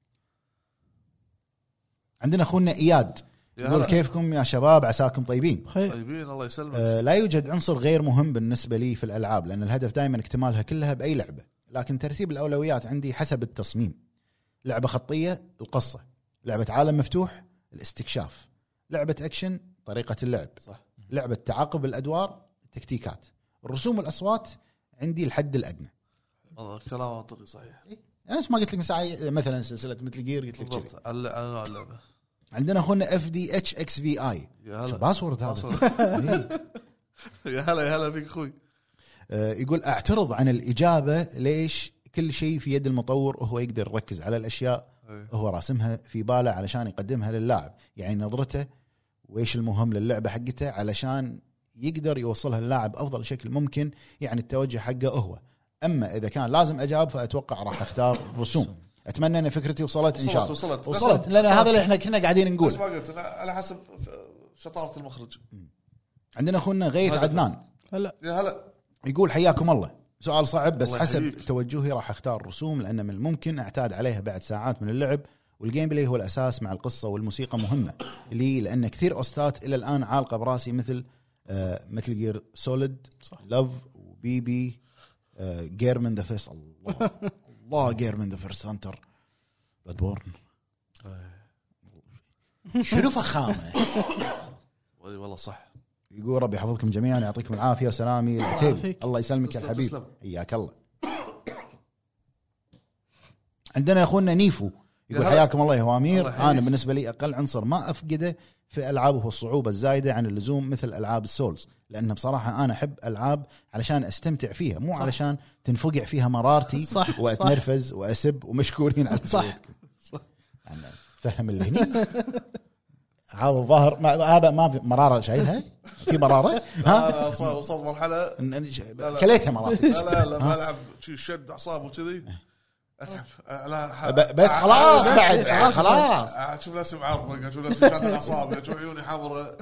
عندنا اخونا اياد يا يقول هلا. كيفكم يا شباب، عساكم طيبين. خير. طيبين الله يسلمك. آه، لا يوجد عنصر غير مهم بالنسبة لي في الألعاب، لأن الهدف دائما اكتمالها كلها بأي لعبة، لكن ترتيب الأولويات عندي حسب التصميم. لعبة خطية القصة، لعبة عالم مفتوح الاستكشاف، لعبة أكشن طريقة اللعب، صح. لعبة تعاقب الأدوار التكتيكات، الرسوم والأصوات عندي الحد الأدنى. والله كلام منطقي صحيح. نفس ما قلت لك مساعي مثلا سلسلة مثل جير قلت لك كذي. بالضبط على على نوع اللعبه. عندنا أخونا اف دي اتش اكس في اي، يا هلا. باسورد هذا. باسورد. إيه. يا هلا يا هلا فيك اخوي. آه، يقول اعترض عن الإجابة ليش كل شيء في يد المطور وهو يقدر يركز على الأشياء إيه. هو راسمها في باله علشان يقدمها للاعب، يعني نظرته وإيش المهم للعبة حقته علشان يقدر يوصلها للاعب أفضل شكل ممكن، يعني التوجه حقه هو. أما إذا كان لازم أجاوب فأتوقع راح أختار رسوم. أتمنى أن فكرتي وصلت إن شاء الله. وصلت وصلت لأن هذا اللي إحنا كنا قاعدين بس نقول. ما قلت أنا على حسب شطاره المخرج. عندنا أخونا غيث هذا عدنان هلا يا هلا. يقول حياكم الله، سؤال صعب بس الله حسب يحييك. توجهي راح اختار رسوم، لان من الممكن اعتاد عليها بعد ساعات من اللعب، والجيم بلاي هو الاساس مع القصه والموسيقى مهمه لي، لان كثير اوستات الى الان عالقه براسي مثل آه مثل جير سوليد، لاف، وبي بي، آه جير من ذا فيرست، الله الله جير من ذا فيرست هانتر، بلاد بورن. شنو فخامه. والله صح. يقول ربي يحفظكم جميعا ويعطيكم العافيه وسلامي العتيب. يعافيك. الله يسلمك يا تسلم، الحبيب. تسلم. حياك الله. عندنا اخونا نيفو يقول يا حياكم الله يا هوامير. الله يحييك. انا بالنسبه لي اقل عنصر ما افقده في العاب هو الصعوبه الزايده عن اللزوم مثل العاب السولز، لان بصراحه انا احب العاب علشان استمتع فيها مو صح. علشان تنفقع فيها مرارتي صح، واتنرفز واسب ومشكورين على صح. سويتكم. يعني فهم اللي هني هذا الظاهر ما هذا ما في مراره شايلها في مراره ها ها صار وصل مرحله ن- ن- كليتها مرات لا لا لا بلعب شي شد اعصاب وكذي اتعب لا ب- بس خلاص بعد خلاص. اشوف ناس معرق اشوف ناس شاد الاعصاب اشوف عيوني حمراء.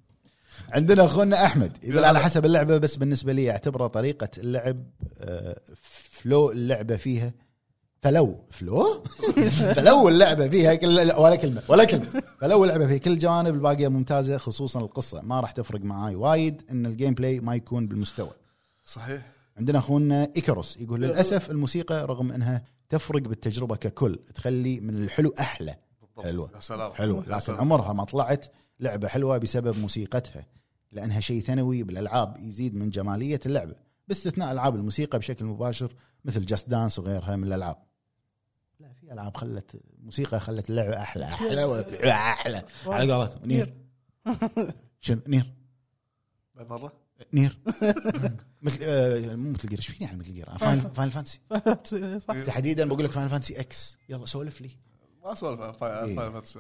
عندنا اخونا احمد يقول يلا. على حسب اللعبه، بس بالنسبه لي اعتبره طريقه اللعب آه، فلو اللعبه فيها فلو فلو فلو اللعبه فيها كل ولا كلمه ولا كلمه فلو اللعبه فيها كل الجوانب الباقيه ممتازه، خصوصا القصه ما راح تفرق معاي وايد ان الجيم بلاي ما يكون بالمستوى. صحيح. عندنا اخونا إيكاروس يقول للاسف الموسيقى رغم انها تفرق بالتجربه ككل تخلي من الحلو احلى. حلوه يا سلام حلوه يا لكن سلام. عمرها ما طلعت لعبه حلوه بسبب موسيقتها، لانها شيء ثانوي بالالعاب يزيد من جماليه اللعبه باستثناء العاب الموسيقى بشكل مباشر مثل جاست دانس وغيرها من الالعاب. لا في العاب خلت موسيقى خلت اللعبه احلى احلى احلى على قولتهم نير. شنو نير مره نير مثل آه، مو مثل جير ايش فيني على مثل جير فاينل فاينل فانسي صح. تحديدا بقول لك فاينل فانسي اكس. يلا سولف لي. ما سولف إيه. فاينل فانتسي.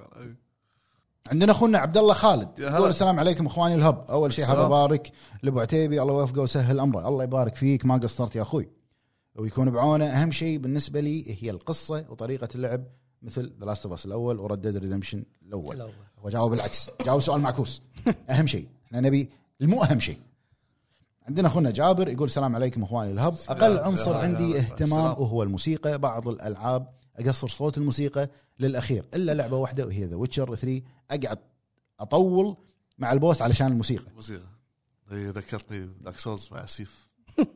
عندنا اخونا عبد الله خالد يا هلا. يقول السلام عليكم اخواني الهب. اول شيء حاب السلام. ابارك لابو عتيبي الله يوفقه ويسهل امره. الله يبارك فيك ما قصرت يا اخوي ويكون بعونه. اهم شيء بالنسبه لي هي القصه وطريقه اللعب مثل ذا لاست اوف اس الاول وردد ريدمشن الاول. الأول. هو جاوب بالعكس جاوب سؤال معكوس. اهم شيء احنا نبي المو اهم شيء. عندنا اخونا جابر يقول السلام عليكم اخواني الهب. اقل عنصر عندي اهتمام وهو الموسيقى. بعض الالعاب اقصر صوت الموسيقى للاخير الا لعبه واحده وهي ذا ويتشر ثري اقعد اطول مع البوس علشان الموسيقى. موسيقى هي ذكرتني دارك سولز مع سيف.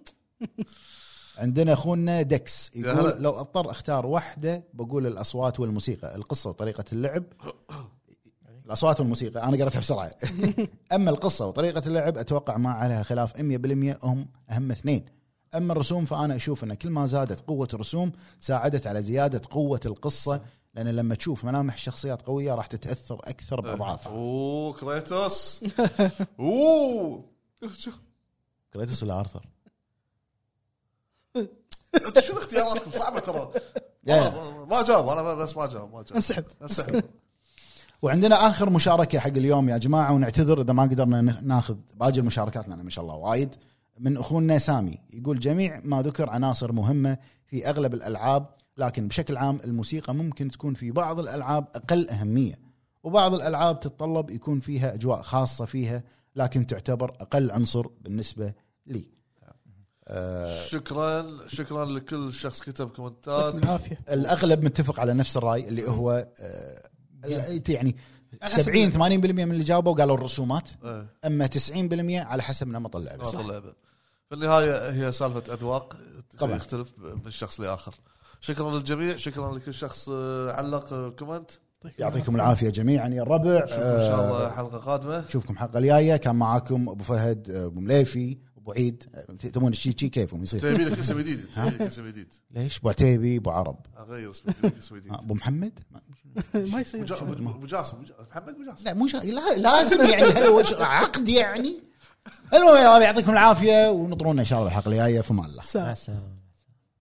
عندنا اخونا دكس يا يقول هلا. لو اضطر اختار واحده بقول الاصوات والموسيقى. القصه وطريقه اللعب الاصوات والموسيقى انا قرأتها بسرعه. اما القصه وطريقه اللعب اتوقع ما عليها خلاف مية بالمية هم اهم اثنين. اما الرسوم فانا اشوف ان كل ما زادت قوه الرسوم ساعدت على زياده قوه القصه، لان لما تشوف ملامح شخصيات قويه راح تتاثر اكثر باضعاف. اوه كريتوس. اوه كريتوس ولا ارثر؟ انت شنو اختياراتكم صعبه ترى. ما- ما جاوب انا بس ما جاوب ما جاوب انسحب. انسحب. وعندنا اخر مشاركه حق اليوم يا جماعه، ونعتذر اذا ما قدرنا نخ- ناخذ باقي المشاركات لان ما شاء الله وايد. من اخونا سامي يقول جميع ما ذكر عناصر مهمه في اغلب الالعاب، لكن بشكل عام الموسيقى ممكن تكون في بعض الالعاب اقل اهميه، وبعض الالعاب تتطلب يكون فيها اجواء خاصه فيها لكن تعتبر اقل عنصر بالنسبه لي. آه شكرا شكرا لكل شخص كتب كومنتات. يعطيكم العافيه. الاغلب متفق على نفس الراي اللي هو آه يعني سبعين ثمانين بالمية من اللي جاوبوا قالوا الرسومات، إيه. اما تسعين بالمية على حسب نمط اللعبه. نمط صح. اللعبه في النهايه هي سالفه اذواق طبعاً. يختلف من شخص لاخر. شكرا للجميع شكرا لكل شخص آه، علق آه، كومنت. يعطيكم العافيه جميعا يا الربع. نشوفكم ان شاء الله آه، حلقه قادمه. نشوفكم حلقه الجايه. كان معاكم ابو فهد آه، ابو مليفي ابو عيد. آه، تبون شي شي كيفهم يصير. تبي لك اسم جديد تبي لك اسم جديد. ليش ابو عتيبي ابو عرب اغير اسمي تبي لك اسم جديد. آه، ابو محمد ما- ما يصير. مجا- ابو جاسم محمد ابو جاسم. لا مو شا... لا لازم يعني هل هو ش- عقد يعني. المهم يا رب يعطيكم العافيه ونطرونا ان شاء الله الحلقه الجايه في مان الله. سلام. مع السلامه.